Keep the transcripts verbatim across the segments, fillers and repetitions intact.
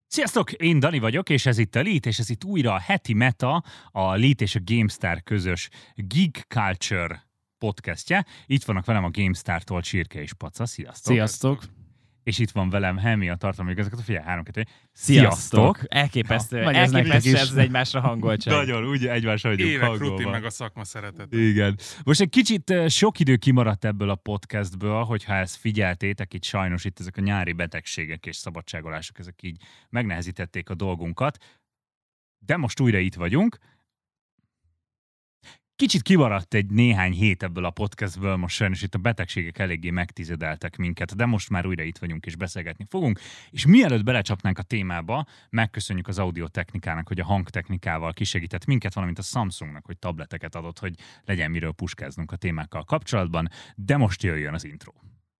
Sziasztok! Én Dani vagyok, és ez itt a Lead, és ez itt újra a heti meta, a Lead és a GameStar közös Geek Culture podcastje. Itt vannak velem a GameStar-tól Csirke és Paca. Sziasztok! Sziasztok! És itt van velem Hemi, a tartalmi igazgató. Figyelj, három, kettő. Sziasztok! Elképesztő, Ja, elképesztő ez az egymásra hangoltság. Nagyon, ugye egymásra vagyunk Évek hangolva. rutin meg a szakma szeretet. Igen. Most egy kicsit sok idő kimaradt ebből a podcastből, hogyha ezt figyeltétek, itt sajnos itt ezek a nyári betegségek és szabadságolások, ezek így megnehezítették a dolgunkat. De most újra itt vagyunk. Kicsit kimaradt egy néhány hét ebből a podcastből, most sajnos itt a betegségek eléggé megtizedeltek minket, de most már újra itt vagyunk és beszélgetni fogunk. És mielőtt belecsapnánk a témába, megköszönjük az Audiotechnikának, hogy a hangtechnikával kisegített minket, valamint a Samsungnak, hogy tableteket adott, hogy legyen miről puskáznunk a témákkal kapcsolatban, de most jöjjön az intro.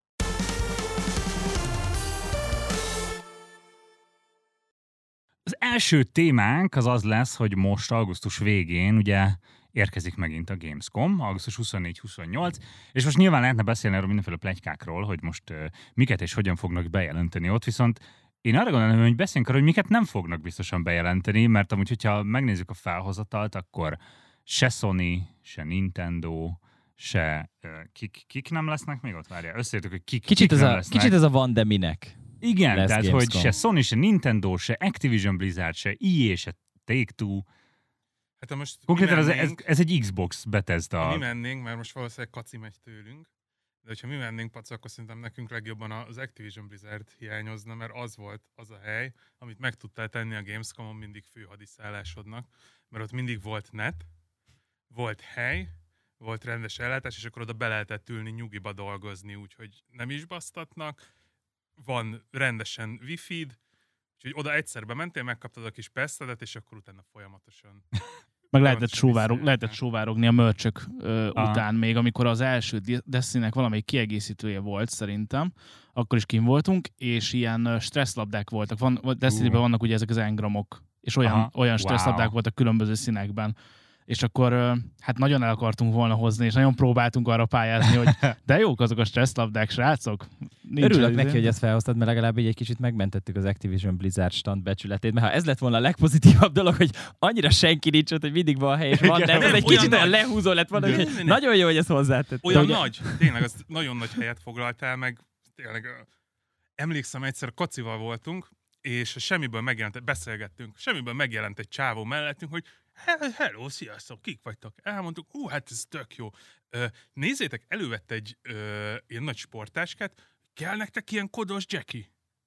Az első témánk az az lesz, hogy most augusztus végén, ugye, érkezik megint a Gamescom, augusztus huszonnégy huszonnyolc, és most nyilván lehetne beszélni arról mindenféle pletykákról, hogy most uh, miket és hogyan fognak bejelenteni ott, viszont én arra gondolom, hogy beszéljünk arról, hogy miket nem fognak biztosan bejelenteni, mert amúgy, hogyha megnézzük a felhozatalt, akkor se Sony, se Nintendo, se uh, kik, kik nem lesznek még ott, várjál, összeértük, hogy kik, kicsit kik ez nem a, lesznek. Kicsit ez a van, de minek? Igen, lesz tehát Gamescom. hogy se Sony, se Nintendo, se Activision Blizzard, se E A, se Take-Two. Hát most Konkrétan ez, ez, mennénk, ez egy Xbox Bethesda. mi mennénk, mert most valószínűleg Kaci megy tőlünk, de hogyha mi mennénk, Paca, akkor szerintem nekünk legjobban az Activision Blizzard hiányozna, mert az volt az a hely, amit meg tudtál tenni a Gamescomon mindig főhadiszállásodnak, mert ott mindig volt net, volt hely, volt rendes ellátás, és akkor oda be lehetett ülni nyugiba dolgozni, úgyhogy nem is basztatnak, van rendesen wifi-d, úgyhogy oda egyszer bementél, megkaptad a kis pesztedet, és akkor utána folyamatosan... Meg lehetett, sem sóvárog, vissza- lehetett sóvárogni a mörcsök ö, Aha. után még, amikor az első Destiny-nek valamelyik kiegészítője volt szerintem, akkor is kim voltunk, és ilyen ö, stresszlabdák voltak. Van, Destiny-ben Uh. vannak ugye ezek az engramok, és olyan, Aha. olyan stresszlabdák Wow. voltak különböző színekben. És akkor ö, hát nagyon el akartunk volna hozni, és nagyon próbáltunk arra pályázni, hogy de jók azok a stresszlabdák, srácok. Nincs Örülök ez- neki, hogy ezt felhoztad, mert legalább így egy kicsit megmentettük az Activision Blizzard stand becsületét, mert ha ez lett volna a legpozitívabb dolog, hogy annyira senki nincs ott, hogy mindig van hely, és van, de ez Nem, egy olyan kicsit olyan nagy. lehúzó lett volna, Nem, hogy nem, nem. nagyon jó, hogy ezt hozzátett. Olyan ugye- nagy, tényleg, az nagyon nagy helyet foglaltál, meg tényleg ö, emlékszem, egyszer Kacival voltunk, és semmiből megjelent, beszélgettünk, semmiből megjelent egy csávó mellettünk, hogy "He- hello, sziasztok, kik vagytok?" Elmondtuk, hú, hát ez tök jó. Ö, nézzétek, elővett egy ö, ilyen nagy sportáskát, kell nektek ilyen kodos Jackie?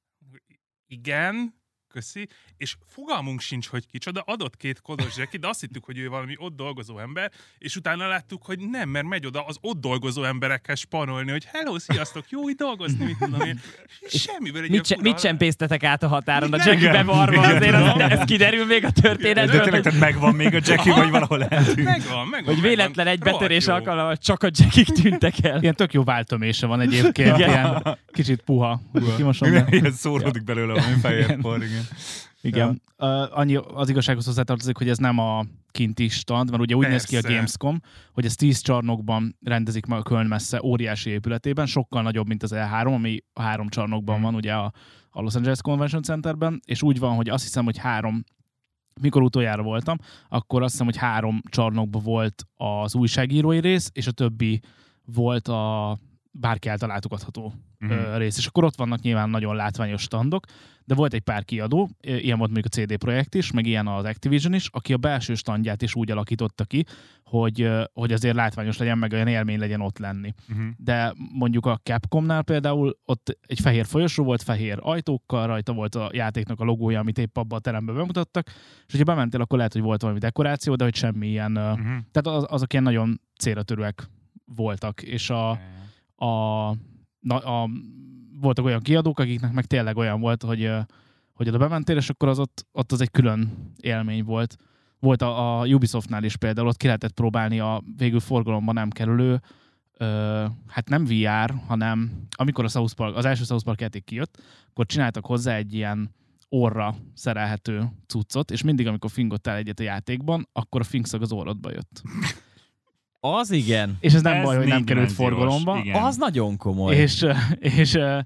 Igen, köszi. És fogalmunk sincs, hogy kicsoda, adott két kodos Jackie, de azt hittük, hogy ő valami ott dolgozó ember, és utána láttuk, hogy nem, mert megy oda az ott dolgozó emberekkel spanolni, hogy hello, sziasztok, jó itt dolgozni, mit tudom én. Semmiből egy Mit, se, ilyen fura- mit csempésztetek át a határon a Igen. Jackie Igen. bevarva, Igen, azért tudom. az, ez kiderül még a De történetből, tényleg, hogy, tehát megvan még a Jackie, vagy valahol eltűnt. Megvan, megvan. hogy véletlen egy megvan. betörés Rohadt jó. alkalommal csak a Jackie tűntek el. Ilyen tök jó váltömése van egyébként, Igen. ilyen kicsit puha. Kimosom, de- Ilyen szóródik belőle valami fehér Igen. por, igen. Igen. Uh, annyi az igazsághoz hozzátartozik, hogy ez nem a kinti stand, mert ugye úgy néz ki a Persze. Gamescom, hogy ez tíz csarnokban rendezik meg a Köln messze óriási épületében, sokkal nagyobb, mint az E három, ami a három csarnokban Mm. van, ugye a, a Los Angeles Convention Centerben, és úgy van, hogy azt hiszem, hogy három, mikor utoljára voltam, akkor azt hiszem, hogy három csarnokban volt az újságírói rész, és a többi volt a bárki által látogatható Mhm. ö, rész. És akkor ott vannak nyilván nagyon látványos standok, de volt egy pár kiadó, ilyen volt mondjuk a cé dé Projekt is, meg ilyen az Activision is, aki a belső standját is úgy alakította ki, hogy, ö, hogy azért látványos legyen, meg olyan élmény legyen ott lenni. Mhm. De mondjuk a Capcomnál például ott egy fehér folyosó volt, fehér ajtókkal, rajta volt a játéknak a logója, amit épp abban a teremben bemutattak, és hogyha bementél, akkor lehet, hogy volt valami dekoráció, de hogy semmi ilyen, ö, Mhm. tehát az, azok ilyen nagyon célra törőek voltak, és a, a, na, a, voltak olyan kiadók, akiknek meg tényleg olyan volt, hogy, ö, hogy oda bementél, és akkor az ott, ott az egy külön élmény volt. Volt a, a Ubisoftnál is például, ott ki lehetett próbálni a végül forgalomban nem kerülő, ö, hát nem vé er, hanem amikor a South Park, az első South Park játék kijött, akkor csináltak hozzá egy ilyen orra szerelhető cuccot, és mindig, amikor fingottál egyet a játékban, akkor a fingszag az orrodba jött. Az igen. És ez nem Ez baj, hogy nem négy került dimenziós, forgalomba. igen. Az nagyon komoly. És, és, és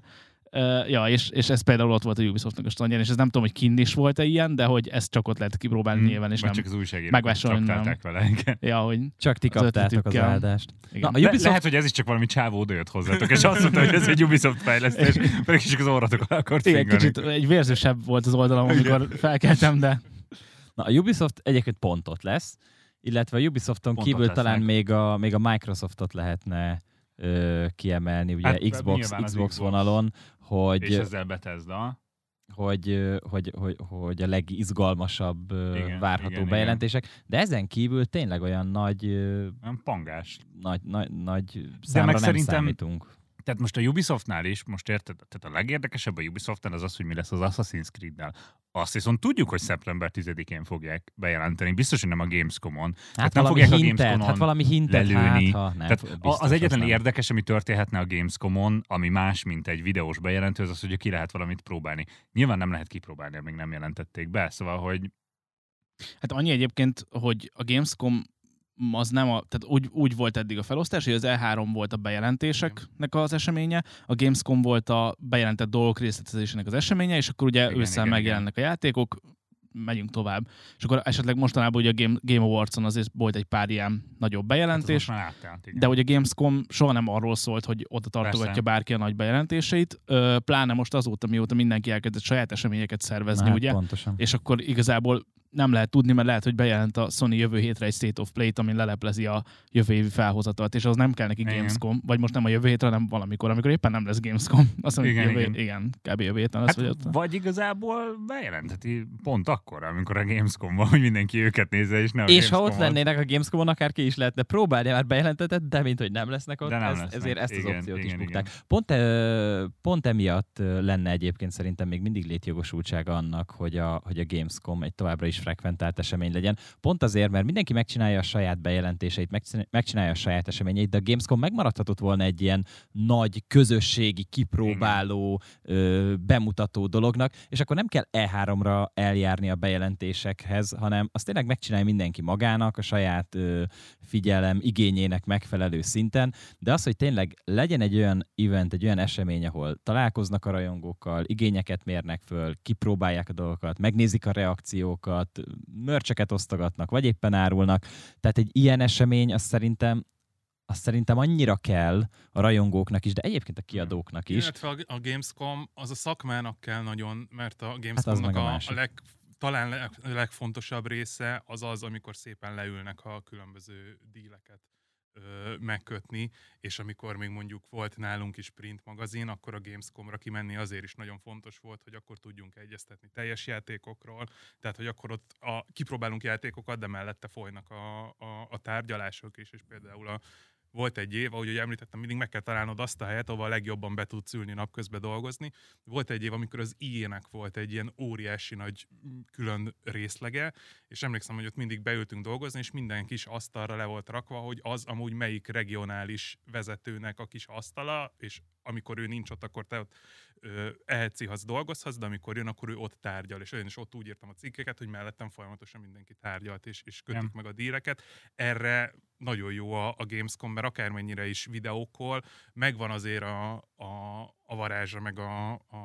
Uh, ja, és, és ez például ott volt a Ubisoftnak a standján, és ez nem tudom, hogy kinn is volt-e ilyen, de hogy ezt csak ott lehet kipróbálni Hmm. nyilván, és Vagy nem csak az újságírók megvásárolni, nem. traktálták vele. Igen. Ja, hogy Csak ti az kaptátok az ötletükkel. áldást. Igen. Na, a Le- Ubisoft... lehet, hogy ez is csak valami csávó odajött hozzátok, és azt mondta, hogy ez egy Ubisoft fejlesztés, pedig csak az orratok alá akart igen, fingani. kicsit egy vérzősebb volt az oldalam, amikor felkeltem, de Na, a Ubisoft egyébként pontot lesz, illetve a Ubisofton Pontot kívül lesznek. talán még a, még a Microsoftot lehetne ö, kiemelni, ugye Hát, Xbox, nyilván az Xbox Xbox. vonalon, hogy, És ezzel Bethesda. hogy, ö, hogy, hogy, hogy a legizgalmasabb ö, Igen, várható igen, bejelentések, de ezen kívül tényleg olyan nagy, ö, Nem pangás. nagy, nagy, nagy számra meg nem szerintem- számítunk. Tehát most a Ubisoftnál is, most érted, tehát a legérdekesebb a Ubisoftnál az az, hogy mi lesz az Assassin's Creed-nel. Azt viszont tudjuk, hogy szeptember tizedikén fogják bejelenteni. Biztos, hogy nem a Gamescom-on. Hát nem valami fogják a hintet, Gamescom-on hát valami hintet, lelőni. hát, ha nem, Tehát biztos, az egyetlen azt nem. érdekes, ami történhetne a Gamescom-on, ami más, mint egy videós bejelentő, az az, hogy ki lehet valamit próbálni. Nyilván nem lehet kipróbálni, még nem jelentették be, szóval, hogy hát annyi egyébként, hogy a Gamescom az nem a, tehát úgy, úgy volt eddig a felosztás, hogy az E három volt a bejelentéseknek az eseménye, a Gamescom volt a bejelentett dolgok részletezésének az eseménye, és akkor ugye Igen, ősszel igen, megjelennek a játékok, megyünk tovább. És akkor esetleg mostanában ugye a Game, Game Awards-on azért volt egy pár ilyen nagyobb hát az bejelentés, most már átállt, igen. de hogy a Gamescom soha nem arról szólt, hogy oda tartogatja Persze. bárki a nagy bejelentéseit, ö, pláne most azóta, mióta mindenki elkezdett saját eseményeket szervezni, Na, hát ugye? pontosan. És akkor igazából nem lehet tudni, mert lehet, hogy bejelent a Sony jövő hétre egy State of Play-t, amin leleplezi a jövő évi felhozatalt, és az nem kell neki Igen. Gamescom, vagy most nem a jövő hétre, hanem valamikor, amikor éppen nem lesz Gamescom. Azt mondom, Igen, jövő, igen. igen, kb. Jövő héten lesz, Hát, vagy ott. vagy igazából bejelentheti pont akkor, amikor a Gamescom van, hogy mindenki őket nézze, és ne a És ha ott Gamescom-on. lennének a Gamescom-on, akár ki is lehetne próbálni, már bejelentetett, de mint hogy nem lesznek ott, De nem ez, lesznek. ezért ezt az Igen, opciót igen, is bukták. igen. Pont, ö, pont emiatt ö, lenne egyébként szerintem még mindig létjogosultsága annak, hogy a, hogy a Gamescom egy továbbra is frekventált esemény legyen. Pont azért, mert mindenki megcsinálja a saját bejelentéseit, megcsin- megcsinálja a saját eseményeit, de a Gamescom megmaradhatott volna egy ilyen nagy közösségi kipróbáló, ö, bemutató dolognak, és akkor nem kell E háromra eljárni a bejelentésekhez, hanem azt tényleg megcsinálja mindenki magának, a saját ö, figyelem igényének megfelelő szinten, de az, hogy tényleg legyen egy olyan event, egy olyan esemény, ahol találkoznak a rajongókkal, igényeket mérnek föl, kipróbálják a dolgokat, megnézik a reakciókat, mörcseket osztogatnak, vagy éppen árulnak. Tehát egy ilyen esemény, azt szerintem azt szerintem annyira kell a rajongóknak is, de egyébként a kiadóknak is. Illetve a- a Gamescom az a szakmának kell nagyon, mert a Hát az Gamescomnak meg a a, a, másik. leg, talán leg, a legfontosabb része az az, amikor szépen leülnek a különböző díleket ö, megkötni, és amikor még mondjuk volt nálunk is print magazin, akkor a Gamescomra kimenni azért is nagyon fontos volt, hogy akkor tudjunk egyeztetni teljes játékokról, tehát hogy akkor ott a, kipróbálunk játékokat, de mellette folynak a, a, a tárgyalások is, és például a volt egy év, ahogy említettem, mindig meg kell találnod azt a helyet, ahol a legjobban be tudsz ülni napközben dolgozni. Volt egy év, amikor az í á-nek volt egy ilyen óriási nagy mm, külön részlege, és emlékszem, hogy ott mindig beültünk dolgozni, és minden kis asztalra le volt rakva, hogy az amúgy melyik regionális vezetőnek a kis asztala, és amikor ő nincs ott, akkor te ott ö, ehetsz, ihatsz, dolgozhatsz, de amikor jön, akkor ő ott tárgyal, és én is ott úgy írtam a cikkeket, hogy mellettem folyamatosan mindenki tárgyalt, és, és kötik Nem. meg a díleket. Erre nagyon jó a, a Gamescom, mert akármennyire is videókol, megvan azért a, a, a varázsa, meg a, a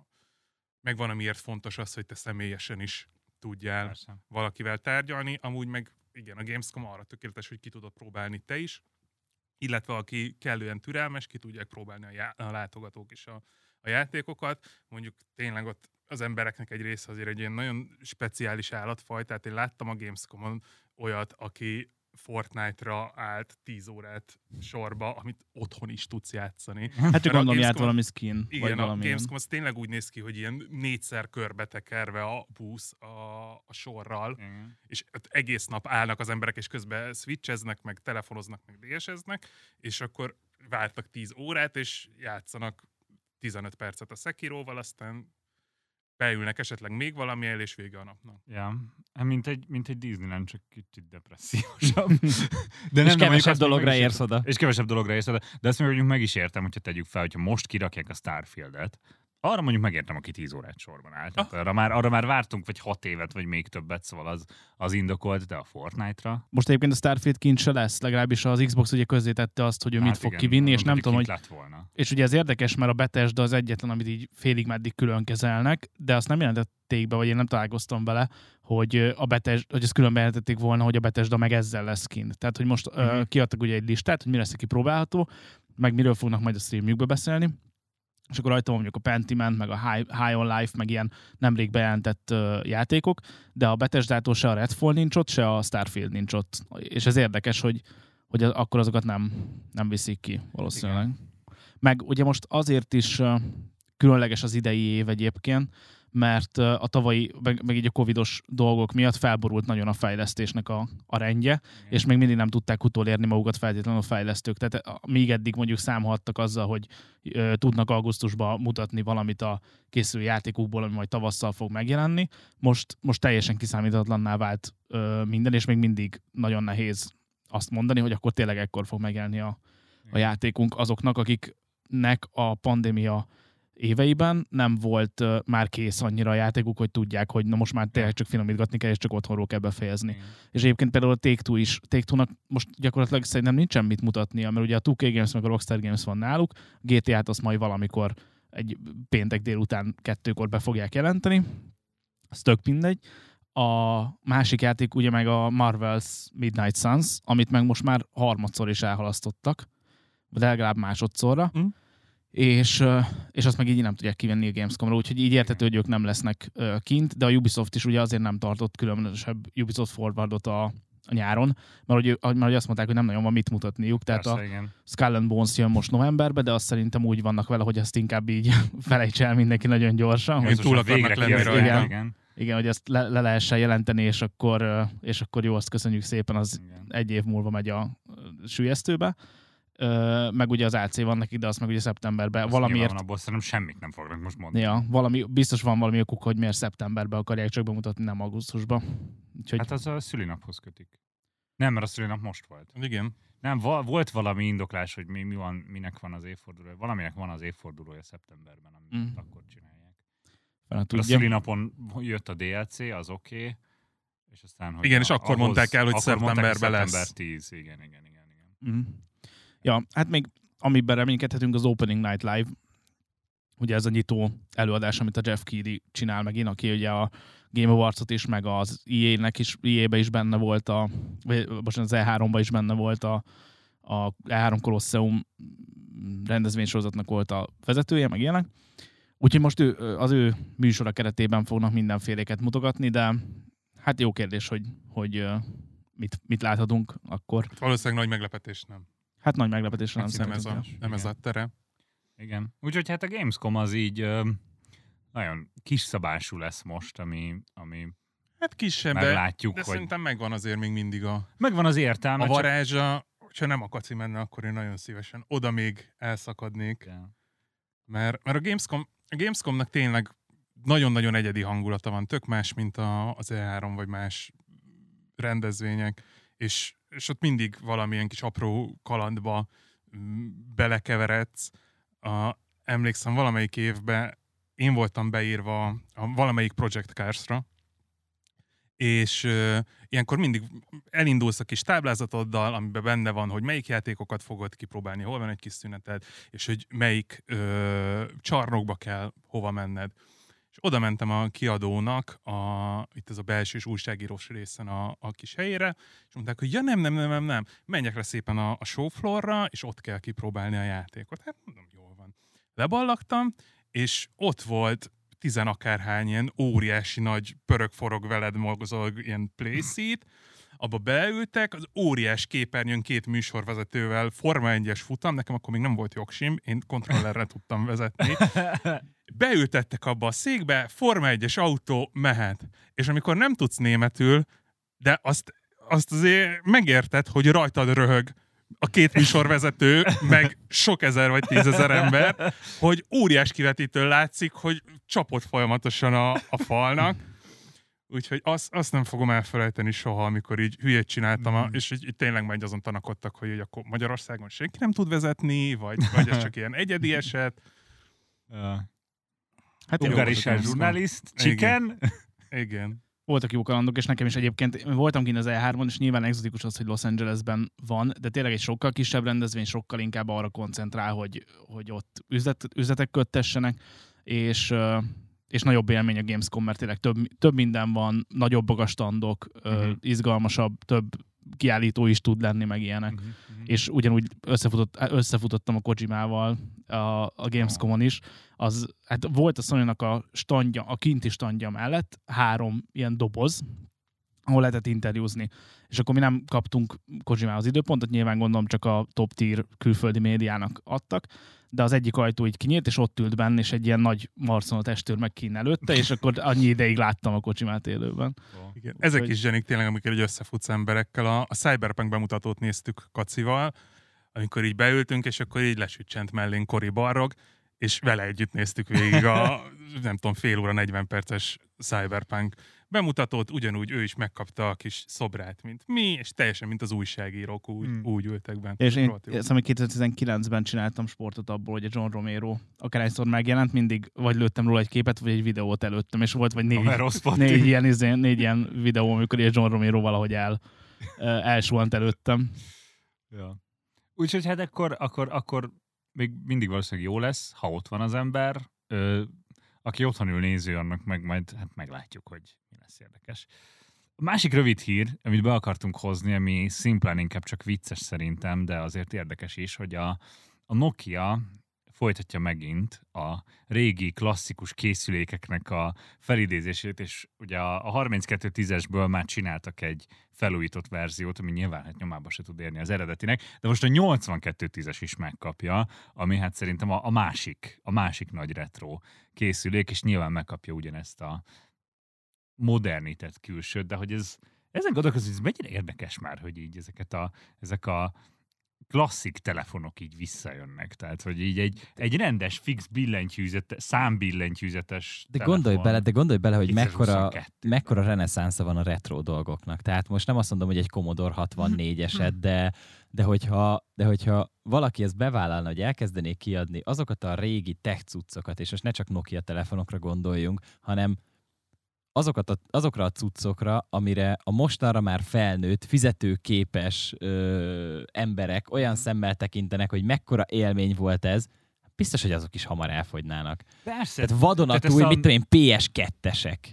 megvan, amiért fontos az, hogy te személyesen is tudjál Persze. valakivel tárgyalni. Amúgy meg igen, a Gamescom arra tökéletes, hogy ki tudod próbálni te is, illetve aki kellően türelmes, ki tudják próbálni a, já- a látogatók is a, a játékokat. Mondjuk tényleg ott az embereknek egy része azért egy ilyen nagyon speciális állatfaj, tehát én láttam a Gamescomon olyat, aki Fortnite-ra állt tíz órát sorba, amit otthon is tudsz játszani. Hát csak Mert a gondolom, járt Gamescom- valami skin, vagy Igen, a valami. Gamescom az tényleg úgy néz ki, hogy ilyen négyszer körbetekerve a busz a, a sorral, Igen. és ott egész nap állnak az emberek, és közben switcheznek, meg telefonoznak, meg dé es-eznek, és akkor vártak tíz órát, és játszanak tizenöt percet a Sekiroval, aztán beülnek esetleg még valami el, és vége a napnak. Ja, hát mint egy, mint egy Disneyland, csak kicsit depressziósabb. De És mondjuk kevesebb azt még dologra meg is érsz értem. oda. És kevesebb dologra érsz oda. De azt mondjuk meg is értem, hogyha tegyük fel, hogyha most kirakják a Starfieldet, Arra mondjuk megértem, aki tíz órát sorban állt. Tehát arra, már, arra már vártunk, vagy hat évet, vagy még többet, szóval az, az indokolt, de a Fortnite-ra... Most egyébként a Starfield kincs se lesz, legalábbis az Xbox ugye közzétette azt, hogy ő hát mit igen, fog kivinni, és nem tudom, hogy... És ugye ez érdekes, mert a Bethesda az egyetlen, amit így félig meddig külön kezelnek, de azt nem jelentették be, vagy én nem találkoztam vele, hogy a Bethesda, hogy ezt külön bejelentették volna, hogy a Bethesda meg ezzel lesz kint. Tehát, hogy most mm-hmm. uh, kiadtak ugye egy listát, hogy mi lesz kipróbálható, meg miről fognak majd a streamjükbe beszélni. És akkor rajta mondjuk a Pentiment, meg a High, High on Life, meg ilyen nemrég bejelentett uh, játékok, de a Bethesdától se a Redfall nincs ott, se a Starfield nincs ott. És ez érdekes, hogy, hogy akkor azokat nem, nem viszik ki valószínűleg. Igen. Meg ugye most azért is uh, különleges az idei év egyébként, mert uh, a tavalyi, meg, meg így a covidos dolgok miatt felborult nagyon a fejlesztésnek a, a rendje, igen. És még mindig nem tudták utolérni magukat feltétlenül a fejlesztők. Tehát míg eddig mondjuk számolhattak azzal, hogy uh, tudnak augusztusban mutatni valamit a készülő játékukból, ami majd tavasszal fog megjelenni, most, most teljesen kiszámíthatatlanná vált uh, minden, és még mindig nagyon nehéz azt mondani, hogy akkor tényleg ekkor fog megjelenni a, a játékunk azoknak, akiknek a pandémia éveiben nem volt uh, már kész annyira a játékuk, hogy tudják, hogy na most már tényleg csak finomítgatni kell, és csak otthonról kell befejezni. Mm. És egyébként például a Take-Two is, Take-Two-nak most gyakorlatilag szerintem nincsen mit mutatnia, mert ugye a two K Games meg a Rockstar Games van náluk, gé té á-t azt majd valamikor egy péntek délután kettőkor be fogják jelenteni, az tök mindegy. A másik játék ugye meg a Marvel's Midnight Suns, amit meg most már harmadszor is elhalasztottak, de legalább másodszorra. Mm. És, és azt meg így nem tudják kivenni a Gamescomra, úgyhogy így értető, hogy ők nem lesznek kint, de a Ubisoft is ugye azért nem tartott különösebb Ubisoft Forwardot a, a nyáron, mert hogy, mert hogy azt mondták, hogy nem nagyon van mit mutatniuk, tehát persze, a igen. Skull and Bones jön most novemberbe, de azt szerintem úgy vannak vele, hogy ezt inkább így felejts el mindenki nagyon gyorsan. Hogy túl akarnak lenni rajta. Igen, igen. igen, hogy ezt le, le lehessen jelenteni, és akkor, és akkor jó, azt köszönjük szépen, az igen. Egy év múlva megy a sülyeztőbe. Ö, meg ugye az á cé van nekik, de azt meg ugye szeptemberben azt valamiért... Van, abból szerintem semmit nem fognak most mondani. Ja, valami, biztos van valami okuk, hogy miért szeptemberben akarják csak bemutatni, nem augusztusban. Úgyhogy... Hát az a szülinaphoz kötik. Nem, mert a szülinap most volt. Igen. Nem, va- volt valami indoklás, hogy mi, mi van, minek van az évfordulója. Valaminek van az évfordulója szeptemberben, amit mm. akkor csinálják. A szülinapon jött a dé el cé, az oké. Okay, és aztán, hogy igen, a, és akkor ahhoz, mondták el, hogy akkor szeptemberben lesz. szeptember tíz, igen, igen, igen. igen. Mm. Ja, hát még amiben reménykedhetünk az Opening Night Live, ugye ez a nyitó előadás, amit a Jeff Keighley csinál megint, aki ugye a Game Awards-ot is, meg az í á-nek is, í á-be is benne volt a, vagy most az E három-ba is benne volt a, a E három Colosseum rendezvénysorozatnak volt a vezetője, meg ilyenek. Úgyhogy most ő, az ő műsora keretében fognak mindenféléket mutogatni, de hát jó kérdés, hogy, hogy mit, mit láthatunk akkor. Hát valószínűleg nagy meglepetés nem. Hát nagy meglepetésre nem, nem ez a, nem ez a tere. Igen. Úgyhogy hát a Gamescom az így ö, nagyon kisszabású lesz most, ami, ami hát kisebb, meglátjuk, de hogy... szerintem megvan azért még mindig a... Megvan az értelme. A varázsa, csak... ha nem a kaci menne, akkor én nagyon szívesen oda még elszakadnék. Yeah. Mert, mert a, Gamescom, a Gamescomnak tényleg nagyon-nagyon egyedi hangulata van. Tök más, mint a, az E három vagy más rendezvények. És és ott mindig valamilyen kis apró kalandba belekeveredsz. A, emlékszem, valamelyik évben én voltam beírva a valamelyik Project Cars-ra, és uh, ilyenkor mindig elindulsz a kis táblázatoddal, amiben benne van, hogy melyik játékokat fogod kipróbálni, hol van egy kis szüneted, és hogy melyik uh, csarnokba kell hova menned. És oda mentem a kiadónak, a, itt ez a belsős újságírós részen a, a kis helyére, és mondták, hogy ja nem, nem, nem, nem, nem, menjek le szépen a, a showfloorra, és ott kell kipróbálni a játékot. Hát mondom, jól van. Leballagtam, és ott volt tizenakárhány ilyen óriási nagy pörög-forog veled mozog ilyen playseat, abba beültek, az óriás képernyőn két műsorvezetővel Forma egyes futam, nekem akkor még nem volt jogsim, én kontrollerre tudtam vezetni. Beültettek abba a székbe, Forma egyes autó mehet. És amikor nem tudsz németül, de azt, azt azért megérted, hogy rajtad röhög a két műsorvezető, meg sok ezer vagy tízezer ember, hogy óriás kivetítőn látszik, hogy csapott folyamatosan a, a falnak. Úgyhogy azt, azt nem fogom elfelejteni soha, amikor így hülyét csináltam, mm. és így, így tényleg majd azon tanakodtak, hogy így akkor Magyarországon senki nem tud vezetni, vagy, vagy ez csak ilyen egyedi eset. Uh, Hát Ungarischen Journalist, Chicken. Igen. Voltak jó kalandok, és nekem is egyébként voltam kint az E hármon, és nyilván egzotikus az, hogy Los Angelesben van, de tényleg egy sokkal kisebb rendezvény, sokkal inkább arra koncentrál, hogy, hogy ott üzlet, üzletek köttessenek, és, és nagyobb élmény a Gamescom, mert tényleg több, több minden van, nagyobbak a standok, uh-huh. izgalmasabb, több kiállító is tud lenni, meg ilyenek. Uh-huh. És ugyanúgy összefutott, összefutottam a Kojimával a, a Gamescomon is. Az, hát volt a Sony-nak a standja, a kinti standja mellett három ilyen doboz, ahol lehetett interjúzni. És akkor mi nem kaptunk Kojimához időpontot, nyilván gondolom csak a top tier külföldi médiának adtak, de az egyik ajtó így kinyílt, és ott ült benne, és egy ilyen nagy marconat testőr meg kín előtte, és akkor annyi ideig láttam a Kojimát élőben. Igen. Ezek hogy... is zsenik tényleg, amikor így összefutsz emberekkel. A, a Cyberpunk bemutatót néztük Kacival, amikor így beültünk, és akkor így lesütcsent mellénk Cory Barlog, és vele együtt néztük végig a, nem tudom, fél óra, negyven perces Cyberpunk bemutatót, ugyanúgy ő is megkapta a kis szobrát, mint mi, és teljesen, mint az újságírók úgy, hmm. úgy ültek benne. És én szóval kétezer-tizenkilencben csináltam sportot abból, hogy a John Romero akárhányszor megjelent, mindig vagy lőttem róla egy képet, vagy egy videót előttem, és volt vagy négy, négy, ilyen, négy, négy ilyen videó, amikor egy John Romero valahogy el, elsuhant előttem. Ja. Úgyhogy hát akkor, akkor, akkor még mindig valószínűleg jó lesz, ha ott van az ember. Ö, aki otthon ül néző, annak meg majd hát meglátjuk, hogy mi lesz érdekes. A másik rövid hír, amit be akartunk hozni, ami szimplán inkább csak vicces szerintem, de azért érdekes is, hogy a, a Nokia folytatja megint a régi klasszikus készülékeknek a felidézését, és ugye a, a harminckettő tízesből már csináltak egy felújított verziót, ami nyilván hát nyomába se tud érni az eredetinek, de most a nyolcvankettő tízes is megkapja, ami hát szerintem a, a másik, a másik nagy retro készülék, és nyilván megkapja ugyanezt a modernített külsőt, de hogy ez, ezen gondolkozom, ez mennyire érdekes már, hogy így ezeket a, ezek a klasszik telefonok így visszajönnek. Tehát, hogy így egy, egy rendes, fix billentyűzetes, számbillentyűzetes de telefon. Gondolj bele, de gondolj bele, hogy mekkora, mekkora reneszánsza van a retro dolgoknak. Tehát most nem azt mondom, hogy egy Commodore hatvannégy eset, de, de, hogyha, de hogyha valaki ezt bevállalna, hogy elkezdené kiadni azokat a régi tech cuccokat, és most ne csak Nokia telefonokra gondoljunk, hanem azokat a, azokra a cuccokra, amire a mostanra már felnőtt, fizetőképes ö, emberek olyan szemmel tekintenek, hogy mekkora élmény volt ez, biztos, hogy azok is hamar elfogynának. Persze. Tehát vadonatúj, a... mit tudom én, pé es kettesek.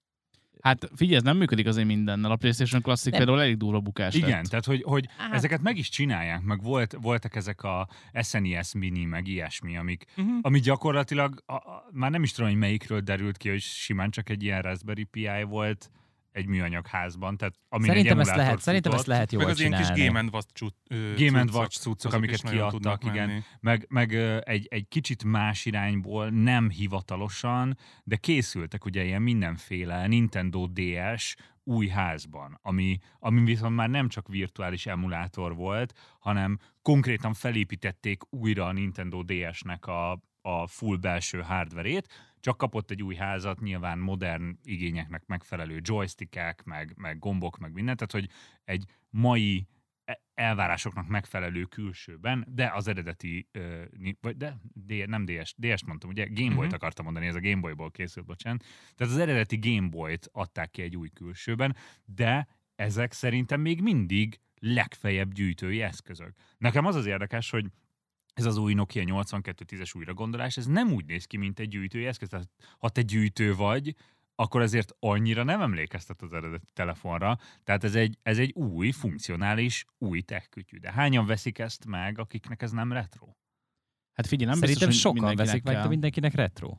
Hát figyelj, ez nem működik azért mindennel. A PlayStation Classic nem. Például elég durva bukás Igen, lett. tehát hogy, hogy hát. ezeket meg is csinálják, meg volt, voltak ezek a es en i es Mini, meg ilyesmi, amik, uh-huh. ami gyakorlatilag, a, a, már nem is tudom, hogy melyikről derült ki, hogy simán csak egy ilyen Raspberry Pi volt egy műanyag házban, tehát amin szerintem egy ezt lehet, szerintem ezt lehet jól meg csinálni. Meg az ilyen kis Game and Watch cuccok. Game and Watch cuccok, amiket kiadtak, igen. Meg, meg egy, egy kicsit más irányból, nem hivatalosan, de készültek ugye ilyen mindenféle Nintendo dé es új házban, ami, ami viszont már nem csak virtuális emulátor volt, hanem konkrétan felépítették újra a Nintendo dé esnek a, a full belső hardverét, csak kapott egy új házat, nyilván modern igényeknek megfelelő joystickek, meg, meg gombok, meg mindent, tehát hogy egy mai elvárásoknak megfelelő külsőben, de az eredeti, vagy de, de nem dé es, dé est mondtam, ugye Game Boy-t uh-huh. akartam mondani, ez a Game Boy-ból készült, bocsánat. Tehát az eredeti Game Boy-t adták ki egy új külsőben, de ezek szerintem még mindig legfeljebb gyűjtői eszközök. Nekem az az érdekes, hogy ez az új Nokia nyolcvankettő tízes újragondolás, ez nem úgy néz ki, mint egy gyűjtői eszköz. Tehát, ha te gyűjtő vagy, akkor azért annyira nem emlékeztet az eredeti telefonra. Tehát ez egy, ez egy új, funkcionális, új tech-kütyű. De hányan veszik ezt meg, akiknek ez nem retro? Hát figyelj, nem Szerintem biztos, sokan veszik meg, de mindenkinek retro.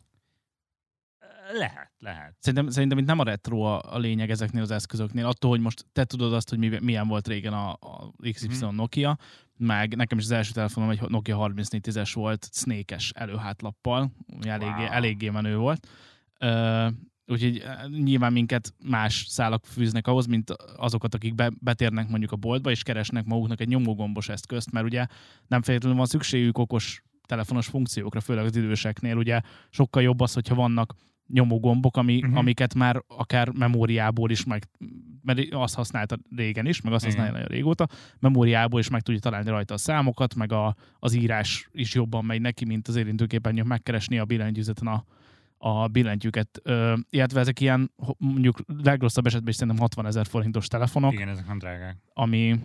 Lehet, lehet. Szerintem, szerintem itt nem a retro a, a lényeg ezeknél az eszközöknél. Attól, hogy most te tudod azt, hogy mi, milyen volt régen a, a iksz ipszilon mm-hmm. Nokia, meg nekem is az első telefonom egy Nokia harmincnégy tízes volt, Snake-es előhátlappal, eléggé, wow. eléggé menő volt. Uh, úgyhogy nyilván minket más szálak fűznek ahhoz, mint azokat, akik be, betérnek mondjuk a boltba, és keresnek maguknak egy nyomógombos eszközt, mert ugye nem feltétlenül van szükségük okos telefonos funkciókra, főleg az időseknél. Ugye sokkal jobb az, hogyha vannak nyomógombok, ami, uh-huh. amiket már akár memóriából is meg, mert azt használta régen is, meg azt használja nagyon régóta, memóriából is meg tudja találni rajta a számokat, meg a, az írás is jobban megy neki, mint az érintőképernyőn megkeresni a billentyűzeten a, a billentyűket, ö, illetve ezek ilyen, mondjuk legrosszabb esetben is szerintem hatvanezer forintos telefonok. Igen, ezek nem drágák. Ami,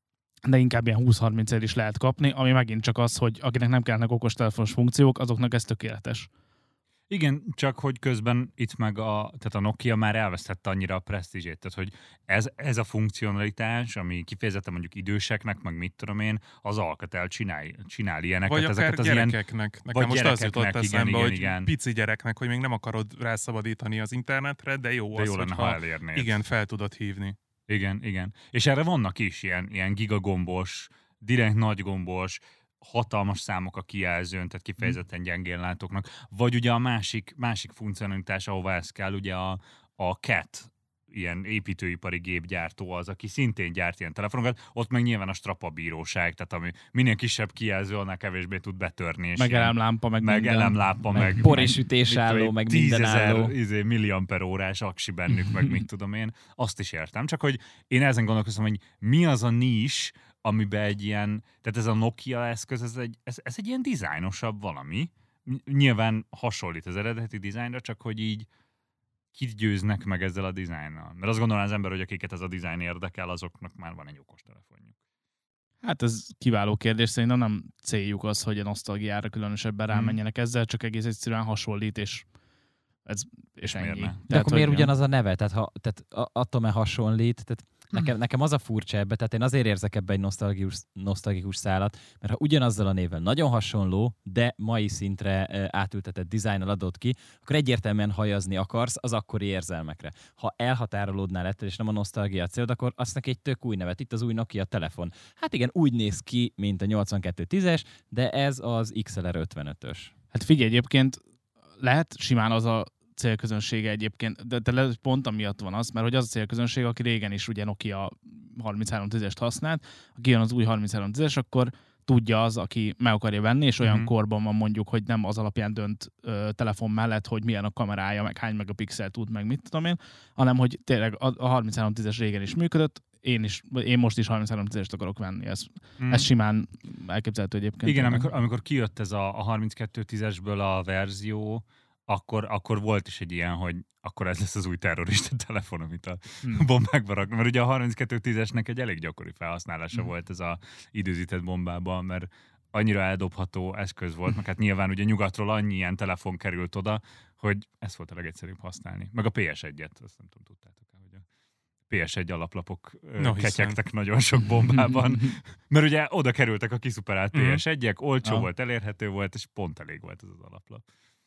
de inkább ilyen húsz-harminc is lehet kapni, ami megint csak az, hogy akinek nem kellnek okostelefonos funkciók, azoknak ez tökéletes. Igen, csak hogy közben itt meg a, tehát a Nokia már elvesztette annyira a presztízsét, tehát hogy ez, ez a funkcionalitás, ami kifejezetten mondjuk időseknek, meg mit tudom én, az Alcatel csinál, csinál ilyeneket. Vagy akár ezeket az gyerekeknek. Ilyen, Nekem most az jutott igen, eszembe, igen, hogy igen. pici gyereknek, hogy még nem akarod rászabadítani az internetre, de jó de az, jó lenne, hogyha ha elérnéd. igen, fel tudod hívni. Igen, igen. És erre vannak is ilyen, ilyen gigagombos, direkt nagygombos, hatalmas számok a kijelzőn, tehát kifejezetten gyengén látóknak. Vagy ugye a másik, másik funkcionalitás, ahová ez kell, ugye a, a cat, ilyen építőipari gépgyártó az, aki szintén gyárt ilyen telefonokat, ott meg nyilván a strapabíróság, tehát ami minél kisebb kijelző, annál kevésbé tud betörni. És meg ilyen, elemlámpa, meg, meg minden. elemlámpa, meg, meg borisütésálló, meg mindenálló. Izé, milliamper órás aksi bennük, meg mit tudom én. Azt is értem. Csak hogy én ezen gondolkozom, hogy mi az a nis, amiben egy ilyen, tehát ez a Nokia eszköz, ez egy, ez, ez egy ilyen dizájnosabb valami. Nyilván hasonlít az eredeti dizájnra, csak hogy így kit győznek meg ezzel a dizájnnal. Mert azt gondolom az ember, hogy akiket ez a dizájn érdekel, azoknak már van egy okostelefonjuk. Hát ez kiváló kérdés, szerintem nem céljuk az, hogy a nosztalgiára különösebben Hmm. rámenjenek ezzel, csak egész egyszerűen hasonlít, és ez és ennyi. miért ne? De Tehát, akkor miért hogy- ugyanaz a neve? Tehát, ha, tehát attól, mert hasonlít, tehát nekem, nekem az a furcsa ebbe, tehát én azért érzek ebbe egy nosztalgikus, nosztalgikus szálat, mert ha ugyanazzal a névvel nagyon hasonló, de mai szintre e, átültetett dizájnnal adott ki, akkor egyértelműen hajazni akarsz az akkori érzelmekre. Ha elhatárolódnál ettől, és nem a nosztalgia célod, akkor azt neki egy tök új nevet. Itt az új Nokia telefon. Hát igen, úgy néz ki, mint a nyolcvankettő tízes, de ez az iksz el er ötvenötös. Hát figyelj, egyébként lehet simán az a célközönsége egyébként, de, de lehet, hogy pont amiatt van az, mert hogy az a célközönség, aki régen is ugye Nokia harminchárom tízest használt, aki jön az új harminchárom tízes, akkor tudja az, aki meg akarja venni, és olyan Mhm. korban van mondjuk, hogy nem az alapján dönt ö, telefon mellett, hogy milyen a kamerája, meg hány megapixel tud, meg mit tudom én, hanem hogy tényleg a, a harminchárom tízes régen is működött, én, is, én most is harminchárom tízest akarok venni. Ez, Mm. ez simán elképzelhető egyébként. Igen, amikor, amikor kijött ez a, a harminckettő tízesből a verzió, akkor, akkor volt is egy ilyen, hogy akkor ez lesz az új terrorista telefon, amit a Hmm. bombákba raknak. Mert ugye a harminckettő tízesnek egy elég gyakori felhasználása Hmm. volt ez a időzített bombában, mert annyira eldobható eszköz volt, meg hát nyilván ugye nyugatról annyi ilyen telefon került oda, hogy ez volt a legegyszerűbb használni. Meg a pé es egyet, azt nem tudom, tudtátok-e, hogy a pé es egy alaplapok ö, No, ketyegtek nagyon sok bombában, mert ugye oda kerültek a kiszuperált pé es egyek, olcsó Ja. volt, elérhető volt, és pont elég volt ez az alaplap.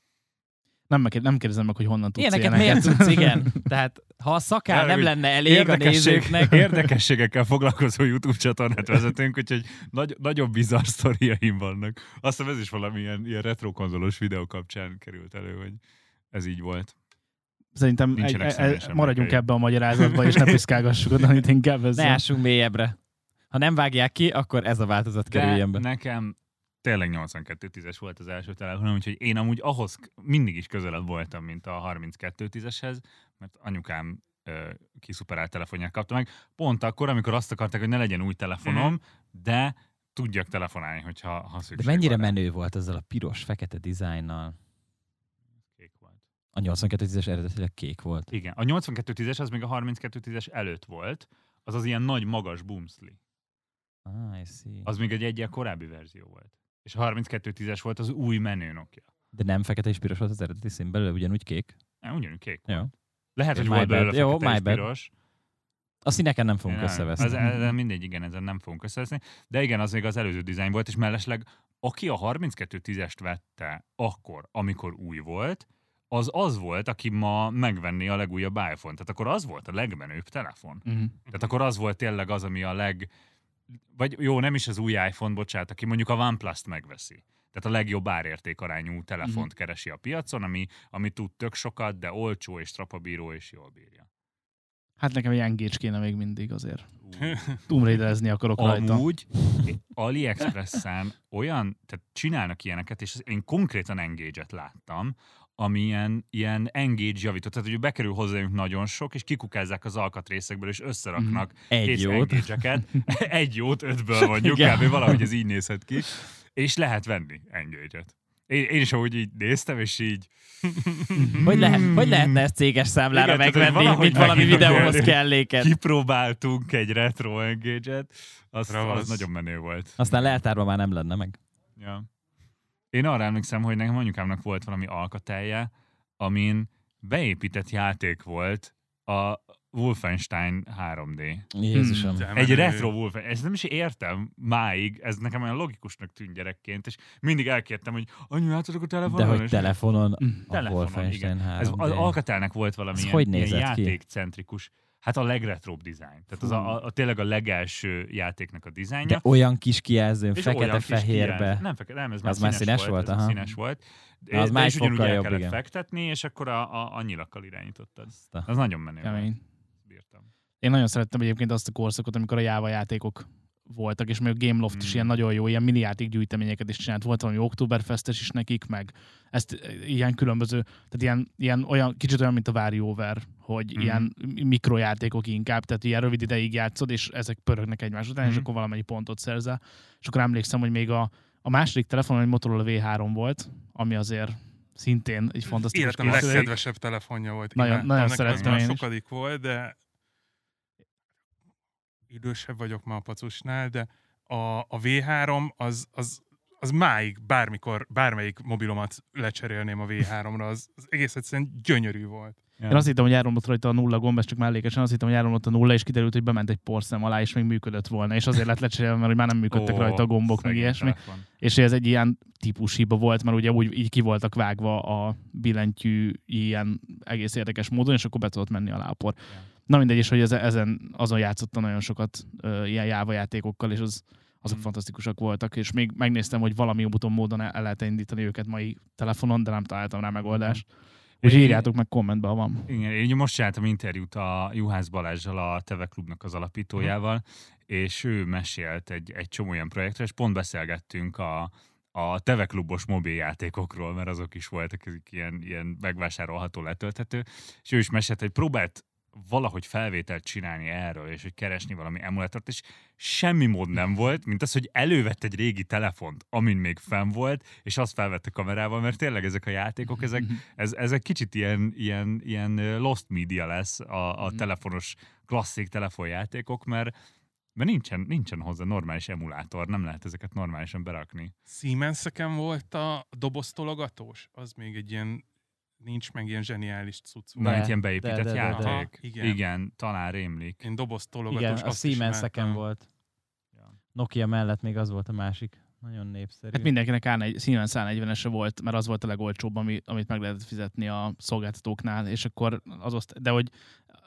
Nem, meg, nem kérdezem meg, hogy honnan tudsz Ilyeneket miért ilyeneket. tudsz, igen. Tehát ha a szakál nem Úgy lenne elég a Érdekesség, nézőknek, érdekességekkel foglalkozó YouTube csatornát vezetünk, úgyhogy nagy, nagyon bizarr sztoriaim vannak. Azt hiszem ez is valami ilyen, ilyen retrokonzolos videó kapcsán került elő, hogy ez így volt. Szerintem egy, Nincsenek e, személyes e, maradjunk emlékeim. ebbe a magyarázatba, és ne piszkálgassuk oda, amit inkább ne ezzel. ássunk mélyebbre. Ha nem vágják ki, akkor ez a változat De kerüljön be. nekem tényleg nyolcvankettő tízes volt az első telefonom, úgyhogy én amúgy ahhoz mindig is közelebb voltam, mint a harminckettő tízeshez, mert anyukám ö, kiszuperált telefonját kapta meg. Pont akkor, amikor azt akarták, hogy ne legyen új telefonom, mm. de tudjak telefonálni, hogyha ha szükség De mennyire van rá. menő volt azzal a piros-fekete dizájnnal? Kék volt. A nyolcvankettő tízes eredetileg kék volt. Igen, a nyolcvankettő tízes az még a harminckettő tízes előtt volt, az az ilyen nagy, magas bumszli. Ah, I see. Az még egy egyel korábbi verzió volt. És a harminckettő tízes volt az új menő Nokia. De nem fekete és piros volt az eredeti szín belőle, ugyanúgy kék. Nem, ugyanúgy kék Jó. volt. Lehet, hogy My volt bad. belőle Jó, fekete my és bad. piros. A színeken nem fogunk Nem, összeveszni. Ez, ez, mindegy, igen, ezen nem fogunk összeveszni. De igen, az még az előző dizájn volt, és mellesleg aki a harminckettő tízest vette akkor, amikor új volt, az az volt, aki ma megvenné a legújabb iPhone-t. Tehát akkor az volt a legmenőbb telefon. Uh-huh. Tehát akkor az volt tényleg az, ami a leg... Vagy jó, nem is az új iPhone, bocsánat, aki mondjuk a OnePlus-t megveszi. Tehát a legjobb árértékarányú telefont Mhm. keresi a piacon, ami, ami tud tök sokat, de olcsó és strapabíró és jól bírja. Hát nekem egy engage kéne még mindig azért. Ú. Tomb Raiderezni akarok rajta. Amúgy AliExpressen olyan, tehát csinálnak ilyeneket, és én konkrétan Engage-et láttam, ami ilyen, ilyen Engage javított, tehát hogy bekerül hozzájunk nagyon sok, és kikukázzák az alkatrészekből, és összeraknak Egy kész jót. Engage-eket. Egy jót, ötből mondjuk, Igen. kb. Valahogy ez így nézhet ki. És lehet venni Engage-et. Én, én is ahogy így néztem, és így... Hogy, lehet, hogy lehetne ezt céges számlára Igen, megvenni, valahogy mint valami megint videóhoz olyan- kelléket. Kipróbáltunk egy retro engage-et, az, Ravasz. az nagyon menő volt. Aztán leltárban már nem lenne meg. Ja. Én arra emlékszem, hogy nekem anyukámnak volt valami alkatelje, amin beépített játék volt a Wolfenstein három dé. Jézusom. De Egy menő. retro Wolfenstein. Ezt nem is értem máig, ez nekem olyan logikusnak tűnt gyerekként, és mindig elkértem, hogy anyu, játszatok a De telefonon? hogy És- telefonon a Telefonon, Wolfenstein igen. három Ez, dé. az Alcatelnek volt valami Ez ilyen, hogy ilyen nézett ki? játékcentrikus. Hát a legretróbb dizájn. Tehát az a, a, a, tényleg a legelső játéknak a dizájnja. De olyan kis kijelzőn, És olyan kis fekete-fehérbe. kijelző- Nem, fekete, nem, ez már Az már színes, színes volt, volt, ez aha. színes volt. Na, az De már is egy ugyanúgy fokkal el jobb, kellett igen. fektetni, és akkor a, a, a nyilakkal irányítottad. Aztán. Az nagyon menő volt. Kemény. Bírtam. Én nagyon szerettem egyébként azt a korszakot, amikor a Java játékok voltak, és még a Gameloft mm. is Mm. ilyen nagyon jó, ilyen mini játékgyűjteményeket is csinált. Volt valami Oktoberfestes is nekik, meg ezt eh, ilyen különböző, tehát ilyen, ilyen olyan, kicsit olyan, mint a WarioWare, hogy Mhm. mm. ilyen mikrojátékok inkább, tehát ilyen rövid ideig játszod, és ezek pörögnek egymás után, mm. és Mhm. akkor valamennyi pontot szerzel. És akkor emlékszem, hogy még a, a második telefonon egy Motorola vé három volt, ami azért szintén egy fantasztikus Életem készülék. legkedvesebb telefonja volt. Nagyon- Imádtam. nagyon Nekem az szerettem már én is. sokadik volt, de idősebb vagyok már a pacusnál, de a, a vé három az, az, az máig bármikor, bármelyik mobilomat lecserélném a vé háromra, az, az egész egyszerűen gyönyörű volt. Ja. Én azt hittem, hogy elromlott rajta a nulla gomb, ez csak mellékesen, azt hittem, hogy elromlott a nulla, és kiderült, hogy bement egy porszem alá, és még működött volna, és azért lett lecserélve, mert hogy már nem működtek Ó, rajta a gombok, meg szegény ilyesmi. telefon. És ez egy ilyen típus hiba volt, mert ugye úgy így ki voltak vágva a billentyű ilyen egész érdekes módon, és akkor be tudott menni alá a por. Ja. Na mindegy, és hogy ez, ezen azon játszottam nagyon sokat ö, ilyen Java játékokkal, és az, azok Mm. fantasztikusak voltak, és még megnéztem, hogy valami úton módon el, el lehet indítani őket mai telefonon, de nem találtam rá megoldást. Úgyhogy Én- írjátok meg kommentbe, ha van. Igen, én ugye most csináltam interjút a Juhász Balázsjal, a Teve Klubnak az alapítójával, és ő mesélt egy, egy csomó ilyen projektre, és pont beszélgettünk a, a Teve Klubos mobiljátékokról, mert azok is voltak ezek ilyen, ilyen megvásárolható, letölthető, és ő is mesélt, hogy próbált valahogy felvételt csinálni erről, és hogy keresni valami emulátort, és semmi mód nem volt, mint az, hogy elővett egy régi telefont, amin még fenn volt, és azt felvette kamerával, mert tényleg ezek a játékok, ezek, ez, ezek kicsit ilyen, ilyen, ilyen lost media lesz a, a telefonos klasszik telefonjátékok, mert, mert nincsen, nincsen hozzá normális emulátor, nem lehet ezeket normálisan berakni. Siemens-eken volt a doboztologatós, az még egy ilyen, nincs meg ilyen zseniális cucc De, volt. Mert ilyen beépített de, de, de, de. játék. Aha, igen. igen, talán rémlik. Én doboztologatós, Igen, a azt is Siemens-eken imádtam. volt. Ja. Nokia mellett még az volt a másik. Nagyon népszerű. Hát mindenkinek á négy, Siemens á negyvenese volt, mert az volt a legolcsóbb, ami, amit meg lehetett fizetni a szolgáltatóknál, és akkor az oszt... de hogy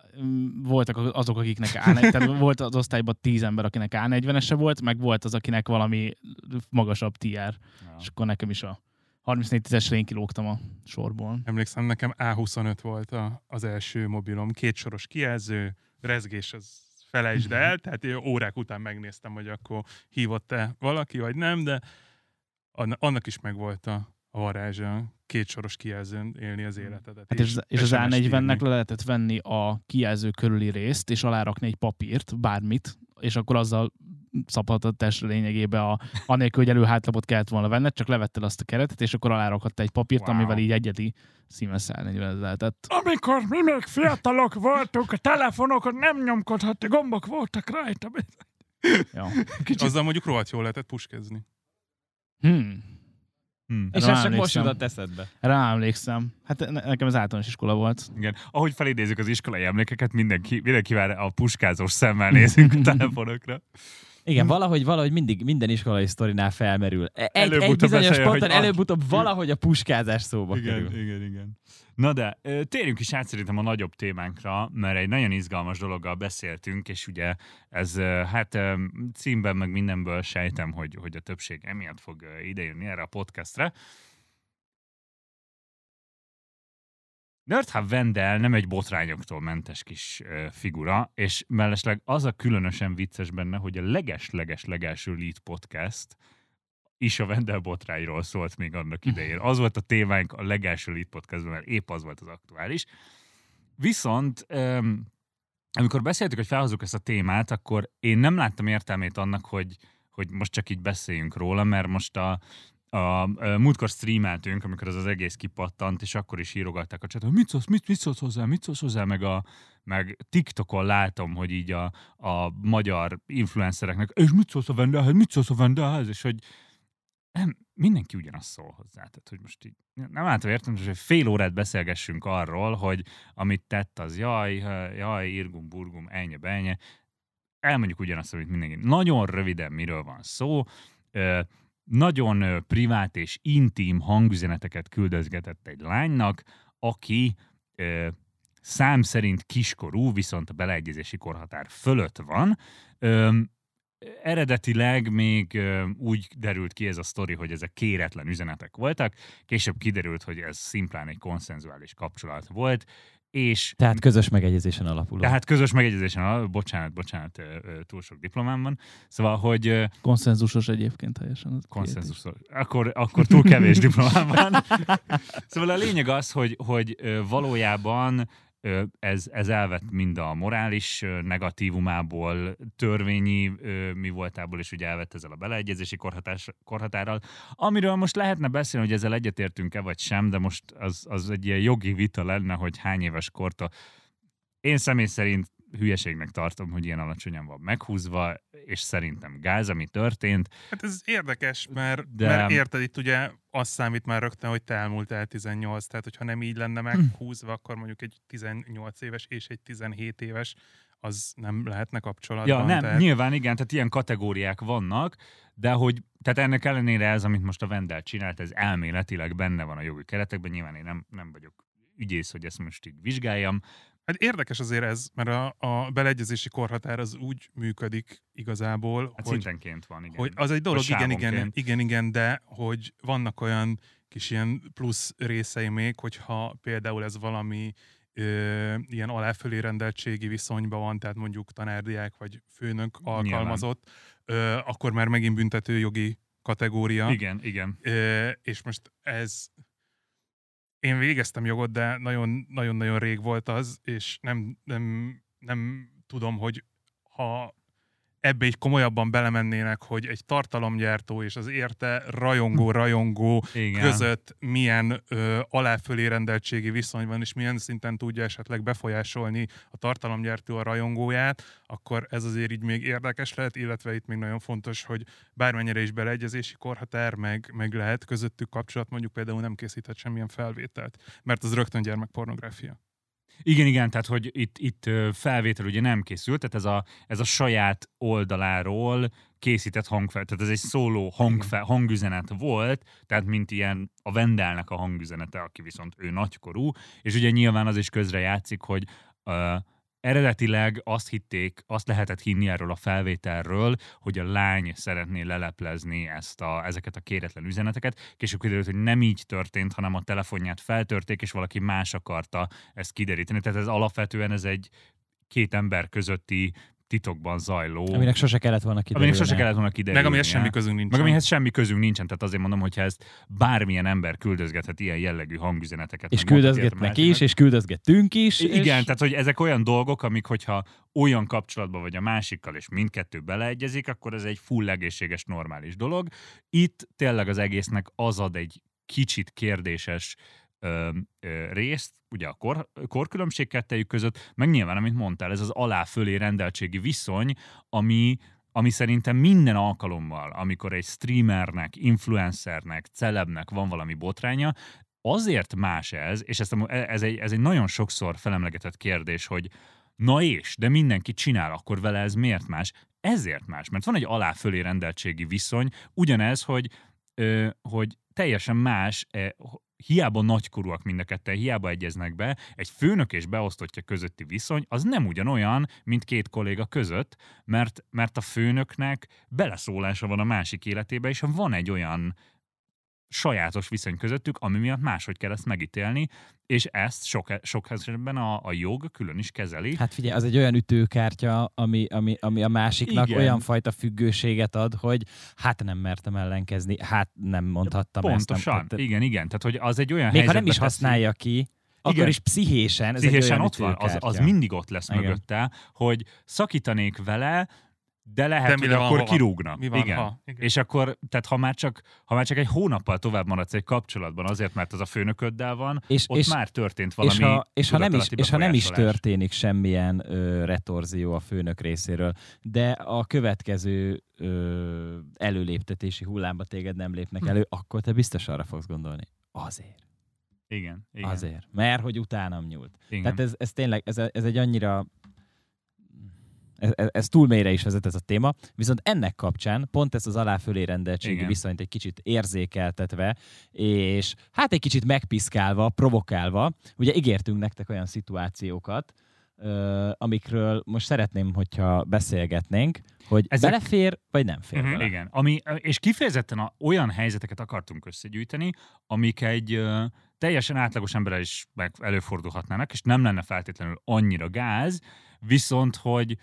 mm, voltak azok, akiknek á négy, tehát volt az osztályban tíz ember, akinek á negyvenese volt, meg volt az, akinek valami magasabb té er, Ja. és akkor nekem is a harmincnégy tízesre én kilógtam a sorból. Emlékszem, nekem á huszonöt volt a, az első mobilom, kétsoros kijelző, rezgés, az felejtsd el, tehát én órák után megnéztem, hogy akkor hívott-e valaki, vagy nem, de anna- annak is megvolt a, a varázsa, kétsoros kijelzőn élni az életedet. Hát és, és az es em es-t á negyvennek írni. le lehetett venni a kijelző körüli részt, és alárakni egy papírt, bármit, és akkor azzal szabadott testre lényegében, a, anélkül, hogy előhátlapot kellett volna venned, csak levetted azt a keretet, és akkor alárakhatta egy papírt, Wow. amivel így egyedi Siemens á negyven lehetett. Amikor mi még fiatalok voltunk, a telefonokon nem nyomkodható gombok voltak rajta. Ja. Azzal mondjuk rohadt jól lehetett puskezni. Hmm. Hmm. És Rá ez csak most emlékszem. jutott eszedbe. Rá emlékszem. Hát ne- nekem az általános iskola volt. Igen. Ahogy felidézzük az iskolai emlékeket, mindenki, mindenkivel a puskázós szemmel nézünk a telefonokra. Igen, valahogy, valahogy mindig minden iskolai sztorinál felmerül. Egy, egy Előbb-utóbb bizonyos beszélje, ponton hogy- előbb-utóbb valahogy a puskázás szóba kerül. igen, igen. Na de ö, térjünk is át szerintem a nagyobb témánkra, mert egy nagyon izgalmas dologgal beszéltünk, és ugye ez ö, hát ö, címben meg mindenből sejtem, hogy, hogy a többség emiatt fog ö, idejönni erre a podcastre. Nerdhub Vendel nem egy botrányoktól mentes kis ö, figura, és mellesleg az a különösen vicces benne, hogy a leges-leges legelső Lead Podcast is a Vendel botrányról szólt még annak idején. Az volt a témánk a legelső Lead Podcastban, mert épp az volt az aktuális. Viszont öm, amikor beszéltük, hogy felhozzuk ezt a témát, akkor én nem láttam értelmét annak, hogy, hogy most csak így beszéljünk róla, mert most a, a, a múltkor streameltünk, amikor ez az egész kipattant, és akkor is írogatták a csatot, hogy mit szólsz, mit, mit szólsz hozzá, mit szólsz hozzá, meg, a, meg TikTokon látom, hogy így a, a magyar influencereknek, és mit szólsz a Vendelhez, mit szólsz a Vendelhez, és hogy nem, mindenki ugyanazt szól hozzá. Tehát, hogy most így nem látom értem, hogy fél órát beszélgessünk arról, hogy amit tett, az jaj, jaj, irgum, burgum, ennyi, benye. Elmondjuk ugyanazt, amit mindenki. Nagyon röviden miről van szó. Ö, nagyon ö, privát és intim hangüzeneteket küldözgetett egy lánynak, aki ö, szám szerint kiskorú, viszont a beleegyezési korhatár fölött van. Ö, Eredetileg még ö, úgy derült ki ez a sztori, hogy ezek kéretlen üzenetek voltak, később kiderült, hogy ez szimplán egy konszenzuális kapcsolat volt, és... Tehát közös megegyezésen alapuló. Tehát közös megegyezésen alapuló, bocsánat, bocsánat, ö, ö, túl sok diplomám van, szóval, hogy... Ö, konszenzusos egyébként teljesen. konszenzusos, akkor, akkor túl kevés diplomám van. Szóval a lényeg az, hogy, hogy ö, valójában Ez, ez elvett mind a morális negatívumából, törvényi mi voltából, és ugye elvett ezzel a beleegyezési korhatás, korhatárral, amiről most lehetne beszélni, hogy ezzel egyetértünk-e vagy sem, de most az, az egy ilyen jogi vita lenne, hogy hány éves korta. Én személy szerint hülyeségnek tartom, hogy ilyen alacsonyan van meghúzva, és szerintem gáz, ami történt. Hát ez érdekes, mert, de... mert érted, itt ugye azt számít már rögtön, hogy te elmúltál tizennyolc, tehát hogyha nem így lenne meghúzva, akkor mondjuk egy tizennyolc éves és egy tizenhét éves, az nem lehetne kapcsolatban. Ja, nem, tehát... nyilván igen, tehát ilyen kategóriák vannak, de hogy, tehát ennek ellenére ez, amit most a Vendel csinált, ez elméletileg benne van a jogi keretekben, nyilván én nem, nem vagyok ügyész, hogy ezt most így vizsgáljam. Hát érdekes azért ez, mert a, a beleegyezési korhatár az úgy működik igazából, hát hogy, szintenként van, igen. hogy az egy dolog, igen, igen, sávonként. igen, igen, de hogy vannak olyan kis ilyen plusz részei még, hogyha például ez valami ö, ilyen aláfölé rendeltségi viszonyban van, tehát mondjuk tanárdiák vagy főnök alkalmazott, ö, akkor már megint büntetőjogi kategória. Igen, igen. Ö, és most ez... Én végeztem jogot, de nagyon-nagyon rég volt az, és nem, nem, nem tudom, hogy ha ebbe így komolyabban belemennének, hogy egy tartalomgyártó és az érte rajongó-rajongó között milyen ö, aláfölé rendeltségi viszony van, és milyen szinten tudja esetleg befolyásolni a tartalomgyártó a rajongóját, akkor ez azért így még érdekes lehet, illetve itt még nagyon fontos, hogy bármennyire is beleegyezési korhatár, meg, meg lehet közöttük kapcsolat, mondjuk például nem készíthet semmilyen felvételt, mert az rögtön gyermekpornográfia. Igen, igen, tehát hogy itt, itt felvétel ugye nem készült, tehát ez a, ez a saját oldaláról készített hangfel, tehát ez egy szóló hangfel, hangüzenet volt, tehát mint ilyen a Vendelnek a hangüzenete, aki viszont ő nagykorú, és ugye nyilván az is közre játszik, hogy uh, eredetileg azt hitték, azt lehetett hinni erről a felvételről, hogy a lány szeretné leleplezni ezt a, ezeket a kéretlen üzeneteket. Később kiderült, hogy nem így történt, hanem a telefonját feltörték, és valaki más akarta ezt kideríteni. Tehát ez alapvetően ez egy két ember közötti titokban zajló. Aminek sose kellett volna kiderülni. Aminek sose kellett volna kiderülni. Meg amihez semmi közünk nincsen. Meg amihez semmi közünk nincsen. Tehát azért mondom, hogy ezt bármilyen ember küldözgethet ilyen jellegű hangüzeneteket. És küldözgetnek is, és küldözgettünk is. Igen, és... tehát hogy ezek olyan dolgok, amik hogyha olyan kapcsolatban vagy a másikkal, és mindkettő beleegyezik, akkor ez egy full egészséges, normális dolog. Itt tényleg az egésznek az ad egy kicsit kérdéses Ö, ö, részt, ugye a kor, korkülönbség kettejük között, meg nyilván, amit mondtál, ez az alá-fölé rendeltségi viszony, ami, ami szerintem minden alkalommal, amikor egy streamernek, influencernek, celebnek van valami botránya, azért más ez, és ezt, ez, egy, ez egy nagyon sokszor felemlegetett kérdés, hogy na és, de mindenki csinál, akkor vele ez miért más? Ezért más, mert van egy alá-fölé rendeltségi viszony, ugyanez, hogy, ö, hogy teljesen más, eh, hiába nagykorúak mind a ketten, hiába egyeznek be, egy főnök és beosztottja közötti viszony az nem ugyanolyan, mint két kolléga között, mert, mert a főnöknek beleszólása van a másik életébe, és van egy olyan sajátos viszony közöttük, ami miatt máshogy kell ezt megítélni, és ezt sok, sok esetben a, a jog külön is kezeli. Hát figyelj, az egy olyan ütőkártya, ami, ami, ami a másiknak igen. olyan fajta függőséget ad, hogy hát nem mertem ellenkezni, hát nem mondhattam Pontosan, ezt. Pontosan, igen, igen. Tehát, hogy az egy olyan még ha nem is teszi, használja ki, akkor igen. is pszichésen, ez pszichésen egy olyan ott van, az, az mindig ott lesz igen. mögötte, hogy szakítanék vele, de lehet, De hogy mire van, akkor ha- kirúgnak. Mi van, igen. ha? Igen. És akkor, tehát ha már, csak, ha már csak egy hónappal tovább maradsz egy kapcsolatban azért, mert az a főnököddel van, És, ott és, már történt valami és, ha, és, ha nem is, tudatalatti és ha nem is befolyásolás. történik semmilyen ö, retorzió a főnök részéről, de a következő ö, előléptetési hullámba téged nem lépnek Hm. elő, akkor te biztos arra fogsz gondolni. Azért. Igen, igen. Azért. Mert hogy utánam nyúlt. igen. Tehát ez, ez tényleg, ez, ez egy annyira... Ez, ez, ez túl mélyre is vezet ez a téma, viszont ennek kapcsán pont ezt az alá-fölé rendeltségi Igen. viszonyt egy kicsit érzékeltetve, és hát egy kicsit megpiszkálva, provokálva, ugye ígértünk nektek olyan szituációkat, ö, amikről most szeretném, hogyha beszélgetnénk, hogy Ezek- belefér, vagy nem fér Mhm. bele. Igen, ami, és kifejezetten a, olyan helyzeteket akartunk összegyűjteni, amik egy ö, teljesen átlagos emberrel is meg előfordulhatnának, és nem lenne feltétlenül annyira gáz, viszont hogy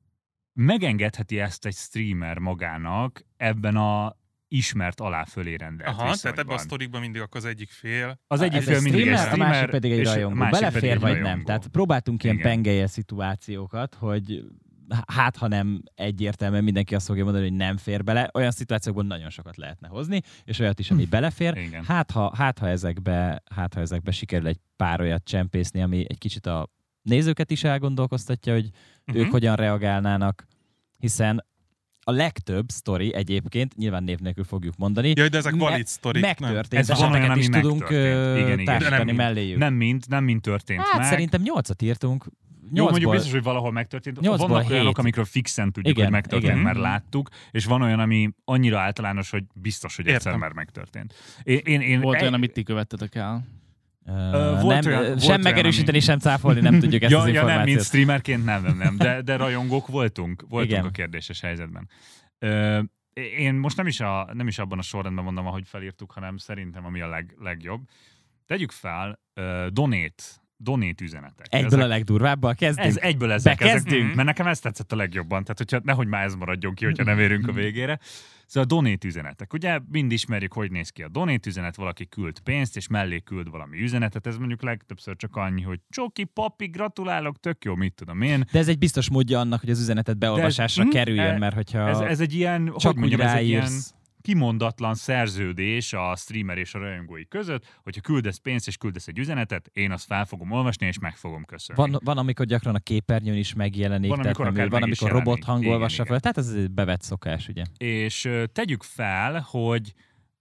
megengedheti ezt egy streamer magának ebben a ismert alá-fölé rendelt Aha, tehát viszonyban. ebben a sztorikban mindig akkor az egyik fél. Az Ez egyik egy fél mindig egy streamer, a streamer, másik pedig egy és a rajongó. másik pedig Belefér egy vagy rajongó. nem? Tehát próbáltunk ilyen Igen. pengelye szituációkat, hogy hát, ha nem egyértelműen mindenki azt fogja mondani, hogy nem fér bele, olyan szituációkban nagyon sokat lehetne hozni, és olyat is, ami belefér. Igen. Hát ha, hát, ha ezekbe, hát, ha ezekbe sikerül egy pár olyat csempészni, ami egy kicsit a nézőket is elgondolkoztatja, hogy Mhm. ők hogyan reagálnának, hiszen a legtöbb sztori egyébként, nyilván név nélkül fogjuk mondani, Jaj, de ezek me- valid sztorik. megtörtént, Ez van olyan, eseteket ami is tudunk megtörtént. ö, Igen, igen. De nem társítani mind. melléjük. Nem mind, nem mind történt Hát meg. szerintem nyolcat írtunk. Jó, mondjuk Nyolcból- biztos, hogy valahol megtörtént. nyolcból Vannak olyanok, hét. amikről fixen tudjuk, Igen, hogy megtörtént, igen. mert láttuk, és van olyan, ami annyira általános, hogy biztos, hogy egyszer Értem. már megtörtént. Én, én, én Volt egy- olyan, amit ti követtetek el. Ö, volt nem, olyan- ö, volt sem olyan, megerősíteni, ami- sem cáfolni, nem tudjuk ezt ja, az ja, nem, mint információt. streamerként nem, nem, nem, de, de rajongók voltunk, voltunk Igen. a kérdéses helyzetben. Ö, én most nem is, a, nem is abban a sorrendben mondom, ahogy felírtuk, hanem szerintem ami a leg, legjobb. Tegyük fel uh, donate, donate üzenetek. Egyből Ezek- a legdurvábbal kezdünk. Ez egyből ezek, ezek, Bekezdünk? mert nekem ez tetszett a legjobban, tehát hogyha nehogy már ez maradjon ki, hogyha nem érünk a végére. Szóval a donate üzenetek. Ugye mind ismerjük, hogy néz ki a donate üzenet, valaki küld pénzt, és mellé küld valami üzenetet, ez mondjuk legtöbbször csak annyi, hogy csoki, papi, gratulálok, tök jó, mit tudom én. De ez egy biztos módja annak, hogy az üzenetet beolvasásra hm, kerüljön, e- mert hogyha Ez, ez egy ilyen, hogy csak úgy mondjam, ez egy ilyen ráírsz. kimondatlan szerződés a streamer és a rajongói között, hogyha küldesz pénzt és küldesz egy üzenetet, én azt fel fogom olvasni és meg fogom köszönni. Van, van, amikor gyakran a képernyőn is megjelenik, Van, tehát amikor nem, akár van, meg is amikor robot jelenik. hang Igen, olvassa igen. fel. Tehát ez egy bevett szokás, ugye? És ö, tegyük fel, hogy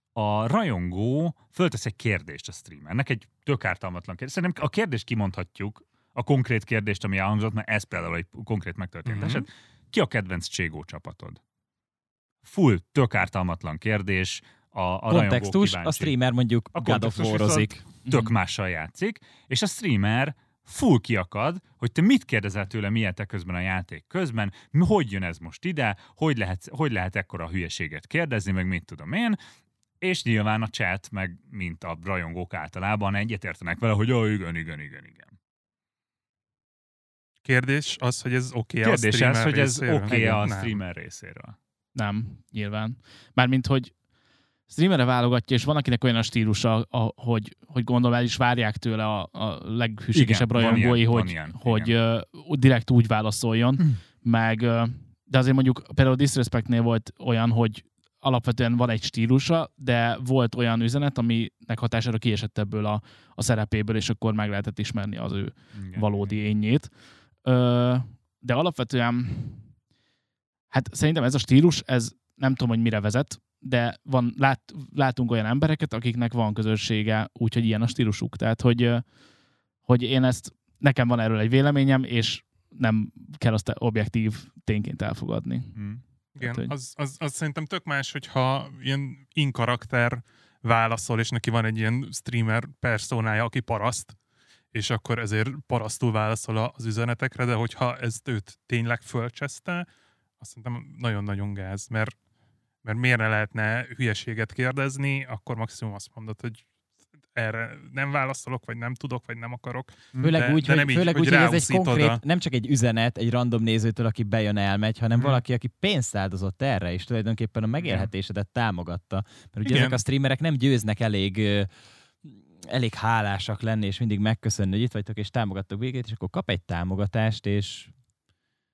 a rajongó föltesz egy kérdést a streamernek, egy tök ártalmatlan kérdést. Szerintem a kérdést kimondhatjuk, a konkrét kérdést, ami elhangzott, mert ez például egy konkrét megtörtént Mhm. eset. Ki a kedvenc Cségó csapatod? Full, tök ártalmatlan kérdés. A, a rajongó Kontextus, kíváncsi. a streamer mondjuk A God of kontextus War-ozik. Tök mással játszik, és a streamer full kiakad, hogy te mit kérdezel tőle, milyen te közben a játék közben, mi- hogy jön ez most ide, hogy lehet, hogy lehet ekkora hülyeséget kérdezni, meg mit tudom én, és nyilván a chat, meg mint a rajongók általában egyetértenek vele, hogy oh, igen, igen, igen, igen. Kérdés az, hogy ez oké okay a Kérdés streamer ez, hogy ez részéről? oké a Nem. streamer részéről. Nem, nyilván. Mármint, hogy streamerre válogatja, és van akinek olyan a stílusa, a, hogy, hogy gondolom el is várják tőle a, a leghűségesebb Igen, van rajongói, ilyen, van hogy, ilyen, hogy uh, direkt úgy válaszoljon, Hm. meg, uh, de azért mondjuk például a Disrespectnél volt olyan, hogy alapvetően van egy stílusa, de volt olyan üzenet, aminek hatására kiesett ebből a, a szerepéből, és akkor meg lehetett ismerni az ő Igen. valódi énjét. Ö, de alapvetően hát szerintem ez a stílus, ez nem tudom, hogy mire vezet, de van, lát, látunk olyan embereket, akiknek van közössége, úgyhogy ilyen a stílusuk. Tehát, hogy, ö, hogy én ezt, nekem van erről egy véleményem, és nem kell azt objektív tényként elfogadni. Hm. Igen, hogy- az, az, az szerintem tök más, hogyha ilyen in-karakter válaszol, és neki van egy ilyen streamer personája, aki paraszt, és akkor ezért parasztul válaszol az üzenetekre, de hogyha ezt őt tényleg fölcseszte, azt szerintem nagyon-nagyon gáz, mert, mert miért ne lehetne hülyeséget kérdezni, akkor maximum azt mondod, hogy erre nem válaszolok, vagy nem tudok, vagy nem akarok. Főleg De- úgy, de nem hogy, így, főleg hogy úgy, hogy ez egy ráuszítod konkrét, a- nem csak egy üzenet egy random nézőtől, aki bejön, elmegy, hanem Mhm. valaki, aki pénzt áldozott erre, és tulajdonképpen a megélhetésedet támogatta. Mert ugye Igen. ezek a streamerek nem győznek elég ö, elég hálásak lenni, és mindig megköszönni, hogy itt vagytok, és támogattok végét, és akkor kap egy támogatást, és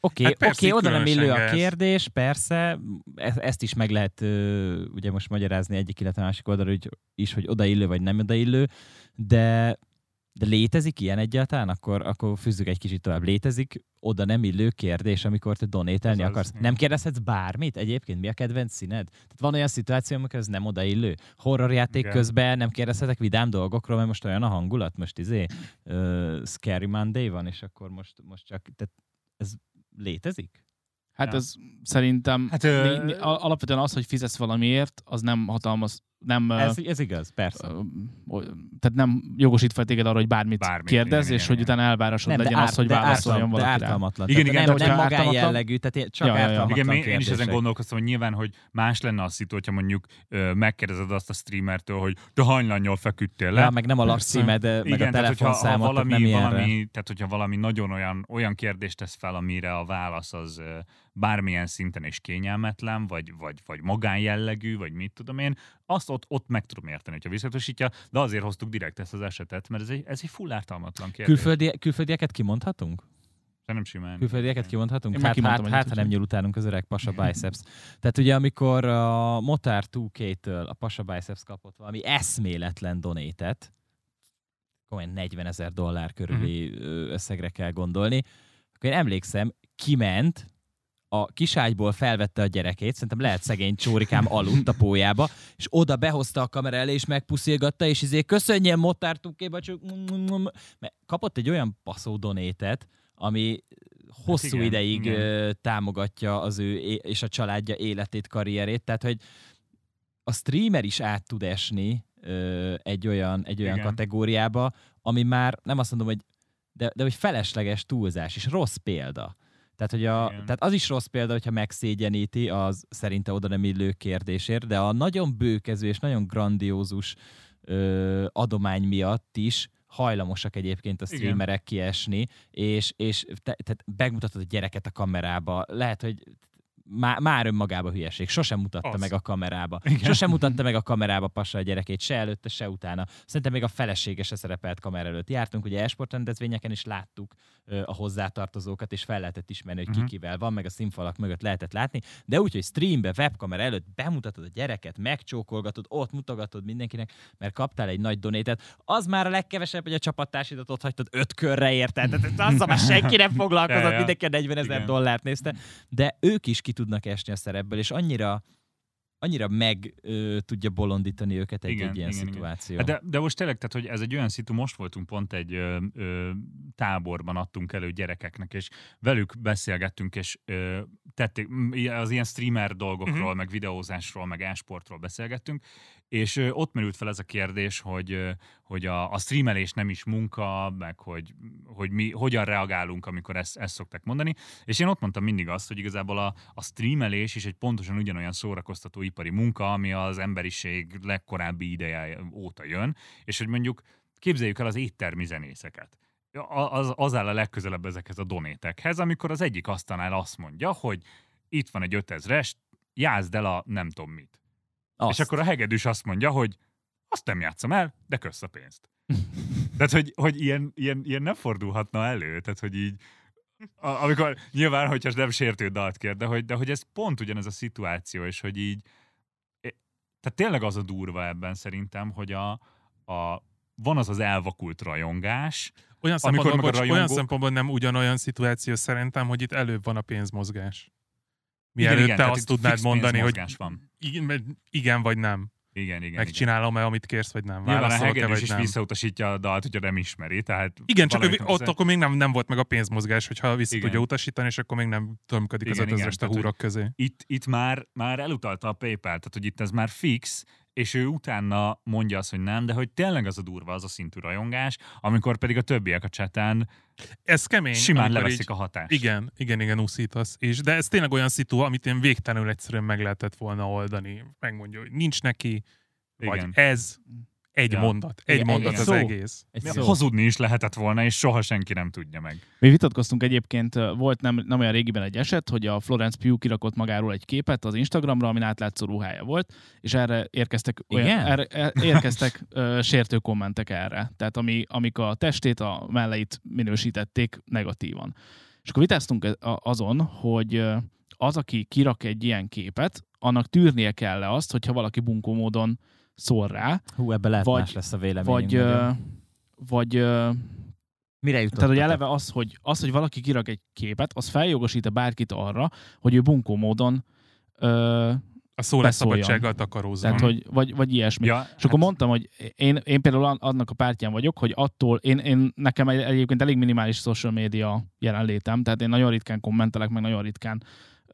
Oké, Hát okay, persze, okay, oda nem illő a különösen kérdés, persze, e- ezt is meg lehet ö, ugye most magyarázni egyik, illetve másik oldalról is, hogy odaillő vagy nem odaillő, de, de létezik ilyen egyáltalán? Akkor, akkor fűzzük egy kicsit tovább. Létezik oda nem illő kérdés, amikor te donételni Az akarsz? az, Nem kérdezhetsz bármit egyébként? Mi a kedvenc színed? Tehát van olyan szituáció, amikor ez nem odaillő? Horrorjáték Igen. közben nem kérdezhetek vidám dolgokról, mert most olyan a hangulat, most izé uh, Scary Monday van, és akkor most, most csak... Tehát ez létezik? Hát Ja. ez szerintem Hát, hát, ö- né, al- alapvetően az, hogy fizetsz valamiért, az nem hatalmaz, nem, Ez, ö, ez igaz, persze. ö, ö, tehát nem jogosít fel téged arra, hogy bármit, Bármit, kérdez, igen, és igen, hogy igen. utána elvárásod Nem, legyen de az, hogy de válaszoljon ártal- de valakire. ártalmatlan. Igen, Tehát igen, nem, de nem hogyha magánjellegű, tehát csak Ja, ja, ja. ártalmatlan Igen, én, én is ezen kérdések. gondolkoztam, hogy nyilván, hogy más lenne a szitu, hogyha mondjuk ö, megkérdezed azt a streamertől, hogy te hánylánnyal feküdtél le. Ja, meg nem a lakcímed, meg Igen, a tehát hogyha ha telefonszámot, tehát valami, nem ilyenre. valami, tehát hogyha valami nagyon olyan, olyan kérdést tesz fel, amire a válasz az ö, bármilyen szinten is kényelmetlen, vagy, vagy, vagy magánjellegű, vagy mit tudom én, azt ott, ott meg tudom érteni, hogyha visszatosítja, de azért hoztuk direkt ezt az esetet, mert ez egy, ez egy full ártalmatlan kérdés. Külföldi, külföldieket kimondhatunk? Nem simán. Külföldieket kimondhatunk? Én Hát, hát, megkimondtam hát, egyet, ha nem úgyhogy. nyúl utánunk az öreg Pasha Biceps. Tehát ugye amikor a Motár kettő K-től a Pasha Biceps kapott valami eszméletlen donétet, komolyan negyvenezer dollár körüli Mhm. összegre kell gondolni, akkor én emlékszem, kiment, a kiságyból felvette a gyerekét, szerintem lehet szegény csórikám aludt a pólyába, és oda behozta a kamera elé, és megpuszilgatta, és izé köszönjen Motár Tukéba, csak mert kapott egy olyan passzó donétet, ami hosszú igen, ideig igen. ö, támogatja az ő é- és a családja életét, karrierét, tehát hogy a streamer is át tud esni ö, egy olyan, egy olyan Igen. kategóriába, ami már nem azt mondom, hogy de, de hogy felesleges túlzás, és rossz példa. Tehát, hogy a, Igen. tehát az is rossz példa, hogyha megszégyeníti az szerinte oda nem illő kérdésért, de a nagyon bőkező és nagyon grandiózus ö, adomány miatt is hajlamosak egyébként a Igen. streamerek kiesni, és, és te, tehát megmutatod a gyereket a kamerába. Lehet, hogy má, már önmagában hülyeség. Sosem mutatta Az. meg a kamerába. Igen. Sosem mutatta meg a kamerába Pasha a gyerekét, se előtte, se utána. Szerintem még a felesége se szerepelt kamera előtt. Jártunk ugye e-sport rendezvényeken, és láttuk ö, a hozzátartozókat, és fel lehetett ismerni, hogy Mhm. ki kivel van, meg a színfalak mögött lehetett látni. De úgy, hogy streambe, webkamera előtt bemutatod a gyereket, megcsókolgatod, ott mutogatod mindenkinek, mert kaptál egy nagy donétet, az már a legkevesebb, hogy a csapattársidat ott hagytad öt körre érted. Tehát azzal már senki nem foglalkozott, Ja, ja. mindenki a negyvenezer Igen. dollárt nézte. De ők is ki tudnak esni a szerepből, és annyira annyira meg ö, tudja bolondítani őket egy, Igen, egy ilyen igen, igen. szituáció. Hát de, de most tényleg, tehát, hogy ez egy olyan szitu, most voltunk pont egy ö, ö, táborban, adtunk elő gyerekeknek, és velük beszélgettünk, és ö, tették, m, az ilyen streamer dolgokról, Mhm. meg videózásról, meg e-sportról beszélgettünk, és ö, ott merült fel ez a kérdés, hogy, ö, hogy a, a streamelés nem is munka, meg hogy, hogy mi hogyan reagálunk, amikor ezt, ezt szokták mondani, és én ott mondtam mindig azt, hogy igazából a, a streamelés is egy pontosan ugyanolyan szórakoztató ipari munka, ami az emberiség legkorábbi ideje óta jön, és hogy mondjuk képzeljük el az éttermi zenészeket. Az, az áll a legközelebb ezekhez a donétekhez, amikor az egyik asztalnál azt mondja, hogy itt van egy ötezres, játszd el a nem tudom mit. Azt. És akkor a hegedűs azt mondja, hogy azt nem játszom el, de kösz a pénzt. Tehát, hogy, hogy ilyen, ilyen, ilyen nem fordulhatna elő, tehát, hogy így a, amikor nyilván, hogyha nem sértő dalt kér, de hogy, de hogy ez pont ugyanez a szituáció, és hogy így tehát tényleg az a durva ebben szerintem, hogy a, a van az az elvakult rajongás, Olyan Amikor szempontból, meg a bocs, rajongók- olyan szempontból nem ugyanolyan szituáció szerintem, hogy itt előbb van a pénzmozgás. Igen, Mielőtt igen, te tehát azt itt tudnád fix mondani, hogy pénzmozgás van. igen, igen vagy nem. Igen, igen, Megcsinálom-e, amit kérsz, vagy nem. igen. Nyilván a Válaszolok-e, hegedűs vagy is nem. visszautasítja a dalt, hogyha nem ismeri. Tehát Igen, csak ő, valamit ott nem- akkor még nem, nem volt meg a pénzmozgás, hogyha vissza Igen. tudja utasítani, és akkor még nem tömködik az Igen, igen, ötezrest a tehát, húrok közé. Itt, itt már, már elutalta a PayPal, tehát hogy itt ez már fix, és ő utána mondja azt, hogy nem, de hogy tényleg az a durva, az a szintű rajongás, amikor pedig a többiek a cseten Ez kemény. simán amikor leveszik így- a hatást. Igen, igen, igen, úszítasz. És, de ez tényleg olyan szitu, amit én végtelenül egyszerűen meg lehetett volna oldani. Megmondja, hogy nincs neki, vagy Igen. ez egy Ja. mondat. Egy Igen, mondat egy az szó. egész. Egy Mi- szó. Hazudni is lehetett volna, és soha senki nem tudja meg. Mi vitatkoztunk egyébként, volt nem, nem olyan régiben egy eset, hogy a Florence Pugh kirakott magáról egy képet az Instagramra, amin átlátszó ruhája volt, és erre érkeztek, olyan, Igen? erre, er- érkeztek ö, sértő kommentek erre. Tehát ami, amik a testét, a melleit minősítették negatívan. És akkor vitáztunk azon, hogy az, aki kirak egy ilyen képet, annak tűrnie kell-e azt, hogyha valaki bunkó módon szól rá. Hú, ebben lehet vagy, más lesz a véleményünk. Vagy, ö, vagy ö, mire jutott? tehát, hogy eleve az hogy, az, hogy valaki kirak egy képet, az feljogosít-e bárkit arra, hogy ő bunkó módon ö, a szólásszabadsággal takarózzon. Tehát, hogy, vagy, vagy ilyesmi. Ja, és hát... akkor mondtam, hogy én, én például annak a pártján vagyok, hogy attól, én, én nekem egyébként elég minimális social media jelenlétem, tehát én nagyon ritkán kommentelek, meg nagyon ritkán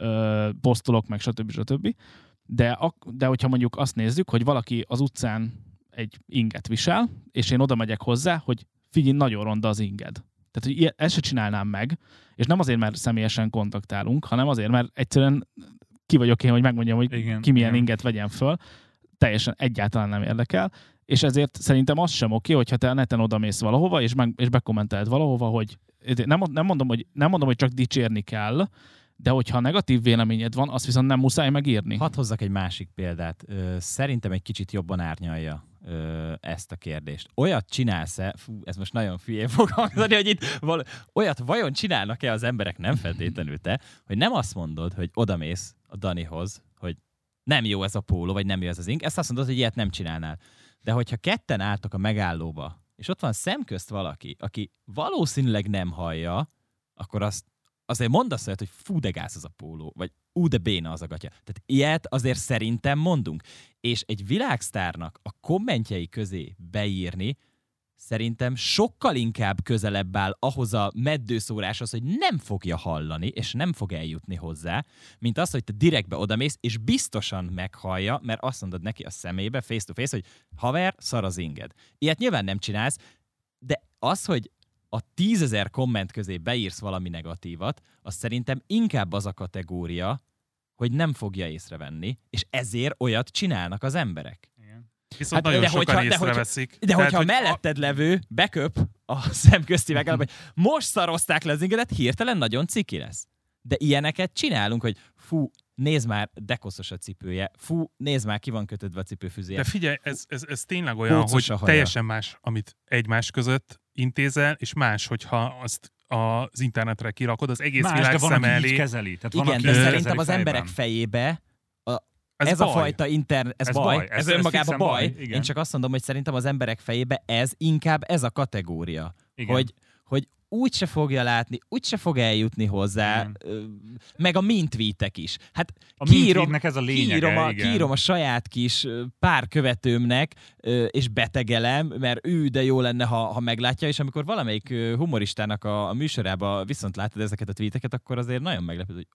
ö, posztolok, meg stb. stb. De, ak, de hogyha mondjuk azt nézzük, hogy valaki az utcán egy inget visel, és én oda megyek hozzá, hogy figyelj, nagyon ronda az inged. Tehát, hogy ilyen, ezt se csinálnám meg, és nem azért, mert személyesen kontaktálunk, hanem azért, mert egyszerűen ki vagyok én, hogy megmondjam, hogy igen, ki milyen igen. inget vegyen föl. Teljesen egyáltalán nem érdekel. És ezért szerintem az sem oké, hogyha te a neten odamész valahova, és, meg, és bekommenteled valahova, hogy nem, nem, mondom, hogy nem mondom, hogy csak dicsérni kell, de hogyha negatív véleményed van, azt viszont nem muszáj megírni. Hadd hozzak egy másik példát. Szerintem egy kicsit jobban árnyalja ezt a kérdést. Olyat csinálsz-e, fú, ez most nagyon hülyén fog hangzani, hogy itt val- olyat vajon csinálnak-e az emberek, nem feltétlenül te, hogy nem azt mondod, hogy odamész a Danihoz, hogy nem jó ez a póló, vagy nem jó ez az ink, ezt azt mondod, hogy ilyet nem csinálnál. De hogyha ketten álltok a megállóba, és ott van szemközt valaki, aki valószínűleg nem hallja, akkor azt azért mondasz olyat, hogy fú, de gáz az a póló, vagy ú, de béna az a gatya. Tehát ilyet azért szerintem mondunk. És egy világsztárnak a kommentjei közé beírni szerintem sokkal inkább közelebb áll ahhoz a meddőszóráshoz, hogy nem fogja hallani, és nem fog eljutni hozzá, mint az, hogy te direktbe odamész, és biztosan meghallja, mert azt mondod neki a szemébe, face to face, hogy haver, szar az inged. Ilyet nyilván nem csinálsz, de az, hogy a tízezer komment közé beírsz valami negatívat, az szerintem inkább az a kategória, hogy nem fogja észrevenni, és ezért olyat csinálnak az emberek. Igen. Viszont hát, nagyon de sokan hogyha, észreveszik. De, de Tehát, hogyha hogy melletted a... levő beköp a szemközti megállapban, hogy most szarozták le az ingedet, hirtelen nagyon ciki lesz. De ilyeneket csinálunk, hogy fú, nézd már, dekoszos a cipője, fú, nézd már, ki van kötödve a cipőfüzéje. De figyelj, ez, ez, ez tényleg olyan, Hócos hogy teljesen más, amit egymás között intézel, és más, hogyha azt az internetre kirakod, az egész más, világ de van, szem aki elé. így kezeli. Tehát igen, van, aki de kezeli szerintem az fejben. emberek fejébe a, ez, ez ez a fajta internet, ez, ez baj, baj. ez, Ez, ez önmagában ez baj. baj. Én csak azt mondom, hogy szerintem az emberek fejébe ez inkább ez a kategória. Igen. Hogy, hogy úgyse fogja látni, úgyse fog eljutni hozzá, igen. Meg a mintvítek is. Hát a kiírom, ez a lényege, kiírom, a, igen. kiírom a saját kis pár követőmnek, és betegelem, mert ő, de jó lenne, ha, ha meglátja, és amikor valamelyik humoristának a, a műsorába viszont látod ezeket a tweeteket, akkor azért nagyon meglepő, hogy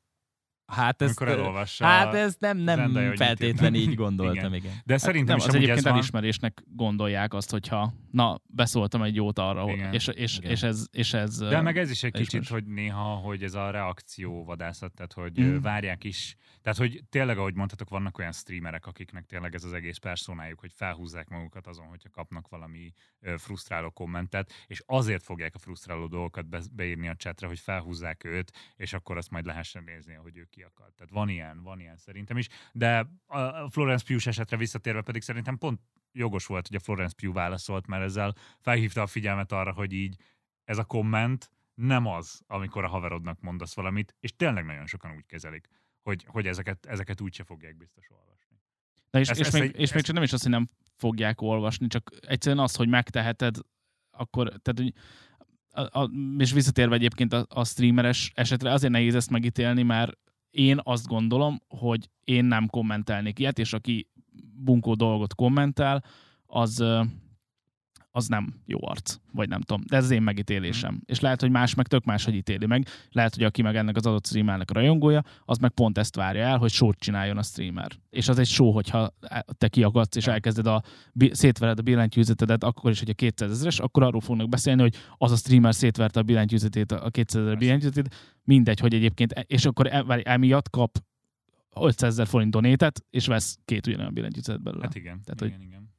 Hát ezt, hát ezt nem, nem feltétlen így gondoltam, igen. igen. De hát szerintem nem, is az egyébként van... elismerésnek gondolják azt, hogyha na, beszóltam egy jót arra, igen. És, és, és, ez, és ez... De meg ez is egy kicsit, hogy néha, hogy ez a reakció vadászat, tehát hogy mm. várják is, tehát hogy tényleg, ahogy mondhatok, vannak olyan streamerek, akiknek tényleg ez az egész personájuk, hogy felhúzzák magukat azon, hogyha kapnak valami frusztráló kommentet, és azért fogják a frusztráló dolgokat be, beírni a chatre, hogy felhúzzák őt, és akkor azt majd lehessen nézni, hogy ő ki akar. Tehát van ilyen, van ilyen szerintem is, de a Florence Pugh esetre visszatérve pedig szerintem pont jogos volt, hogy a Florence Pugh válaszolt, mert ezzel felhívta a figyelmet arra, hogy így ez a komment nem az, amikor a haverodnak mondasz valamit, és tényleg nagyon sokan úgy kezelik, hogy, hogy ezeket, ezeket úgyse fogják biztos olvasni. Na és, ez, és, ez még, egy, és ez... még csak nem is az, hogy nem fogják olvasni, csak egyszerűen az, hogy megteheted, akkor, tehát, hogy a, a, és visszatérve egyébként a, a streameres esetre, azért nehéz ezt megítélni, mert én azt gondolom, hogy én nem kommentelnék ilyet, és aki bunkó dolgot kommentel, az, az nem jó arc, vagy nem tudom. De ez az én megítélésem. Mm. És lehet, hogy más meg tök máshogy ítéli meg. Lehet, hogy aki meg ennek az adott streamernek a rajongója, az meg pont ezt várja el, hogy show-t csináljon a streamer. És az egy show, hogyha te kiakadsz, és elkezded a, szétvered a billentyűzetedet, akkor is, hogy a kétszázezres, akkor arról fognak beszélni, hogy az a streamer szétverte a billentyűzetét, a kétszázezer billentyűzetét, mindegy, hogy egyébként, és akkor emiatt kap ötszázezer forint donétet, és vesz két ugyanolyan billentyűzetet belőle. Hát igen, Tehát, igen, hogy... igen.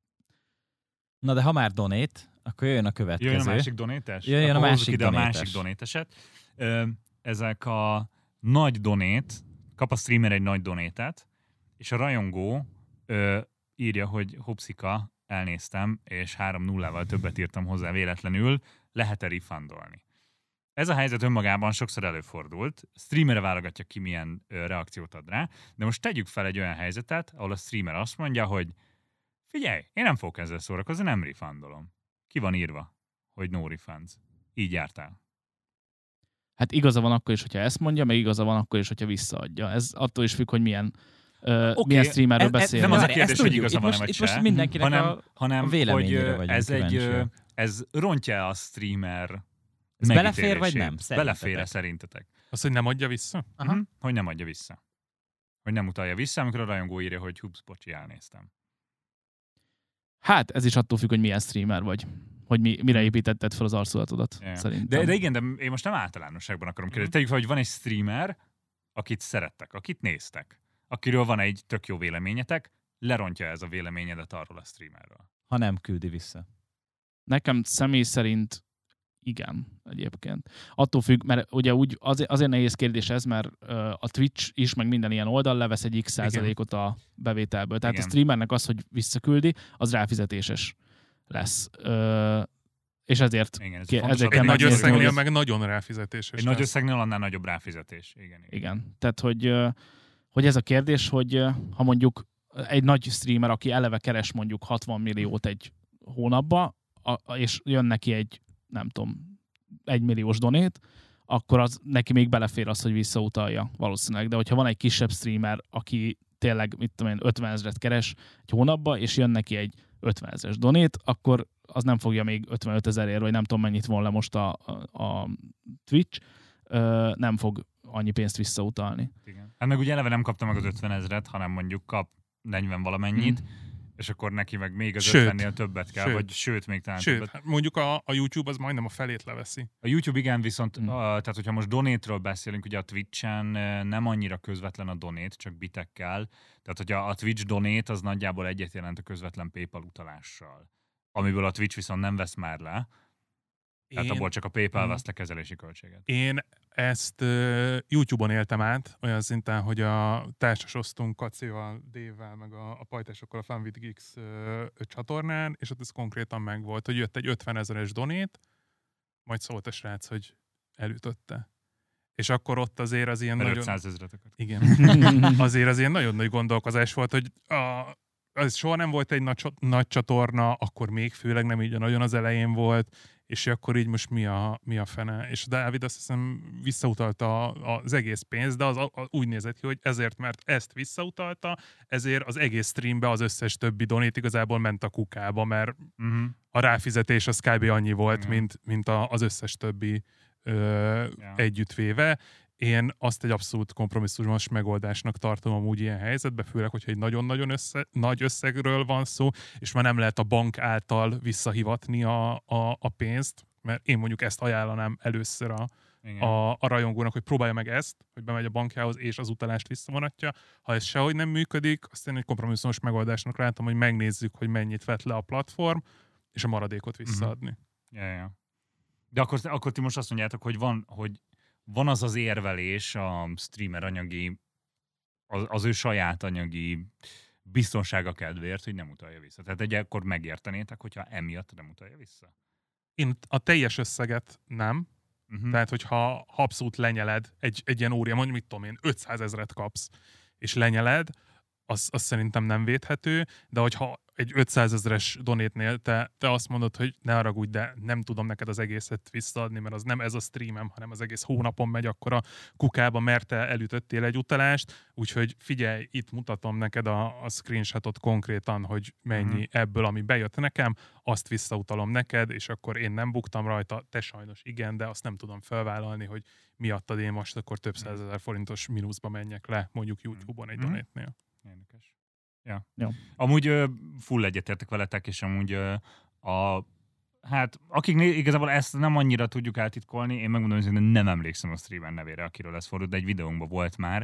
Na de ha már donét, akkor jöjjön a következő. Jöjjön a másik donétes? Jöjjön akkor a másik ide donétes. a másik donéteset. Ezek a nagy donét, kap a streamer egy nagy donétet, és a rajongó ö, írja, hogy hopszika, elnéztem, és három nullával többet írtam hozzá véletlenül, lehet-e refundolni? ez a helyzet önmagában sokszor előfordult, streamerre válogatja ki, milyen ö, reakciót ad rá, de most tegyük fel egy olyan helyzetet, ahol a streamer azt mondja, hogy figyelj, én nem fogok ezzel szórakozni, nem refundolom. Ki van írva, hogy no refunds. Így jártál. Hát igaza van akkor is, hogyha ezt mondja, meg igaza van akkor is, hogyha visszaadja. Ez attól is függ, hogy milyen, uh, okay. milyen streamerről Ez- ez- beszélünk. Nem az a Várj, kérdés, ezt hogy tudjuk. igaza Itt van-e most- vagy itt most se, mindenkinek hanem, a- hanem a hogy véleményére ö, vagyunk ez egy, ö, kíváncsiak. ez rontja a streamer Ez belefér, vagy megítélését. nem? Szerintetek? Belefér szerintetek. Az, hogy nem adja vissza? Aha. Uh-huh. Hogy nem adja vissza. Hogy nem utalja vissza, amikor a rajongó írja, hogy hups, bocsi, elnéztem. Hát ez is attól függ, hogy milyen streamer vagy. Hogy mi, mire építetted fel az arculatodat, Yeah. szerintem. De, de igen, de én most nem általánosságban akarom kérdezni. Tegyük fel, hogy van egy streamer, akit szerettek, akit néztek, akiről van egy tök jó véleményetek, lerontja ez a véleményedet arról a streamerről. Ha nem küldi vissza. Nekem személy szerint igen, egyébként. Attól függ, mert ugye úgy azért, azért nehéz kérdés ez, mert uh, a Twitch is, meg minden ilyen oldal levesz egy x százalékot a bevételből. Tehát Igen. a streamernek az, hogy visszaküldi, az ráfizetéses lesz. Uh, és ezért Igen, ez Ki- fontos. ezért Egy kell nagy megnézni, összegnél hogy- meg nagyon ráfizetéses. Egy nagy lesz. összegnél annál nagyobb ráfizetés. Igen, igen. igen. Tehát, hogy, uh, hogy ez a kérdés, hogy uh, ha mondjuk egy nagy streamer, aki eleve keres mondjuk hatvan milliót egy hónapba, a, és jön neki egy, nem tudom, egy milliós donét, akkor az neki még belefér az, hogy visszautalja valószínűleg. De hogyha van egy kisebb streamer, aki tényleg, mit tudom én, ötven ezret keres egy hónapba, és jön neki egy ötven ezres donét, akkor az nem fogja még ötvenöt ezerért, vagy nem tudom mennyit von le most a, a, a Twitch, ö, nem fog annyi pénzt visszautalni. Igen. Hát meg ugye eleve nem kapta meg az ötven ezret, hanem mondjuk kap negyven valamennyit, Mm. és akkor neki meg még az Sőt. ötvennél többet kell, Sőt. vagy sőt, még talán Sőt, többet. hát mondjuk a, a YouTube az majdnem a felét leveszi. A YouTube igen, viszont, Mm. a, tehát hogyha most donate-ről beszélünk, ugye a Twitch-en eh, nem annyira közvetlen a donate, csak bitekkel. Tehát hogyha a Twitch donate, az nagyjából egyet jelent a közvetlen PayPal utalással. Amiből a Twitch viszont nem vesz már le, tehát Én- abból csak a PayPal Mm. vesz le kezelési költséget. Én ezt uh, YouTube-on éltem át, olyan szinten, hogy a társasoztunk Kacival, Dévvel, meg a, a pajtásokkal a Fun with Geeks uh, csatornán, és ott ez konkrétan megvolt, hogy jött egy ötven ezeres donét, majd szólt a srác, hogy elütötte. És akkor ott azért az ilyen Mert nagyon... ötszáz ezret akar. Igen. Azért az ilyen nagyon nagy gondolkozás volt, hogy a, az soha nem volt egy nagy, csa- nagy csatorna, akkor még főleg nem így nagyon az elején volt, és akkor így most mi a, mi a fene. És Dávid azt hiszem visszautalta az egész pénzt, de az a, a, úgy nézett ki, hogy ezért, mert ezt visszautalta, ezért az egész streambe az összes többi donét igazából ment a kukába, mert Uh-huh. a ráfizetés az kb. Annyi volt, Igen. mint, mint a, az összes többi ö, Ja. együttvéve. Én azt egy abszolút kompromisszumos megoldásnak tartom amúgy ilyen helyzetben, főleg, hogyha egy nagyon-nagyon össze, nagy összegről van szó, és már nem lehet a bank által visszahivatni a, a, a pénzt, mert én mondjuk ezt ajánlanám először a, Igen. a, a rajongónak, hogy próbálja meg ezt, hogy bemegy a bankjához, és az utalást visszavonatja. Ha ez sehogy nem működik, azt én egy kompromisszumos megoldásnak látom, hogy megnézzük, hogy mennyit vett le a platform, és a maradékot visszaadni. Ja, ja. De akkor, akkor ti most azt mondjátok, hogy van, hogy van az az érvelés a streamer anyagi, az, az ő saját anyagi biztonsága kedvéért, hogy nem utalja vissza. Tehát egy akkor megértenétek, hogyha emiatt nem utalja vissza. Én a teljes összeget nem, Uh-huh. tehát hogyha ha abszolút lenyeled, egy, egy ilyen óriás, mondjuk mit tudom én, ötszáz ezret kapsz, és lenyeled, az, az szerintem nem védhető, de hogyha egy ötszáz ezres donétnél te, te azt mondod, hogy ne haragudj, de nem tudom neked az egészet visszaadni, mert az nem ez a streamem, hanem az egész hónapon megy akkor a kukába, mert te elütöttél egy utalást, úgyhogy figyelj, itt mutatom neked a, a screenshotot konkrétan, hogy mennyi Mhm. ebből, ami bejött nekem, azt visszautalom neked, és akkor én nem buktam rajta, te sajnos igen, de azt nem tudom felvállalni, hogy miattad én most akkor több százezer forintos mínuszba menjek le, mondjuk YouTube-on egy Mhm. donate-nél. Érdekes. Ja. Jó. Amúgy ö, full egyetértek veletek, és amúgy ö, a hát akik né- igazából ezt nem annyira tudjuk átitkolni, én megmondom, hogy nem emlékszem a streamer nevére, akiről ez fordult, de egy videónkban volt már,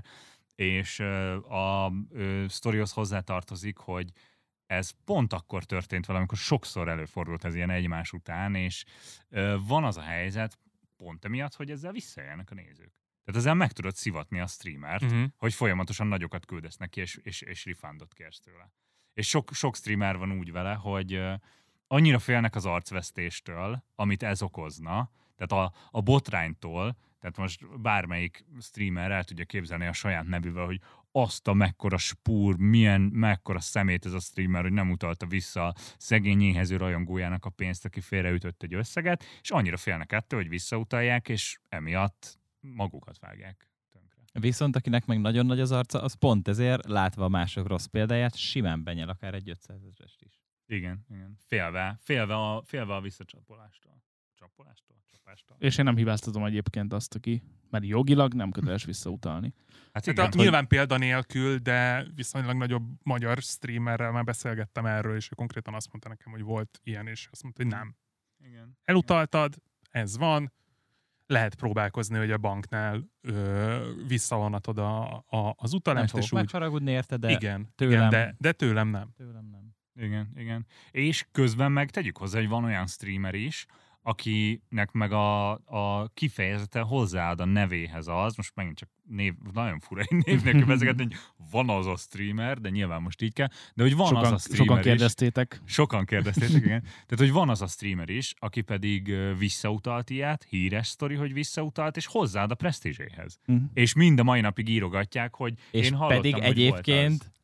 és ö, a ö, sztorihoz hozzátartozik, hogy ez pont akkor történt vele, amikor sokszor előfordult ez ilyen egymás után, és ö, van az a helyzet, pont emiatt, hogy ezzel visszajelnek a nézők. Tehát ezzel meg tudod szivatni a streamert, Uh-huh. hogy folyamatosan nagyokat küldesz neki, és, és, és refundot kérsz tőle. És sok, sok streamer van úgy vele, hogy uh, annyira félnek az arcvesztéstől, amit ez okozna, Tehát a, a botránytól, tehát most bármelyik streamer el tudja képzelni a saját nevűvel, hogy azt a mekkora spúr, milyen, mekkora szemét ez a streamer, hogy nem utalta vissza a szegény éhező rajongójának a pénzt, aki félreütött egy összeget, és annyira félnek ettől, hogy visszautalják, és emiatt magukat vágják tönkre. Viszont akinek meg nagyon nagy az arca, az pont ezért, látva a mások rossz példáját, simán benyel akár egy ötszázezrest is. Igen, igen. Félve, félve a, félve a visszacsapolástól. Csapolástól? Csapástól? És én nem hibáztatom egyébként azt, aki, mert jogilag nem köteles visszautalni. Hát Hát igen, a, hogy... nyilván példa nélkül, de viszonylag nagyobb magyar streamerrel már beszélgettem erről, és ő konkrétan azt mondta nekem, hogy volt ilyen, és azt mondta, hogy nem. Igen. Elutaltad, ez van, lehet próbálkozni, hogy a banknál ö, visszavonatod a, a, az Nem utalást, fogok és úgy... megharagudni érte, de igen, tőlem- igen de, de tőlem nem. tőlem nem. Igen, igen. És közben meg tegyük hozzá, hogy van olyan streamer is, akinek meg a, a kifejezetten hozzáad a nevéhez az, most megint csak név, nagyon fura egy név nélkül beszélgetni, hogy van az a streamer, de nyilván most így kell, de hogy van Sokan, az a streamer sokan is, kérdeztétek. sokan kérdeztétek, igen. Tehát, hogy van az a streamer is, aki pedig ö, visszautalt ilyet, híres sztori, hogy visszautalt, és hozzáad a presztízséhez. Mhm. És mind a mai napig írogatják, hogy És én hallottam, pedig hogy egyébként volt az.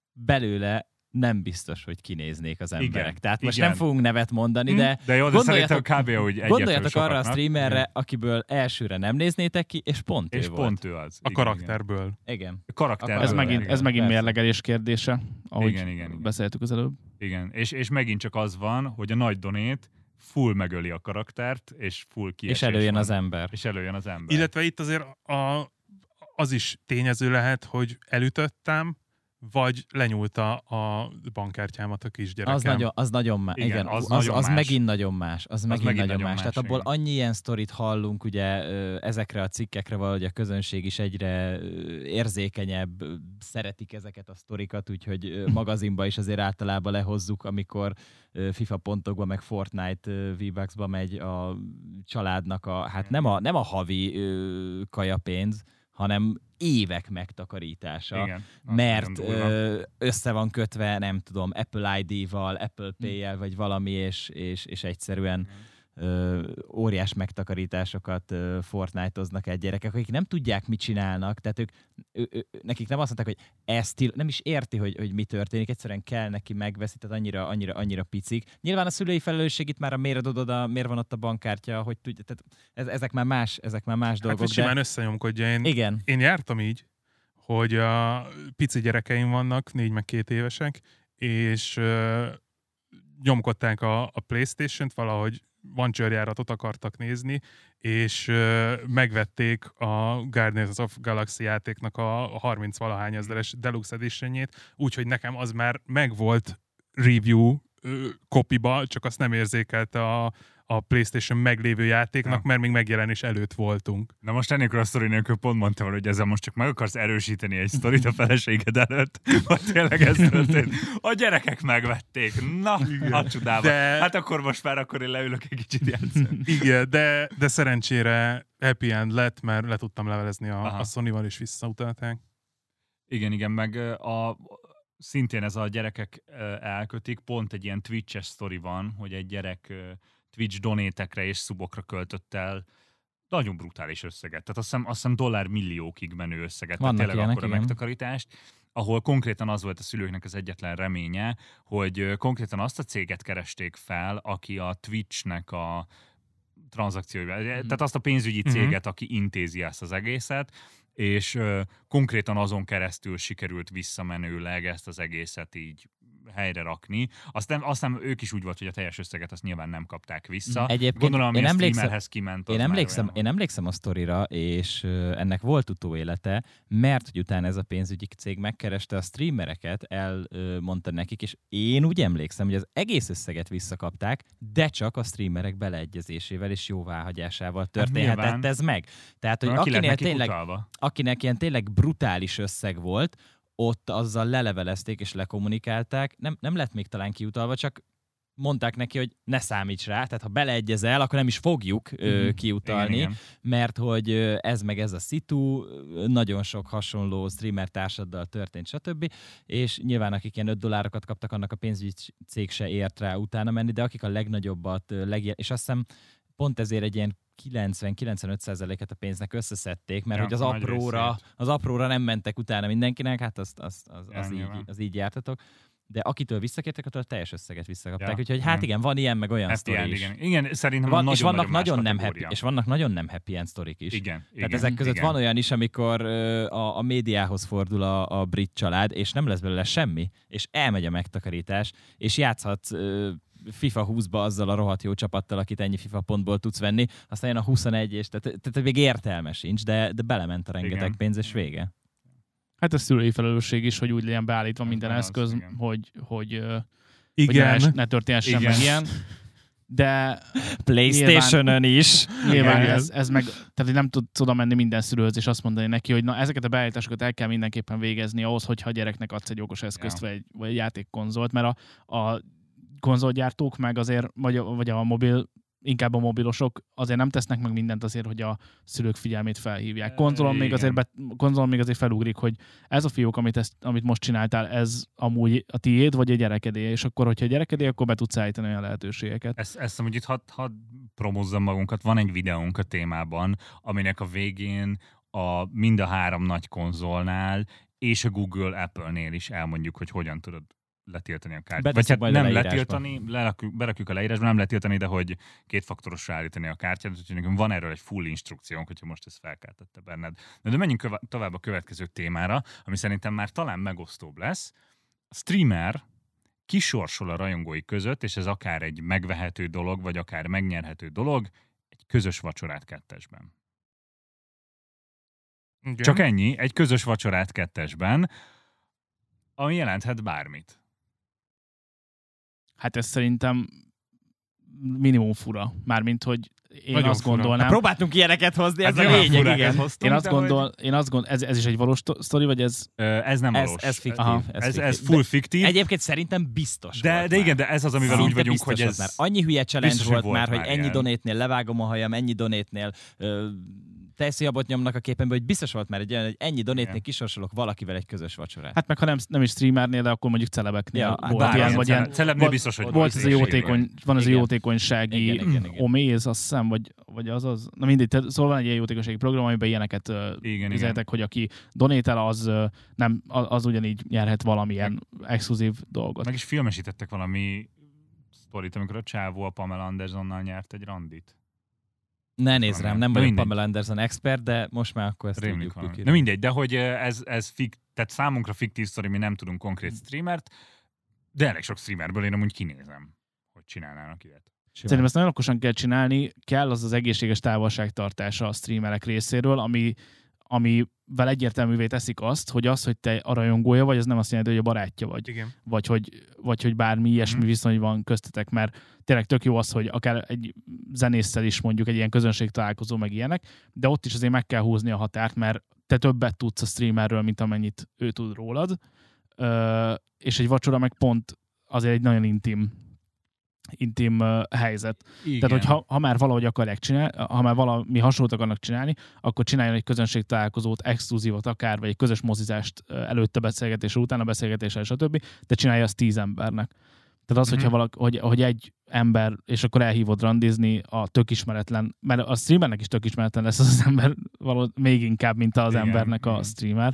belőle nem biztos, hogy kinéznék az emberek. Igen, Tehát most igen. nem fogunk nevet mondani, de De jó, de szerintem gondoljatok, kb. Úgy gondoljatok arra a sokaknak. streamerre, Igen. akiből elsőre nem néznétek ki, és pont És ő pont volt. ő az. A Igen, karakterből. Igen. Igen. Karakter. Ez Bőle, megint, igen. ez megint persze. mérlegelés kérdése, ahogy Igen, igen, igen. beszéltük az előbb. Igen. És, és megint csak az van, hogy a nagy donét full megöli a karaktert, és full kiesés És előjön van. az ember. És előjön az ember. Illetve itt azért a, az is tényező lehet, hogy elütöttem, vagy lenyúlta a bankkártyámat a kisgyerekem. Az nagyon, az nagyon más. Igen, Igen, az az, az, nagyon az más. megint nagyon más. Az, megint, megint nagyon nagyon más. más, Tehát abból igen. annyi ilyen sztorit hallunk, ugye ö, ezekre a cikkekre valahogy a közönség is egyre ö, érzékenyebb, ö, szeretik ezeket a sztorikat, úgyhogy ö, magazinba is azért általában lehozzuk, amikor ö, FIFA pontokba, meg Fortnite ö, V-Bucksba megy a családnak a, hát nem a, nem a havi ö, kajapénz, hanem évek megtakarítása. Igen. Az Mert nagyon durva. ö, össze van kötve, nem tudom, Apple i dé-val, Apple Pay-jel, vagy valami, és, és, és egyszerűen ö, óriás megtakarításokat ö, Fortnite-oznak el gyerekek, akik nem tudják, mit csinálnak, tehát ők, ő, ő, nekik nem azt mondták, hogy ezt til- nem is érti, hogy, hogy mi történik, egyszerűen kell neki megveszi, tehát annyira, annyira, annyira picik. Nyilván a szülői felelősség itt már a miért adod oda, miért van ott a bankkártya, hogy tudja, tehát ez, ezek már más, ezek már más Hát, dolgok. hogy simán összenyomkodja. Én, Igen. én jártam így, hogy a pici gyerekeim vannak, négy meg két évesek, és ö, nyomkodták a, a PlayStation-t, valahogy Vancsőrjáratot akartak nézni, és ö, megvették a Guardians of Galaxy játéknak a harminc-valahány ezeres Deluxe Editionjét, úgyhogy nekem az már megvolt review ö, kopiba, csak azt nem érzékelte a, a PlayStation meglévő játéknak, Ja. mert még megjelenés előtt voltunk. Na most ennélkül a sztori nélkül pont mondtam, hogy ezzel most csak meg akarsz erősíteni egy sztorit a feleséged előtt, vagy tényleg ez történt. A gyerekek megvették. Na, a csodába. De- Hát akkor most már akkor én leülök egy kicsit játszani. Igen, de, de szerencsére happy end lett, mert le tudtam levelezni a, Aha. a Sony-val, és visszautalták. Igen, igen, meg ö, a, szintén ez a gyerekek ö, elkötik, pont egy ilyen Twitch-es sztori van, hogy egy gyerek ö, Twitch donétekre és szubokra költött el nagyon brutális összeget. Tehát azt hiszem, azt hiszem dollár milliókig menő összeget. Vannak Tehát tényleg ilyenek, akkora igen. megtakarítást, ahol konkrétan az volt a szülőknek az egyetlen reménye, hogy ö, konkrétan azt a céget keresték fel, aki a Twitchnek a tranzakcióival, tehát azt a pénzügyi Mhm. céget, aki intézi ezt az egészet, és ö, konkrétan azon keresztül sikerült visszamenőleg ezt az egészet így helyre rakni. Aztán, aztán ők is úgy volt, hogy a teljes összeget azt nyilván nem kapták vissza. Egyébként Gondolom, ami én a emlékszem- streamerhez kiment. az Én már emlékszem, olyan, én emlékszem a sztorira, és ö, ennek volt utóélete, mert hogy utána ez a pénzügyi cég megkereste a streamereket, elmondta nekik, és én úgy emlékszem, hogy az egész összeget visszakapták, de csak a streamerek beleegyezésével és jóváhagyásával történhetett nyilván. ez meg. Tehát, hogy Ki lett akinél nekik tényleg, utalva. akinek ilyen tényleg brutális összeg volt, ott azzal lelevelezték és lekommunikálták, nem, nem lett még talán kiutalva, csak mondták neki, hogy ne számíts rá, tehát ha beleegyezel, akkor nem is fogjuk ö, Mhm. kiutalni, Igen, igen. mert hogy ö, ez meg ez a szitu, ö, nagyon sok hasonló streamer társaddal történt, stb. És nyilván akik ilyen öt dollárokat kaptak, annak a pénzügyi cég se ért rá utána menni, de akik a legnagyobbat, ö, legje- és azt hiszem pont ezért egy ilyen kilencven-kilencvenöt százalékát a pénznek összeszedték, mert Ja, hogy az nagy apróra, részét. az apróra nem mentek utána mindenkinek, hát azt, azt, az, Ja, az, így, nyilván. az így jártatok. De akitől visszakértek, attól a teljes összeget visszakapták. Ja, Úgyhogy igen. hát igen, van ilyen, meg olyan Happy sztori end, is. igen. igen, szerintem Van, nagyon, és vannak nagyon, nagyon nem happy, kategória. és vannak nagyon nem happy end sztorik is. Igen, Tehát igen, ezek között igen. van olyan is, amikor ö, a, a médiához fordul a, a brit család, és nem lesz belőle semmi, és elmegy a megtakarítás, és játszhatsz ö, FIFA húszba azzal a rohadt jó csapattal, akit ennyi FIFA pontból tudsz venni, aztán jön a huszonegy, és tehát, tehát még értelme sincs, de, de belement a rengeteg Igen. pénz, és vége. Hát ez szülői felelősség is, hogy úgy legyen beállítva Ez minden van az, eszköz, igen. hogy, hogy, ö, hogy Igen. ne, ne történhessen Igen. meg ilyen. De PlayStation-ön is. nyilván Igen. ez, ez meg, tehát hogy nem tudsz oda menni minden szülőhöz és azt mondani neki, hogy na ezeket a beállításokat el kell mindenképpen végezni ahhoz, hogyha a gyereknek adsz egy okos eszközt, Ja. vagy, egy, vagy egy játékkonzolt, mert a, a konzolgyártók meg azért, vagy a, vagy a mobil, inkább a mobilosok azért nem tesznek meg mindent azért, hogy a szülők figyelmét felhívják. Konzolon még Igen. azért, be, konzolon még azért felugrik, hogy ez a fiók, amit, ezt, amit most csináltál, ez amúgy a tiéd, vagy a gyerekedé, és akkor, hogyha a gyerekedé, akkor be tudsz állítani olyan lehetőségeket. Ezt, ezt amúgy itt hadd had promózzam magunkat. Van egy videónk a témában, aminek a végén a, mind a három nagy konzolnál és a Google Apple-nél is elmondjuk, hogy hogyan tudod letiltani a kártyát. Vagy Betesszük hát majd a nem leírásba. letiltani, lerakjuk, berakjuk a leírásba, nem letiltani, de hogy kétfaktorosra állítani a kártyát, úgyhogy nekünk van erről egy full instrukciónk, hogyha most ezt felkeltette benned. De, de menjünk köva- tovább a következő témára, ami szerintem már talán megosztóbb lesz. A streamer kisorsol a rajongói között, és ez akár egy megvehető dolog, vagy akár megnyerhető dolog, egy közös vacsorát kettesben. Igen. Csak ennyi, egy közös vacsorát kettesben, ami jelenthet bármit. Hát ez szerintem minimum fura. Mármint, hogy én Nagyon azt fura. gondolnám... Próbáltunk ilyeneket hozni, ez Hát a olyan lényeg, furákat igen. hoztunk, Én azt de hogy- gondol, én azt gondol, ez, ez is egy valós to- sztori, vagy ez... Ö, Ez nem Ez, valós. ez fiktív. Aha. Ez, Ez, fiktív. ez full fiktív. Egyébként szerintem biztos De, volt de már. igen, de ez az, amivel Szinte úgy vagyunk, biztos hogy volt ez... már. Annyi hülye challenge biztos, hogy volt, már, volt hogy már ennyi ilyen. donétnél levágom a hajam, ennyi donétnél tejszijabot nyomnak a képenbe, hogy biztos volt már egy olyan, hogy ennyi donétnél Igen. kisorsolok valakivel egy közös vacsorát. Hát meg ha nem, nem is streamernél, de akkor mondjuk celebeknél Ja, ja, hát volt bármilyen ilyen, vagy cele- ilyen... celebnél volt- biztos, hogy Volt ez a is, jótékony, igen. van ez a Igen. jótékonysági Igen, igen, igen. oméz, azt hiszem, vagy, vagy az az, na mindegy, tehát szóval van egy ilyen jótékonysági program, amiben ilyeneket Igen, igen. üzenetek, hogy aki donétel, az, ö, nem, az, az ugyanígy nyerhet valamilyen exkluzív dolgot. Meg is filmesítettek valami sztorit, amikor a csávó a Pamela Andersonnal nyert egy randit. Ne nézz rám, nem Na vagyok mindegy. Pamela Anderson expert, de most már akkor ezt Rémlik tudjuk. valami. Bükire. Na mindegy, de hogy eh, ez, ez fik, tehát számunkra fiktív sztori, mi nem tudunk konkrét streamert, de elég sok streamerből én amúgy kinézem, hogy csinálnának ilyet. Szerintem ezt nagyon okosan kell csinálni, kell az az egészséges távolságtartása a streamerek részéről, ami, amivel egyértelművé teszik azt, hogy az, hogy te a rajongója vagy, az nem azt jelenti, hogy a barátja vagy. Igen. Vagy hogy, vagy hogy bármi ilyesmi Mhm. viszony van köztetek, mert tényleg tök jó az, hogy akár egy zenésszel is mondjuk egy ilyen közönségtalálkozó meg ilyenek, de ott is azért meg kell húzni a határt, mert te többet tudsz a streamerről, mint amennyit ő tud rólad, Ö, és egy vacsora meg pont azért egy nagyon intim intim uh, helyzet. Igen. Tehát, hogy ha, ha már valahogy akarják csinálni, ha már valami hasonlót akarnak csinálni, akkor csináljon egy közönségtalálkozót, exkluzívot akár, vagy egy közös mozizást uh, előtte beszélgetés, utána beszélgetéssel, stb. De csinálja azt tíz embernek. Tehát az, Mhm. hogyha valaki, hogy, hogy egy ember, és akkor elhívod randizni a tök ismeretlen, mert a streamernek is tök ismeretlen lesz az, az ember való, még inkább, mint az Igen, embernek a igen. streamer.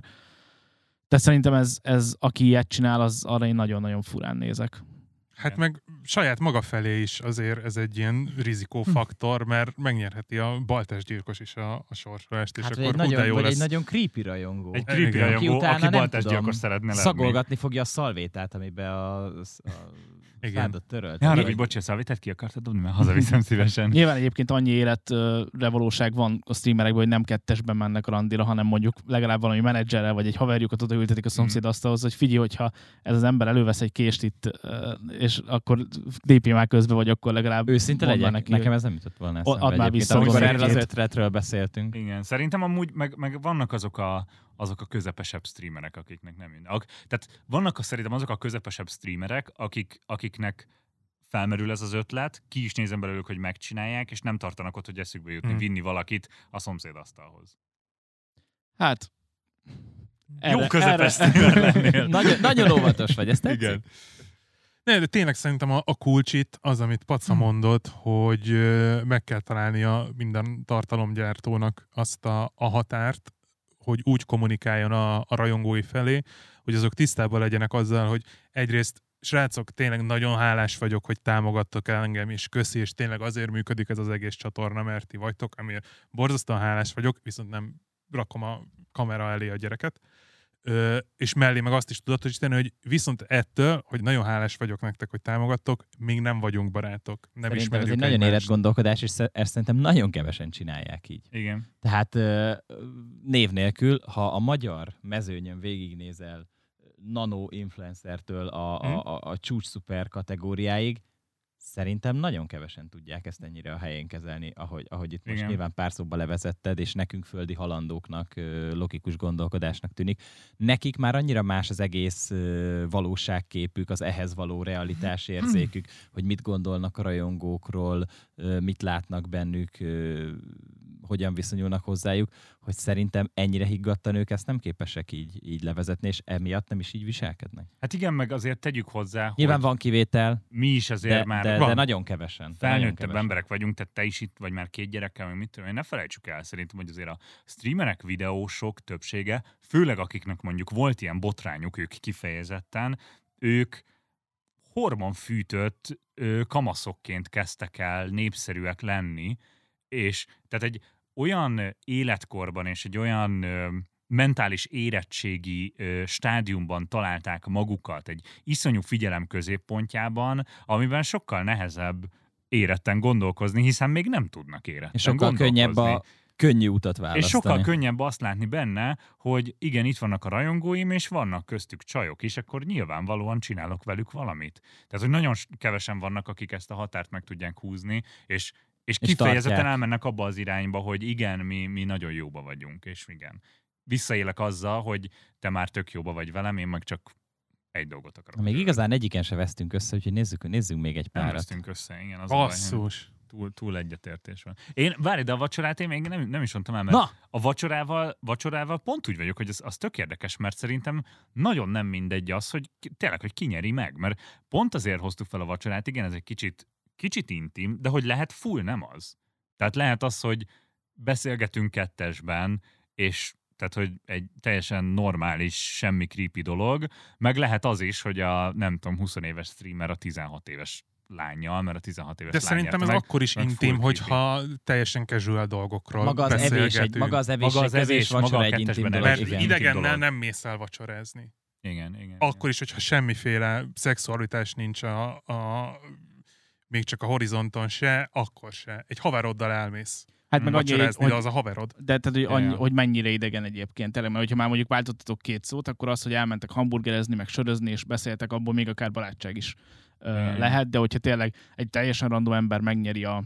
De szerintem ez, ez, aki ilyet csinál, az arra én nagyon-nagyon furán nézek. Hát meg saját maga felé is azért ez egy ilyen rizikófaktor, mert megnyerheti a baltestgyilkos is a, a sorsolást, és Hát vagy akkor egy hú, de nagyon, jó vagy lesz. egy nagyon creepy rajongó. Egy Igen. creepy Aki rajongó, utána aki nem baltestgyilkos tudom, szeretne lenni. Szagolgatni fogja a szalvétát, amiben a, a Igen. szádat törölt. Ja, arra, Mi- hogy bocsi, a szalvétát ki akartad dobni, mert hazaviszem szívesen. Nyilván egyébként annyi életre valóság van a streamerekben, hogy nem kettesben mennek a randira, hanem mondjuk legalább valami menedzserrel, vagy egy haverjukat odaültetik a szomszéd asztalhoz, hogy figyelj, hogyha ez az ember elővesz egy kést itt, ö, és akkor dé pé már közben, vagy akkor legalább Őszinte mondd már legyek, neki, nekem hogy- ez nem jutott volna Ad eszembe már egyébként, vissza a amikor donétjét. erről az ötletről beszéltünk. Igen, szerintem amúgy meg, meg vannak azok a, azok a közepesebb streamerek, akiknek nem minden. Ak- Tehát vannak a, szerintem azok a közepesebb streamerek, akik, akiknek felmerül ez az ötlet, ki is nézem belőlük, hogy megcsinálják, és nem tartanak ott, hogy eszükbe jutni, Hmm. vinni valakit a szomszédasztalhoz. Hát... Jó közepes streamer lennél. Nagyon, nagyon óvatos vagy, ezt tetszik? Igen. Ne, de tényleg szerintem a, a kulcs itt az, amit Paca Hm. mondott, hogy ö, meg kell találnia minden tartalomgyártónak azt a, a határt, hogy úgy kommunikáljon a, a rajongói felé, hogy azok tisztában legyenek azzal, hogy egyrészt srácok, tényleg nagyon hálás vagyok, hogy támogattok el engem, és köszi, és tényleg azért működik ez az egész csatorna, mert ti vagytok, amiért borzasztóan hálás vagyok, viszont nem rakom a kamera elé a gyereket. Ö, és mellé meg azt is tudatosítani, hogy viszont ettől, hogy nagyon hálás vagyok nektek, hogy támogattok, még nem vagyunk barátok. Nem Szerintem ez ismerjük egy nagyon egymást. életgondolkodás, és sze- ezt szerintem nagyon kevesen csinálják így. Igen. Tehát ö, név nélkül, ha a magyar mezőnyön végignézel nano influencertől a, a, a, a csúcs szuper kategóriáig, szerintem nagyon kevesen tudják ezt ennyire a helyén kezelni, ahogy, ahogy itt most Igen. nyilván pár szóba levezetted, és nekünk földi halandóknak ö, logikus gondolkodásnak tűnik. Nekik már annyira más az egész ö, valóságképük, az ehhez való realitásérzékük, hogy mit gondolnak a rajongókról, ö, mit látnak bennük, ö, hogyan viszonyulnak hozzájuk, hogy szerintem ennyire higgadtan ők ezt nem képesek így, így levezetni, és emiatt nem is így viselkednek. Hát igen, meg azért tegyük hozzá, Nyilván hogy van kivétel, mi is azért de, már de, van. de nagyon kevesen. de nagyon Felnőttebb kevesen. emberek vagyunk, tehát te is itt vagy már két gyerekkel, meg mit tudom én, ne felejtsük el szerintem, hogy azért a streamerek, videósok többsége, főleg akiknek mondjuk volt ilyen botrányuk, ők kifejezetten, ők hormonfűtött ö, kamaszokként kezdtek el népszerűek lenni, és tehát egy olyan életkorban és egy olyan ö, mentális érettségi ö, stádiumban találták magukat, egy iszonyú figyelem középpontjában, amiben sokkal nehezebb éretten gondolkozni, hiszen még nem tudnak éretten És sokkal gondolkozni. könnyebb a könnyű utat választani. És sokkal könnyebb azt látni benne, hogy igen, itt vannak a rajongóim, és vannak köztük csajok is, akkor nyilvánvalóan csinálok velük valamit. Tehát, hogy nagyon kevesen vannak, akik ezt a határt meg tudják húzni, és, és kifejezetten tartják. elmennek abba az irányba, hogy igen, mi, mi nagyon jóba vagyunk, és igen. Visszaélek azzal, hogy te már tök jóba vagy velem, én meg csak egy dolgot akarok. Még tőled. igazán egyiken se vesztünk össze, úgyhogy nézzük, nézzünk még egy Nem párat. vesztünk össze, igen. Az a baj, hogy Basszus. túl, túl egyetértés van. Én, várj, de a vacsorát én még nem, nem is mondtam el, mert Na! a vacsorával, vacsorával pont úgy vagyok, hogy az, az tök érdekes, mert szerintem nagyon nem mindegy az, hogy ki, tényleg, hogy ki nyeri meg, mert pont azért hoztuk fel a vacsorát, igen, ez egy kicsit, kicsit intim, de hogy lehet full nem az. Tehát lehet az, hogy beszélgetünk kettesben, és tehát, hogy egy teljesen normális, semmi creepy dolog, meg lehet az is, hogy a, nem tudom, húsz éves streamer a tizenhat éves lányjal, mert a tizenhat éves De lány szerintem ez nyerte meg, akkor is meg full intim, creepy. hogyha teljesen casual dolgokról Maga az evés, egy, beszélgetünk. maga az evés, Maga az egy kevés evés, maga vacsora a egy kettesben intim dolog. Mert evés, Igen. intim idegennel dolog. nem mész el vacsorázni. Igen, igen. Akkor is, hogyha semmiféle szexualitás nincs a, a még csak a horizonton se, akkor se. Egy haveroddal elmész Hát meg annyi, vacsorázni, hogy, de az a haverod. de tehát, hogy, annyi, Ja. hogy mennyire idegen egyébként. Tényleg, mert hogyha már mondjuk váltottatok két szót, akkor az, hogy elmentek hamburgerezni, meg sörözni, és beszéltek, abból még akár barátság is ö, Igen. lehet, de hogyha tényleg egy teljesen random ember megnyeri a,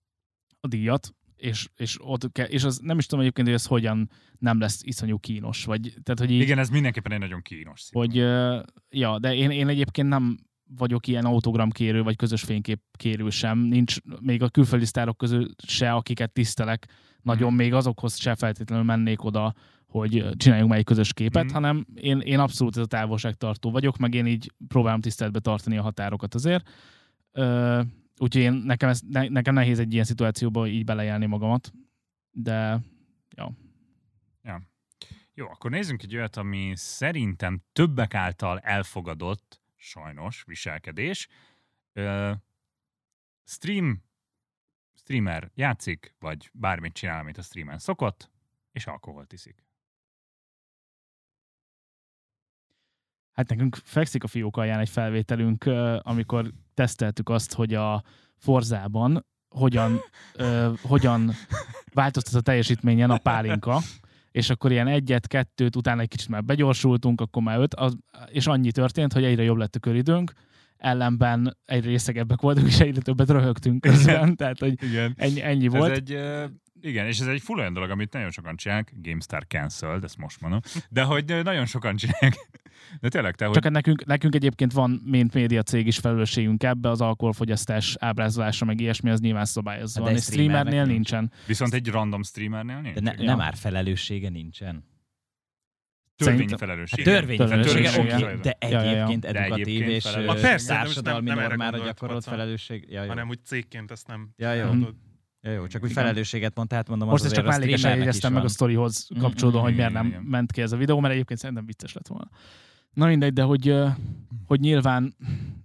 a díjat, és, és, ott ke- és az nem is tudom egyébként, hogy ez hogyan nem lesz iszonyú kínos. Vagy, tehát, hogy így, Igen, ez mindenképpen egy nagyon kínos szín. hogy, ö, ja, de én, én egyébként nem vagyok ilyen autogramkérő, vagy közös fényképkérő sem. Nincs még a külföldi sztárok közül se, akiket tisztelek, nagyon Mhm. még azokhoz se feltétlenül mennék oda, hogy csináljunk már egy közös képet, Mhm. hanem én, én abszolút ez a távolságtartó vagyok, meg én így próbálom tiszteletbe tartani a határokat azért. Ö, úgyhogy én, nekem, ez, ne, nekem nehéz egy ilyen szituációba így belejelni magamat, de Jó, akkor nézzünk egy olyat, ami szerintem többek által elfogadott, sajnos, viselkedés. Ö, stream, streamer játszik, vagy bármit csinál, amit a streamen szokott, és alkoholt iszik. hát nekünk fekszik a fiók alján egy felvételünk, ö, amikor teszteltük azt, hogy a Forzában hogyan, ö, hogyan változtat a teljesítményen a pálinka, és akkor ilyen egyet, kettőt, utána egy kicsit már begyorsultunk, akkor már öt, az, és annyi történt, hogy egyre jobb lett a köridőnk, ellenben egyre részegebbek voltunk, és egyre többet röhögtünk közben, tehát hogy Igen. ennyi, ennyi Ez volt. egy, uh, igen, és ez egy full olyan dolog, amit nagyon sokan csinálják, GameStar cancelled, ezt most mondom, de hogy ö, nagyon sokan csinálják. De tényleg te, hogy... Csak nekünk, nekünk egyébként van, mint média cég is felelősségünk ebbe, az alkoholfogyasztás ábrázolása, meg ilyesmi, az nyilván szabályozva De van, egy és streamernél streamernek nincsen. Viszont egy random streamernél nincs. De ne, Ja. nem már felelőssége nincsen. Törvényi felelősség. Hát törvényi felelőssége, Törvényi oké, de Ja, ja, ja. egyébként De edukatív egyébként és felelősség. ö, Ha persze, de most társadalmi nem- nem erre normára gondolt, gyakorolt Vaca. felelősség. Ja, jó. hanem úgy cégként ezt nem Ja, jó. mondod. Ja, jó, csak úgy Igen. felelősséget mondta, hát mondom, Most az ezt csak azért a mellékesen streamernek jegyeztem is meg a van. sztorihoz Mm, kapcsolódóan, mm, hogy miért igen, nem igen. ment ki ez a videó, mert egyébként szerintem vicces lett volna. Na mindegy, de hogy, ö, hogy nyilván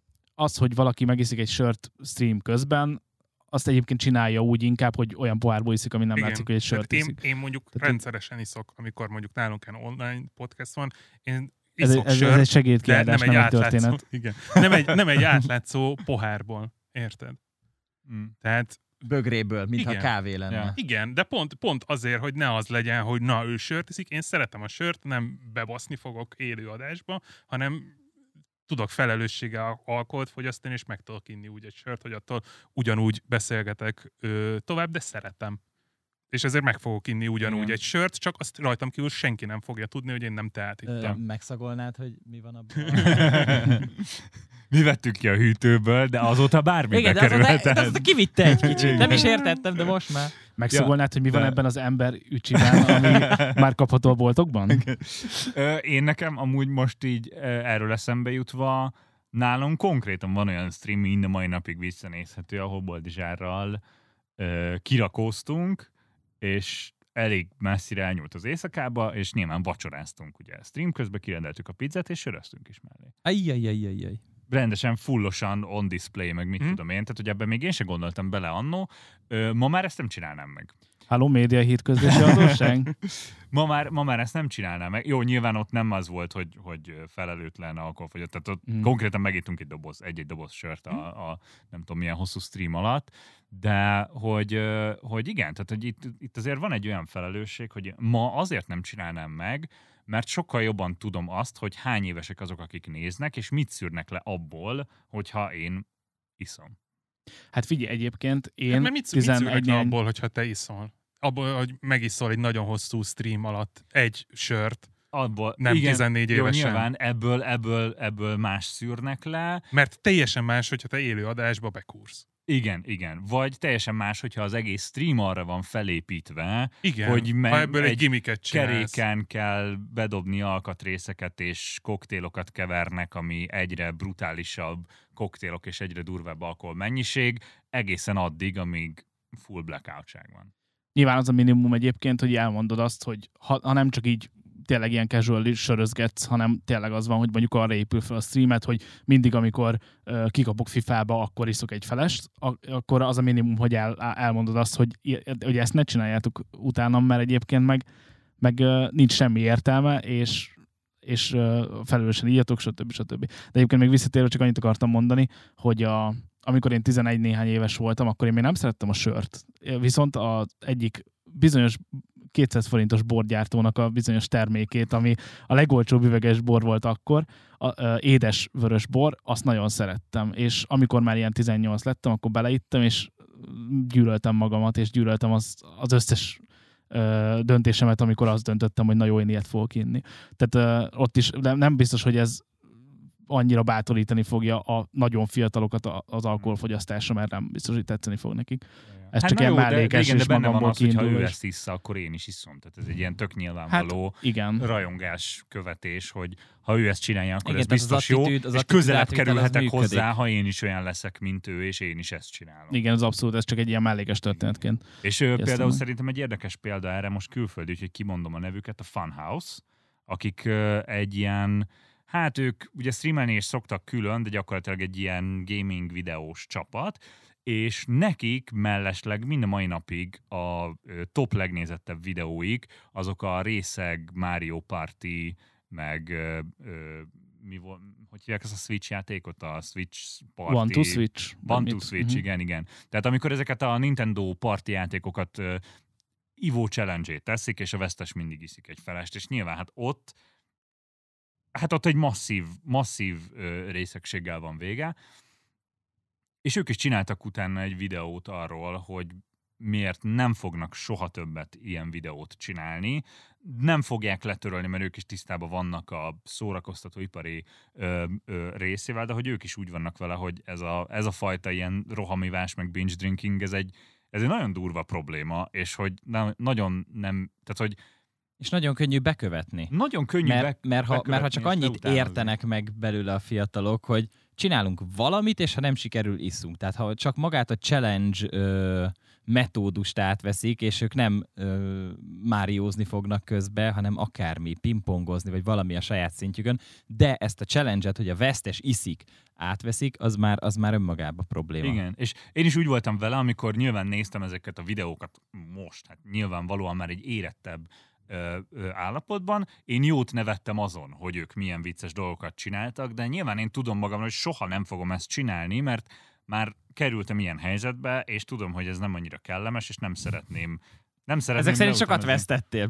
az, hogy valaki megiszik egy sört stream közben, azt egyébként csinálja úgy inkább, hogy olyan pohárból iszik, ami nem Igen. látszik, hogy egy sört Tehát én, iszik. én mondjuk Tehát- rendszeresen iszok, amikor mondjuk nálunk ilyen online podcast van, én Ez, egy- iszok ez, ez sört, egy segédkiadás, de nem egy, nem egy átlátszó, történet. igen, nem, egy, nem egy átlátszó pohárból, érted? Mm. Tehát Bögréből, mintha Igen. kávé lenne. Ja. igen, de pont, pont azért, hogy ne az legyen, hogy na, ő sört iszik, én szeretem a sört, nem bebaszni fogok élő adásba, hanem tudok felelősséggel alkoholt fogyasztani, és meg tudok inni úgy egy sört, hogy attól ugyanúgy beszélgetek ö, tovább, de szeretem. És ezért meg fogok inni ugyanúgy Igen. egy sört, csak azt rajtam kívül senki nem fogja tudni, hogy én nem teát Ö, ittam. Megszagolnád, hogy mi van abban? Mi vettük ki a hűtőből, de azóta bármi Igen, de azóta, de bekerülhet. azóta kivitte egy kicsit. Nem is értettem, de most már. Megszagolnád, hogy mi van de- ebben az ember ücsiben, ami már kapható a boltokban? Ö, Én nekem amúgy most így ö, erről eszembe jutva, nálunk konkrétan van olyan stream, mind a mai napig visszanézhető, ahol Boldizsárral ö, kirakóztunk, és elég messzire elnyúlt az éjszakába, és nyilván vacsoráztunk, ugye stream közben kirendeltük a pizzát, és söröztünk is mellé. Ajjajjajjajjaj. Rendesen, fullosan on display, meg mit Hm. tudom én, tehát hogy ebben még én sem gondoltam bele annó. Ö, Ma már ezt nem csinálnám meg. Halló, média hétközlési adósság? Ma már, ma már ezt nem csinálnám meg. Jó, nyilván ott nem az volt, hogy, hogy felelőtlen alkoholfogyott, tehát ott Mm. konkrétan megittunk egy doboz, egy-egy doboz sört a, a nem tudom milyen hosszú stream alatt, de hogy, ö, hogy igen, tehát hogy itt, itt azért van egy olyan felelősség, hogy ma azért nem csinálnám meg, mert sokkal jobban tudom azt, hogy hány évesek azok, akik néznek, és mit szűrnek le abból, hogyha én iszom. Hát figyelj, egyébként én Hát, mert mit, mit szűrnek tizenegy le abból, hogyha te iszol? Abból, hogy megiszol egy nagyon hosszú stream alatt egy sört, Abból, nem igen, tizennégy jó, évesen. nyilván ebből, ebből, ebből más szűrnek le. Mert teljesen más, hogyha te élő adásba bekúrsz. Igen, igen. Vagy teljesen más, hogyha az egész stream arra van felépítve, Igen, hogy me- ha ebből egy, egy gimmicket csinálsz. keréken kell bedobni alkatrészeket, és koktélokat kevernek, ami egyre brutálisabb koktélok és egyre durvább alkohol mennyiség, egészen addig, amíg full blackoutság van. Nyilván az a minimum egyébként, hogy elmondod azt, hogy ha, ha nem csak így tényleg ilyen casual sörözgetsz, hanem tényleg az van, hogy mondjuk arra épül fel a streamet, hogy mindig, amikor uh, kikapok fifába, akkor iszok egy felest, ak- akkor az a minimum, hogy el, elmondod azt, hogy, hogy ezt ne csináljátok utána, mert egyébként meg, meg uh, nincs semmi értelme, és és uh, felelősen ígyatok, stb. stb. De egyébként még visszatérve csak annyit akartam mondani, hogy a, amikor én tizenegy néhány éves voltam, akkor én még nem szerettem a sört. Viszont az egyik bizonyos kétszáz forintos borgyártónak a bizonyos termékét, ami a legolcsóbb üveges bor volt akkor, a, a édes vörös bor, azt nagyon szerettem. És amikor már ilyen tizennyolc lettem, akkor beleittem, és gyűlöltem magamat, és gyűlöltem az, az összes ö, döntésemet, amikor azt döntöttem, hogy na jó, én ilyet fogok inni. Tehát ö, ott is nem biztos, hogy ez annyira bátorítani fogja a nagyon fiatalokat az alkoholfogyasztásra, mert nem biztos, hogy tetszeni fog nekik. Ez Hát csak na ilyen jó, de- mellékes, de, igen, de és benne van magamból az, hogy ha kiindulva ő is. ezt issza, akkor én is iszom. Tehát ez egy ilyen tök nyilvánvaló Hát, igen. rajongás követés, hogy ha ő ezt csinálja, akkor Igen, ez tehát az biztos jó, attitűd- az és attitűd közelebb átvitel az kerülhetek működik. hozzá, ha én is olyan leszek, mint ő, és én is ezt csinálom. Igen, az abszolút, ez csak egy ilyen mellékes történetként. És ő, például meg. szerintem egy érdekes példa erre, most külföldi, úgyhogy kimondom a nevüket, a Funhouse, akik ö, egy ilyen, hát ők ugye streamelni is szoktak külön, de gyakorlatilag egy ilyen gaming videós csapat, és nekik mellesleg mind a mai napig a ö, top legnézettebb videóik, azok a részeg Mario Party, meg ö, ö, mi volt, hogy hívják ezt a Switch játékot, a Switch Party. One to Switch. One to Mit? Switch, Mhm. igen, igen. Tehát amikor ezeket a Nintendo party játékokat uh, ivó challenge-ét teszik, és a vesztes mindig iszik egy felest, és nyilván hát ott hát ott egy masszív, masszív uh, részegséggel van vége, és ők is csináltak utána egy videót arról, hogy miért nem fognak soha többet ilyen videót csinálni. Nem fogják letörölni, mert ők is tisztában vannak a szórakoztatóipari ö, ö, részével, de hogy ők is úgy vannak vele, hogy ez a, ez a fajta ilyen rohamivás, meg binge drinking, ez egy, ez egy nagyon durva probléma, és hogy na, nagyon nem, tehát hogy És nagyon könnyű bekövetni. Nagyon könnyű mert, be, mert, ha, mert ha csak annyit leutánozni. értenek meg belőle a fiatalok, hogy csinálunk valamit, és ha nem sikerül, iszunk. Tehát ha csak magát a challenge ö, metódust átveszik, és ők nem ö, máriózni fognak közbe, hanem akármi, pingpongozni, vagy valami a saját szintjükön, de ezt a challenge-et, hogy a vesztes iszik, átveszik, az már, az már önmagában probléma. Igen, és én is úgy voltam vele, amikor nyilván néztem ezeket a videókat most, hát nyilvánvalóan már egy érettebb ö, ö, állapotban. Én jót nevettem azon, hogy ők milyen vicces dolgokat csináltak, de nyilván én tudom magamról, hogy soha nem fogom ezt csinálni, mert már kerültem ilyen helyzetbe, és tudom, hogy ez nem annyira kellemes, és nem szeretném Nem Ezek szerint sokat vesztettél.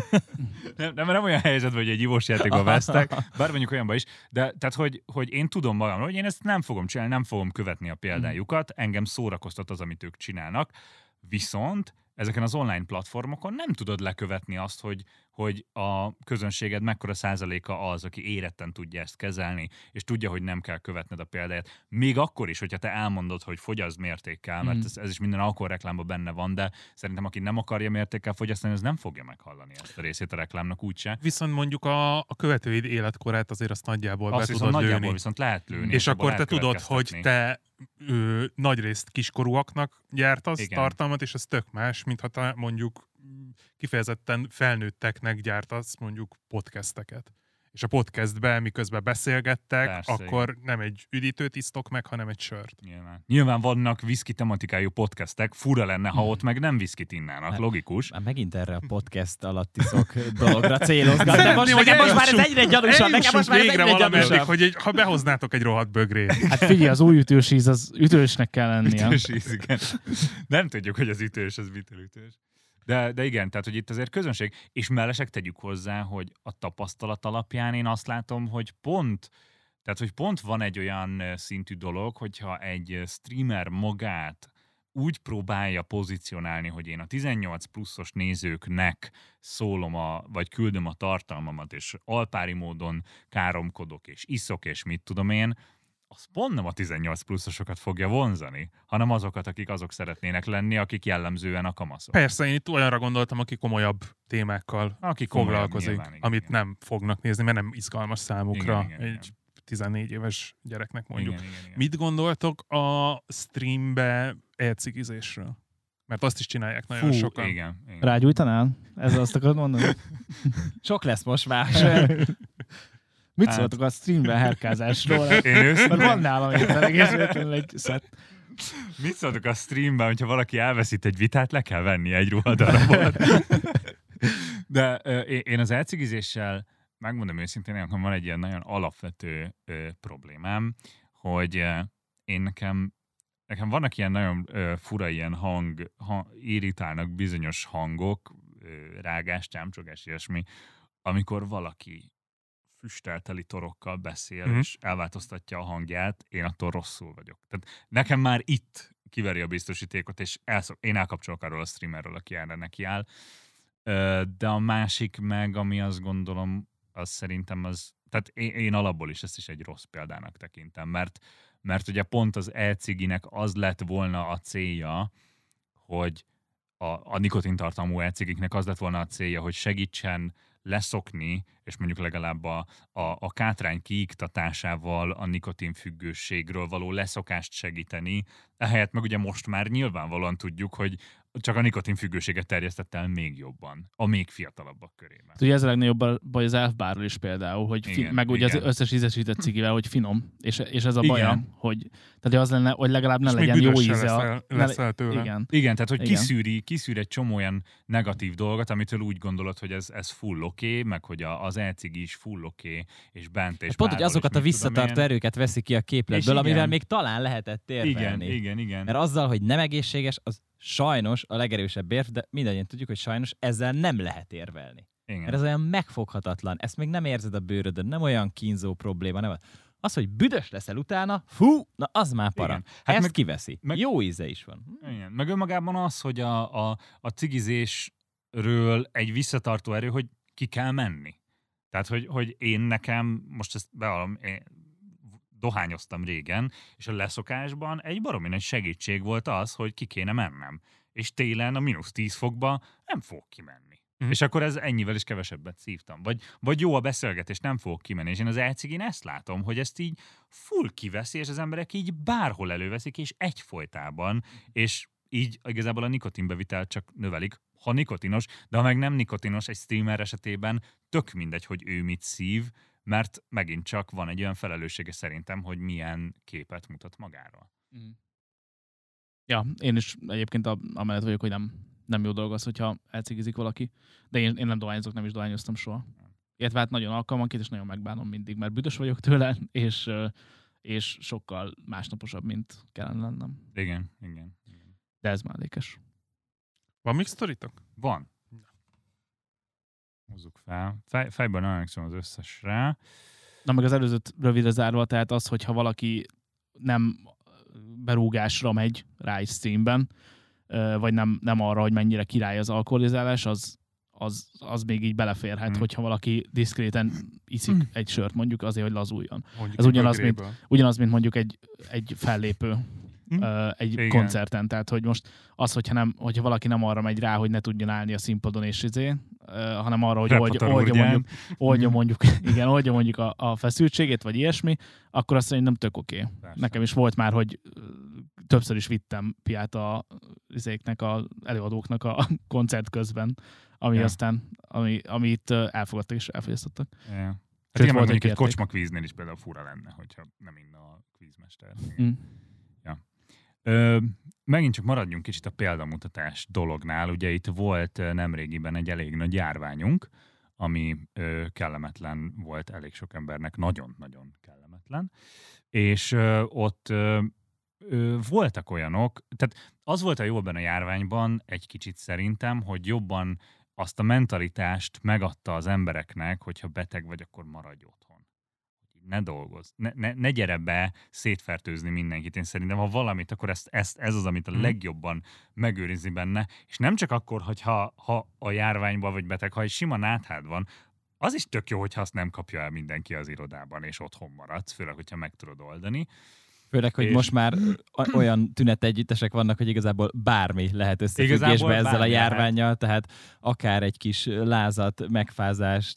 nem, nem, nem olyan helyzetben, hogy egy ivós játékban vesztek, bár mondjuk olyanban is, de tehát, hogy, hogy én tudom magamról, hogy én ezt nem fogom csinálni, nem fogom követni a példájukat, engem szórakoztat az, amit ők csinálnak, viszont ezeken az online platformokon nem tudod lekövetni azt, hogy, hogy a közönséged mekkora százaléka az, aki éretten tudja ezt kezelni, és tudja, hogy nem kell követned a példáját. Még akkor is, hogyha te elmondod, hogy fogyaszt mértékkel, mert ez, ez is minden alkoholreklámban benne van, de szerintem aki nem akarja mértékkel fogyasztani, az nem fogja meghallani ezt a részét a reklámnak úgyse. Viszont mondjuk a, a követőid életkorát azért azt nagyjából azt be tudod nagyjából lőni. Viszont lehet lőni. És akkor te tudod, hogy következtetni. te ö, nagyrészt kiskorúaknak gyártasz Igen. tartalmat, és ez tök más, mint ha te mondjuk kifejezetten felnőtteknek gyártasz mondjuk podcasteket. És a podcastben, miközben beszélgettek, Persze, akkor igen. nem egy üdítőt isztok meg, hanem egy sört. Nyilván. Nyilván vannak whisky tematikájú podcastek, fura lenne, ha ott meg nem whiskyt innának, Hát, logikus. Már megint erre a podcast alatti szok dologra célozgat. De Szeretném, most, hogy nekem most már ez eljussunk- egyre gyanúsabb. Nekem most már ez végre egyre valameddig, gyanúsabb. hogy egy, ha behoznátok egy rohadt bögrét. Hát figyelj, az új ütős íz, az ütősnek kell lennie. Ütős íz, igen. Nem tudjuk, hogy az ütős, az mitől ütős. De, de igen, tehát, hogy itt azért közönség, és mellesleg tegyük hozzá, hogy a tapasztalat alapján én azt látom, hogy pont, tehát, hogy pont van egy olyan szintű dolog, hogyha egy streamer magát úgy próbálja pozícionálni, hogy én a tizennyolc pluszos nézőknek szólom, a, vagy küldöm a tartalmamat, és alpári módon káromkodok, és iszok, és mit tudom én, az pont nem a tizennyolc pluszosokat fogja vonzani, hanem azokat, akik azok szeretnének lenni, akik jellemzően a kamaszok. Persze, én itt olyanra gondoltam, aki komolyabb témákkal Aki komolyabb, foglalkozik, nyilván, igen, amit igen. nem fognak nézni, mert nem izgalmas számukra Igen, igen, egy tizennégy éves gyereknek mondjuk. Igen, igen, igen. Mit gondoltok a streambe elcigizésről? Mert azt is csinálják nagyon Fú, sokan. igen, igen. Rágyújtanál? Ez azt akarod mondani? Sok lesz most már. Mit Hát- szóltok a streamben herkázásról? Én őszintén, Mert van nálam éppen egész véletlenül egy szett. mit szóltok a streamben, hogyha valaki elveszít egy vitát, le kell venni egy ruhadarabot. De ö, én- én az elcigizéssel, megmondom őszintén, nekem van egy ilyen nagyon alapvető ö, problémám, hogy ö, én nekem, nekem vannak ilyen nagyon ö, fura ilyen hang, ha, irritálnak bizonyos hangok, ö, rágás, csámcsogás, ilyesmi, amikor valaki füstelteli torokkal beszél, Mhm. és elváltoztatja a hangját, én attól rosszul vagyok. Tehát nekem már itt kiveri a biztosítékot, és elszok, én elkapcsolok arról a streamerről, aki erre nekiáll. Ö, De a másik meg, ami azt gondolom, az szerintem az, tehát én, én alapból is ezt is egy rossz példának tekintem, mert, mert ugye pont az e-ciginek az lett volna a célja, hogy a, a nikotintartalmú e-cigiknek az lett volna a célja, hogy segítsen leszokni, és mondjuk legalább a, a, a kátrány kiiktatásával a nikotinfüggőségről való leszokást segíteni. Ehelyett meg ugye most már nyilvánvalóan tudjuk, hogy csak a nikotinfüggőséget terjesztett el még jobban, a még fiatalabbak körében. Ugye ez a legnagyobb baj az elfbárról is például, hogy fi- Igen, meg ugye igen. az összes ízesített cigivel, hogy finom, és, és ez a Igen. baja, hogy tehát az lenne, hogy legalább ne És még legyen jó büdös se íze. a- leszel, ne- leszel tőle. Igen. Igen, tehát hogy Igen. kiszűri, kiszűr egy csomó olyan negatív dolgot, amitől úgy gondolod, hogy ez, ez full oké, okay, meg hogy a, az e-cigi is full oké, okay, és bent és Hát pont, hogy bárhol, azokat és a mit tudom visszatartó én. erőket veszi ki a képletből, És amivel igen. még talán lehetett érvelni. Igen, igen, igen. Mert azzal, hogy nem egészséges, az sajnos a legerősebb érv, de mindannyian tudjuk, hogy sajnos ezzel nem lehet érvelni. igen. Mert ez olyan megfoghatatlan. Ezt még nem érzed a bőrödön, nem olyan kínzó probléma. Nem. Az, hogy büdös leszel utána, fú, na az már para. Igen. Hát Hát ezt meg- kiveszi. meg- Jó íze is van. Igen. Meg önmagában az, hogy a, a, a cigizésről egy visszatartó erő, hogy ki kell menni. Tehát, hogy, hogy én nekem, most ezt bevallom, én dohányoztam régen, és a leszokásban egy baromi nagy segítség volt az, hogy ki kéne mennem. És télen a mínusz tíz fokba nem fog kimenni. Mm. És akkor ez ennyivel is kevesebbet szívtam. Vagy, vagy jó a beszélgetés, nem fogok kimenni. És én az elcigén ezt látom, hogy ezt így full kiveszi, és az emberek így bárhol előveszik, és egyfolytában, és így igazából a nikotinbevitelt csak növelik, ha nikotinos, de ha meg nem nikotinos, egy streamer esetében tök mindegy, hogy ő mit szív, mert megint csak van egy olyan felelőssége szerintem, hogy milyen képet mutat magáról. Mm. Ja, én is egyébként amellett vagyok, hogy nem, nem jó dolog az, hogyha elcigizik valaki, de én, én nem dohányozok, nem is dohányoztam soha. Illetve hát nagyon alkalmanként, és nagyon megbánom mindig, mert büdös vagyok tőle, és, és sokkal másnaposabb, mint kellene lennem. Igen, igen. igen. De ez mellékes. Van még sztoritok? Van. Hozzuk fel. Fej, fejben emlékszem az összesre. Na meg az előzőt rövidre zárva, tehát az, hogyha valaki nem berúgásra megy rá is streamben, vagy nem, nem arra, hogy mennyire király az alkoholizálás, az, az, az még így beleférhet, hmm. hogyha valaki diszkréten iszik hmm. egy sört, mondjuk azért, hogy lazuljon. Mondjuk ez ugyanaz mint, ugyanaz, mint mondjuk egy, egy fellépő hmm. egy Igen. koncerten. Tehát, hogy most az, hogyha, nem, hogyha valaki nem arra megy rá, hogy ne tudjon állni a színpadon és izé, hanem arra, hogy oldja, oldja, mondjuk, oldja mondjuk, igen, oldja mondjuk a, a feszültségét, vagy ilyesmi, akkor azt szerintem tök oké. Okay. Nekem is volt már, hogy többször is vittem piát a izéknek, az előadóknak a koncert közben, ami ja. aztán, ami, amit elfogadtak és elfogyasztottak. Ja. Hát Sőt, igen, volt, mondjuk egy kocsmakvíznél is például fura lenne, hogyha nem inna a kvízmester. Mm. Ja. Ö, megint csak maradjunk kicsit a példamutatás dolognál. Ugye itt volt nemrégiben egy elég nagy járványunk, ami ö, kellemetlen volt elég sok embernek, nagyon-nagyon kellemetlen. És ö, ott ö, ö, voltak olyanok, tehát az volt a jó ebben a járványban egy kicsit szerintem, hogy jobban azt a mentalitást megadta az embereknek, hogyha beteg vagy, akkor maradj otthon. Ne dolgozz, ne, ne, ne gyere be szétfertőzni mindenkit. Én szerintem, ha valamit, akkor ezt, ezt, ez az, amit a legjobban megőrizni benne. És nem csak akkor, hogyha ha a járványban vagy beteg, ha egy sima náthád van, az is tök jó, hogyha azt nem kapja el mindenki az irodában, és otthon maradsz, főleg, hogyha meg tudod oldani. Főleg, hogy és... most már olyan tünetegyüttesek vannak, hogy igazából bármi lehet összefüggésbe ezzel a járvánnyal, lehet. Tehát akár egy kis lázat, megfázást,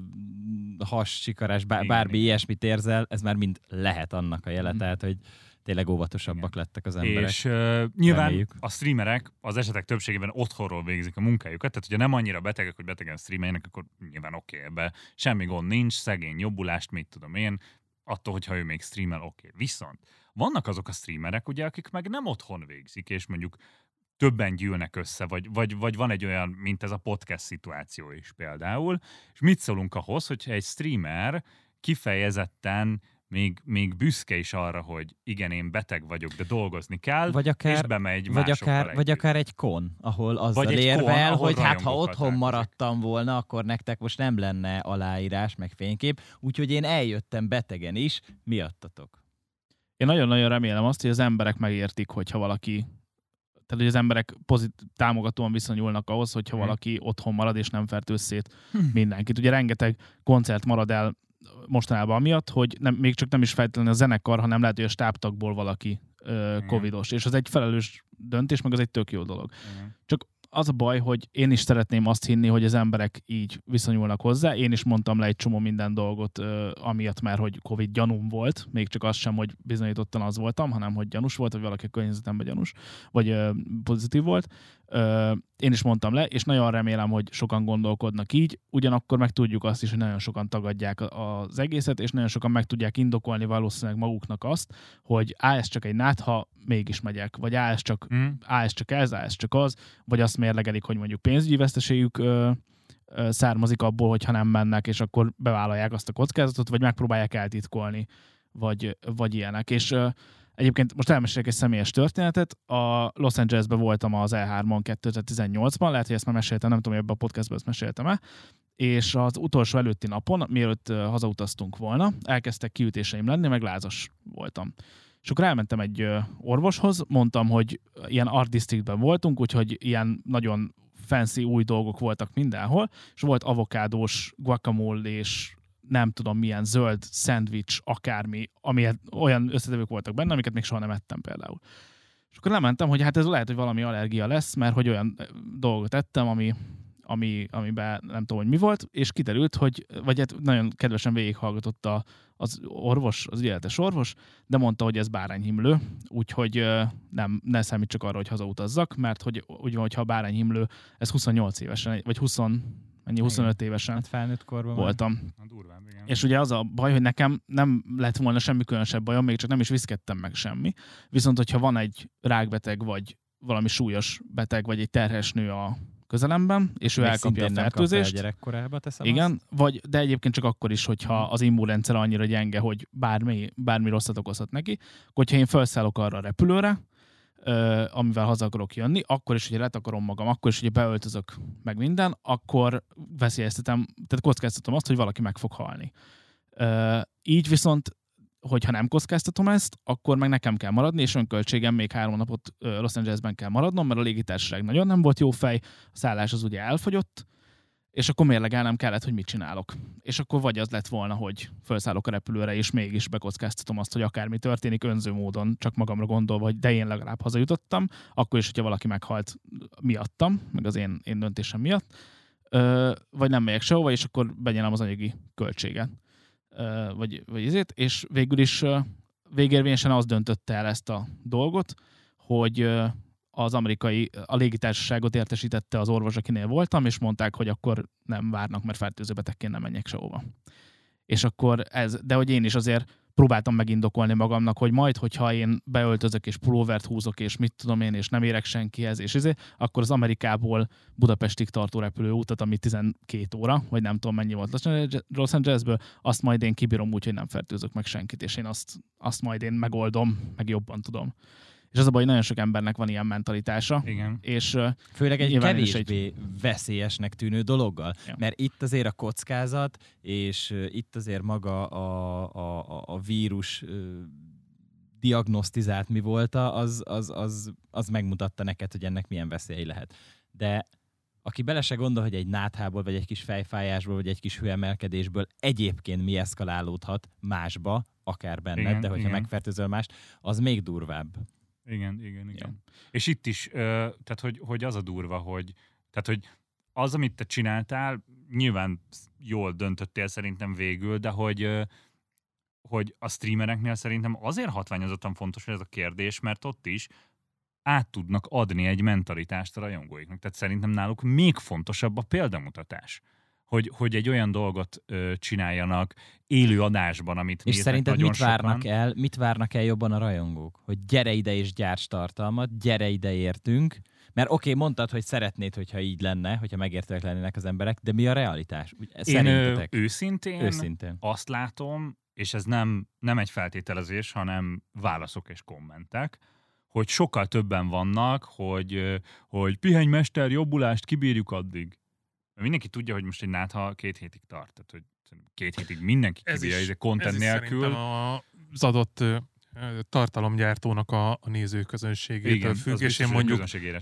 hassikarás, bár, bármi igen. ilyesmit érzel, ez már mind lehet annak a jele, mm. tehát hogy tényleg óvatosabbak igen. lettek az emberek. És uh, nyilván Reméljük. A streamerek az esetek többségében otthonról végzik a munkájukat, tehát hogyha nem annyira betegek, hogy betegen streameljenek, akkor nyilván oké, okay, ebbe semmi gond nincs, szegény jobbulást, mit tudom én, attól, hogyha ő még streamel, oké. Okay. Viszont vannak azok a streamerek, ugye, akik meg nem otthon végzik, és mondjuk többen gyűlnek össze, vagy, vagy, vagy van egy olyan, mint ez a podcast szituáció is például, és mit szólunk ahhoz, hogyha egy streamer kifejezetten még, még büszke is arra, hogy igen, én beteg vagyok, de dolgozni kell, vagy akár, és bemegy vagy akár, vagy akár egy kon, ahol azzal érvel, kon, hogy hát ha otthon maradtam volna, akkor nektek most nem lenne aláírás, meg fénykép, úgyhogy én eljöttem betegen is, miattatok. Én nagyon-nagyon remélem azt, hogy az emberek megértik, hogyha valaki, tehát hogy az emberek pozit, támogatóan viszonyulnak ahhoz, hogyha hmm. valaki otthon marad és nem fertőz szét hmm. mindenkit. Ugye rengeteg koncert marad el mostanában amiatt, hogy nem, még csak nem is feltétlenül a zenekar, hanem lehet, hogy a stábtagból valaki ö, covidos. És az egy felelős döntés, meg az egy tök jó dolog. Hmm. Csak az a baj, hogy én is szeretném azt hinni, hogy az emberek így viszonyulnak hozzá. Én is mondtam le egy csomó minden dolgot, uh, amiatt már, hogy Covid gyanúm volt. Még csak az sem, hogy bizonyítottan az voltam, hanem hogy gyanús volt, vagy valaki a környezetemben gyanús, vagy uh, pozitív volt. Uh, én is mondtam le, és nagyon remélem, hogy sokan gondolkodnak így. Ugyanakkor meg tudjuk azt is, hogy nagyon sokan tagadják az egészet, és nagyon sokan meg tudják indokolni valószínűleg maguknak azt, hogy á, ez csak egy nátha, mégis megyek, vagy á, ez csak, mm. á, ez csak ez, á, ez csak az, vagy azt mérlegelik, hogy mondjuk pénzügyi veszteségük ö, ö, származik abból, hogyha nem mennek, és akkor bevállalják azt a kockázatot, vagy megpróbálják eltitkolni, vagy, vagy ilyenek. És ö, egyébként most elmesélek egy személyes történetet. A Los Angelesben voltam az E hármon kétezer-tizennyolcban, lehet, hogy ezt már meséltem, nem tudom, hogy ebben a podcastban ezt meséltem-e, és az utolsó előtti napon, mielőtt ö, hazautaztunk volna, elkezdtek kiütéseim lenni, meg lázas voltam. És akkor elmentem egy orvoshoz, mondtam, hogy ilyen Art Districtben voltunk, úgyhogy ilyen nagyon fancy új dolgok voltak mindenhol, és volt avokádós, guacamole és nem tudom milyen zöld szendvics, akármi, ami olyan összetevők voltak benne, amiket még soha nem ettem például. És akkor lementem, hogy hát ez lehet, hogy valami allergia lesz, mert hogy olyan dolgot ettem, ami ami, amiben nem tudom, hogy mi volt, és kiderült, hogy, vagy hát nagyon kedvesen végighallgatott a, az orvos, az ügyeletes orvos, de mondta, hogy ez bárányhimlő, úgyhogy ö, nem, ne számít csak arra, hogy hazautazzak, mert hogy úgy van, hogyha a bárányhimlő, ez huszonnyolc évesen, vagy húsz, mennyi, huszonöt évesen Hát felnőtt korban voltam. A durvább, igen. És ugye az a baj, hogy nekem nem lett volna semmi különösebb bajom, még csak nem is viszkedtem meg semmi. Viszont, hogyha van egy rákbeteg, vagy valami súlyos beteg, vagy egy terhes nő a közelemben, és ő Még elkapja a szintén nem fertőzést. kapta el gyerekkorába, teszem Igen, azt? vagy, de egyébként csak akkor is, hogyha az immunrendszer annyira gyenge, hogy bármi, bármi rosszat okozhat neki, akkor hogyha én felszállok arra a repülőre, ö, amivel haza akarok jönni, akkor is, hogy letakarom magam, akkor is, hogy beöltözök meg minden, akkor veszélyeztetem, tehát kockáztatom azt, hogy valaki meg fog halni. Ö, így viszont, hogyha nem kockáztatom ezt, akkor meg nekem kell maradni, és önköltségem még három napot ö, Los Angelesben kell maradnom, mert a légitársaság nagyon nem volt jó fej, a szállás az ugye elfogyott, és akkor mérlegelnem kellett, hogy mit csinálok. És akkor vagy az lett volna, hogy felszállok a repülőre, és mégis bekockáztatom azt, hogy akármi történik, önző módon, csak magamra gondolva, hogy de én legalább hazajutottam, akkor is, hogyha valaki meghalt miattam, meg az én, én döntésem miatt, ö, vagy nem megyek sehova, és akkor benyelem az anyagi költséget. Ö, vagy, vagy ezért, és végül is ö, végérvényesen az döntötte el ezt a dolgot, hogy ö, az amerikai, a légitársaságot értesítette az orvos, akinél voltam, és mondták, hogy akkor nem várnak, mert fertőző betegként nem menjek sehova. És akkor ez, de hogy én is azért próbáltam megindokolni magamnak, hogy majd, hogyha én beöltözök és pulóvert húzok, és mit tudom én, és nem érek senkihez, és ezért, akkor az Amerikából Budapestig tartó repülőútat, ami tizenkét óra, vagy nem tudom mennyi volt Los Angelesből, azt majd én kibírom úgy, hogy nem fertőzök meg senkit, és én azt, azt majd én megoldom, meg jobban tudom. És az a baj, hogy nagyon sok embernek van ilyen mentalitása. Igen. És főleg egy nyilván kevésbé egy... veszélyesnek tűnő dologgal. Ja. Mert itt azért a kockázat, és itt azért maga a, a, a vírus diagnosztizált mi volt, az, az, az, az megmutatta neked, hogy ennek milyen veszély lehet. De aki bele se gondol, hogy egy náthából, vagy egy kis fejfájásból, vagy egy kis hőemelkedésből egyébként mi eszkalálódhat másba, akár benned, igen, de hogyha igen. megfertőzöl mást, az még durvább. Igen, igen, igen. Ja. És itt is, ö, tehát hogy, hogy az a durva, hogy, tehát, hogy az, amit te csináltál, nyilván jól döntöttél szerintem végül, de hogy, ö, hogy a streamereknél szerintem azért hatványozottan fontos ez a kérdés, mert ott is át tudnak adni egy mentalitást a rajongóiknak. Tehát szerintem náluk még fontosabb a példamutatás. Hogy, hogy egy olyan dolgot ö, csináljanak élő adásban, amit és szerinted nagyon mit várnak sokan... el, mit várnak el jobban a rajongók? Hogy gyere ide és gyárts tartalmat, gyere ide értünk, mert oké, okay, mondtad, hogy szeretnéd, hogyha így lenne, hogyha megértőek lennének az emberek, de mi a realitás? Én ö, őszintén, őszintén azt látom, és ez nem, nem egy feltételezés, hanem válaszok és kommentek, hogy sokkal többen vannak, hogy, hogy pihenj mester, jobbulást, kibírjuk addig. Mindenki tudja, hogy most egy nátha két hétig tart. Tehát, hogy két hétig mindenki kibírja, ez, ez content ez nélkül. Ez az adott tartalomgyártónak a, a nézőközönségétől függ, és én mondjuk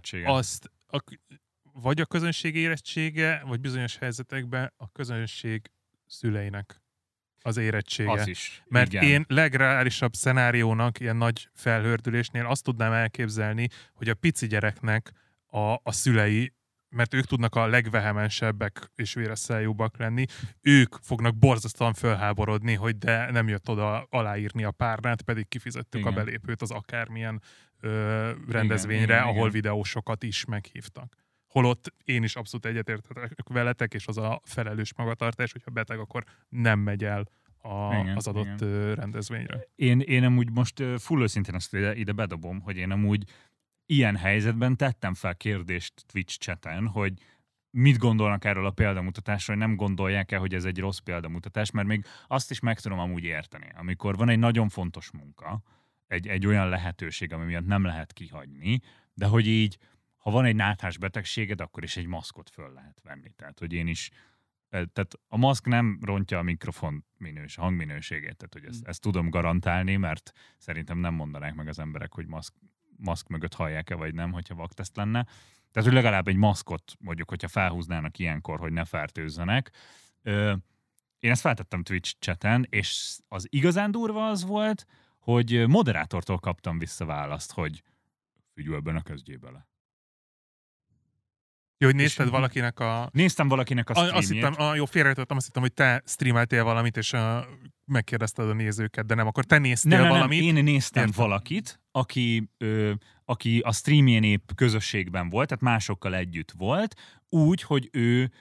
azt, a, vagy a közönség érettsége, vagy bizonyos helyzetekben a közönség szüleinek az érettsége. Az is. Mert igen. én legreálisabb szenáriónak, ilyen nagy felhördülésnél azt tudnám elképzelni, hogy a pici gyereknek a, a szülei, mert ők tudnak a legvehemensebbek és véresszájúbbak lenni, ők fognak borzasztóan fölháborodni, hogy de nem jött oda aláírni a párnát, pedig kifizettük igen. a belépőt az akármilyen ö, rendezvényre, igen, igen, ahol igen. videósokat is meghívtak. Holott én is abszolút egyetértek veletek, és az a felelős magatartás, hogyha beteg, akkor nem megy el a, igen, az adott igen. rendezvényre. Én, én amúgy most full őszintén azt ide, ide bedobom, hogy én amúgy ilyen helyzetben tettem fel kérdést Twitch chaten, hogy mit gondolnak erről a példamutatásról, hogy nem gondolják-e, hogy ez egy rossz példamutatás, mert még azt is meg tudom amúgy érteni. Amikor van egy nagyon fontos munka, egy, egy olyan lehetőség, ami miatt nem lehet kihagyni, de hogy így, ha van egy náthás betegséged, akkor is egy maszkot föl lehet venni. Tehát, hogy én is, tehát a maszk nem rontja a mikrofon minős, a hangminőségét, tehát, hogy ezt, ezt tudom garantálni, mert szerintem nem mondanák meg az emberek, hogy maszk maszk mögött hallják-e, vagy nem, hogyha vakteszt lenne. Tehát, hogy legalább egy maszkot, mondjuk, hogyha felhúznának ilyenkor, hogy ne fertőzzenek. Ö, én ezt feltettem Twitch chaten, és az igazán durva az volt, hogy moderátortól kaptam vissza választ, hogy figyelj, ebben ne kezdjél bele. Jó, hogy nézted valakinek a... Néztem valakinek a streamjét. Azt hittem, a, jó, félrejöttem, azt hittem, hogy te streameltél valamit, és a, megkérdezted a nézőket, de nem, akkor te néztél nem, valamit. Nem, én néztem Értem. valakit, aki, ö, aki a streamjén épp közösségben volt, tehát másokkal együtt volt, úgy, hogy ő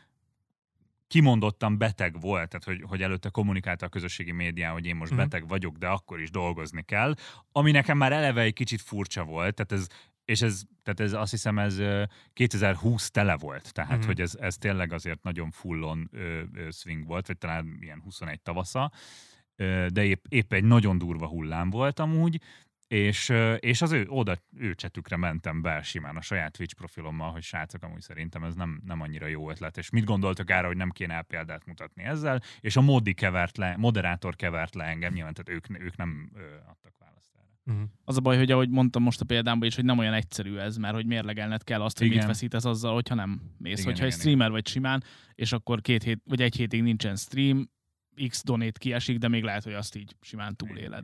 kimondottan beteg volt, tehát hogy, hogy előtte kommunikálta a közösségi médián, hogy én most Mhm. beteg vagyok, de akkor is dolgozni kell, ami nekem már eleve egy kicsit furcsa volt, tehát ez, és ez, tehát ez azt hiszem ez kétezer-húsz tele volt, tehát Mhm. hogy ez, ez tényleg azért nagyon full-on ö, ö, swing volt, vagy talán ilyen huszonegy tavasza, ö, de épp, épp egy nagyon durva hullám volt amúgy, és, és az ő, oda ő csetükre mentem be simán a saját Twitch profilommal, hogy srácok, amúgy szerintem ez nem, nem annyira jó ötlet, és mit gondoltak arra, hogy nem kéne el példát mutatni ezzel, és a modi kevert le, moderátor kevert le engem, nyilván, tehát ők, ők nem ö, adtak választ erre. Mhm. Az a baj, hogy ahogy mondtam most a példámban is, hogy nem olyan egyszerű ez, mert hogy mérlegelned kell azt, hogy Igen. mit veszítesz azzal, hogyha nem mész. Igen, Hogyha igen, egy streamer vagy simán, és akkor két hét, vagy egy hétig nincsen stream, X donate kiesik, de még lehet, hogy azt így simán túléled.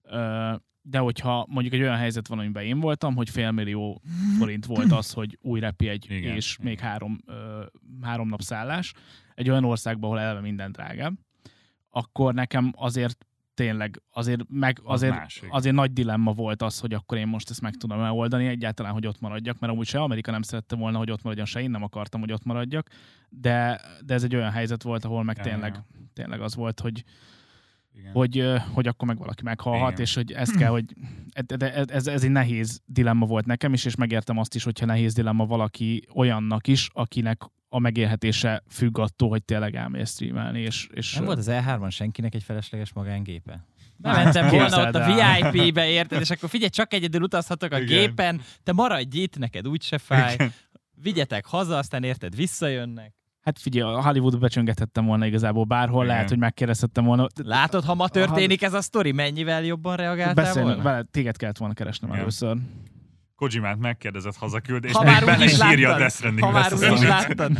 Ö, De hogyha mondjuk egy olyan helyzet van, amiben én voltam, hogy félmillió forint volt az, hogy új repjegy Igen, és igen. még három, ö, három nap szállás, egy olyan országban, ahol eleve minden drágább, akkor nekem azért tényleg azért, meg, Az azért, más, igen. azért nagy dilemma volt az, hogy akkor én most ezt meg tudom megoldani, egyáltalán, hogy ott maradjak, mert amúgy se Amerika nem szerette volna, hogy ott maradjon, se én nem akartam, hogy ott maradjak, de, de ez egy olyan helyzet volt, ahol meg Ja, tényleg, ja. tényleg az volt, hogy Igen. hogy, ö, hogy akkor meg valaki meghalhat, Igen. és hogy ezt kell, hogy de ez, ez egy nehéz dilemma volt nekem is, és megértem azt is, hogyha nehéz dilemma valaki olyannak is, akinek a megélhetése függ attól, hogy tényleg elmész streamelni, és, és Nem ö, volt az E hárman senkinek egy felesleges magángépe? Bementem volna Képzeld ott a el. vé i pé-be, érted? És akkor figyelj, csak egyedül utazhatok a Igen. gépen, te maradj itt, neked úgyse fáj. Igen. Vigyetek haza, aztán érted, visszajönnek. hát figyelj, a Hollywoodba becsöngethettem volna igazából bárhol, Igen. lehet, hogy megkérdezhettem volna. Látod, ha ma történik ez a sztori, mennyivel jobban reagáltál Beszélni, volna? vele, téged kellett volna keresnem Igen. először. Kojimát megkérdezett hazaküldést, Ha még már bele úgyis is írja a láttad. Death Stranding Ha már lesz a úgyis sztorit. láttad.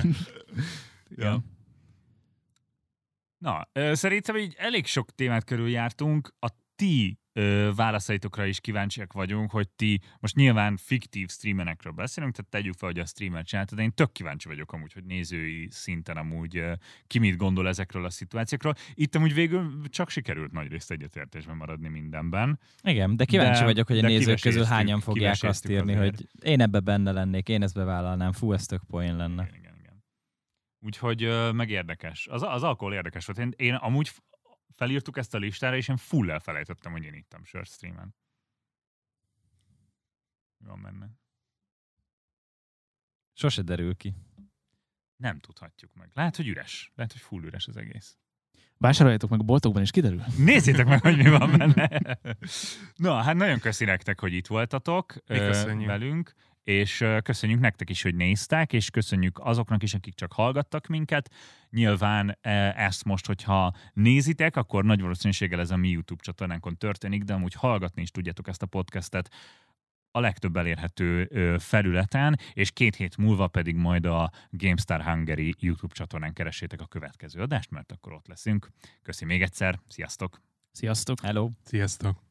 Ja. Na, ö, szerintem így elég sok témát körül jártunk. A ti ö, válaszaitokra is kíváncsiak vagyunk, hogy ti most nyilván fiktív streamerekről beszélünk, tehát tegyük fel, hogy a streamer csináltad, de én tök kíváncsi vagyok amúgy, hogy nézői szinten amúgy ö, ki mit gondol ezekről a szituációkról. Itt amúgy végül csak sikerült nagyrészt egyetértésben maradni mindenben. Igen, de kíváncsi De- vagyok, hogy a de nézők közül kiveséztük, hányan fogják azt kiveséztük írni, azért. hogy én ebbe benne lennék, én ezt bevállalnám, fú, ez tök poén lenne. Igen, igen, igen. Úgyhogy ö, meg érdekes. Az, az alkohol érdekes volt. Én, én amúgy f- felírtuk ezt a listára, és én full elfelejtettem, hogy én ittam sört streamen. Mi van benne? Sose derül ki. Nem tudhatjuk meg. Lehet, hogy üres. Lehet, hogy full üres az egész. Vásároljátok meg a boltokban, és kiderül. Nézzétek meg, hogy mi van benne. Na, hát nagyon köszi nektek, hogy itt voltatok Mi ö, köszönjük. velünk, és ö, köszönjük nektek is, hogy néztek, és köszönjük azoknak is, akik csak hallgattak minket. Nyilván e, ezt most, hogyha nézitek, akkor nagy valószínűséggel ez a mi YouTube csatornánkon történik, de amúgy hallgatni is tudjátok ezt a podcastet a legtöbb elérhető ö, felületen, és két hét múlva pedig majd a GameStar Hungary YouTube csatornán keressétek a következő adást, mert akkor ott leszünk. Köszi még egyszer, sziasztok! Sziasztok! Hello! Sziasztok!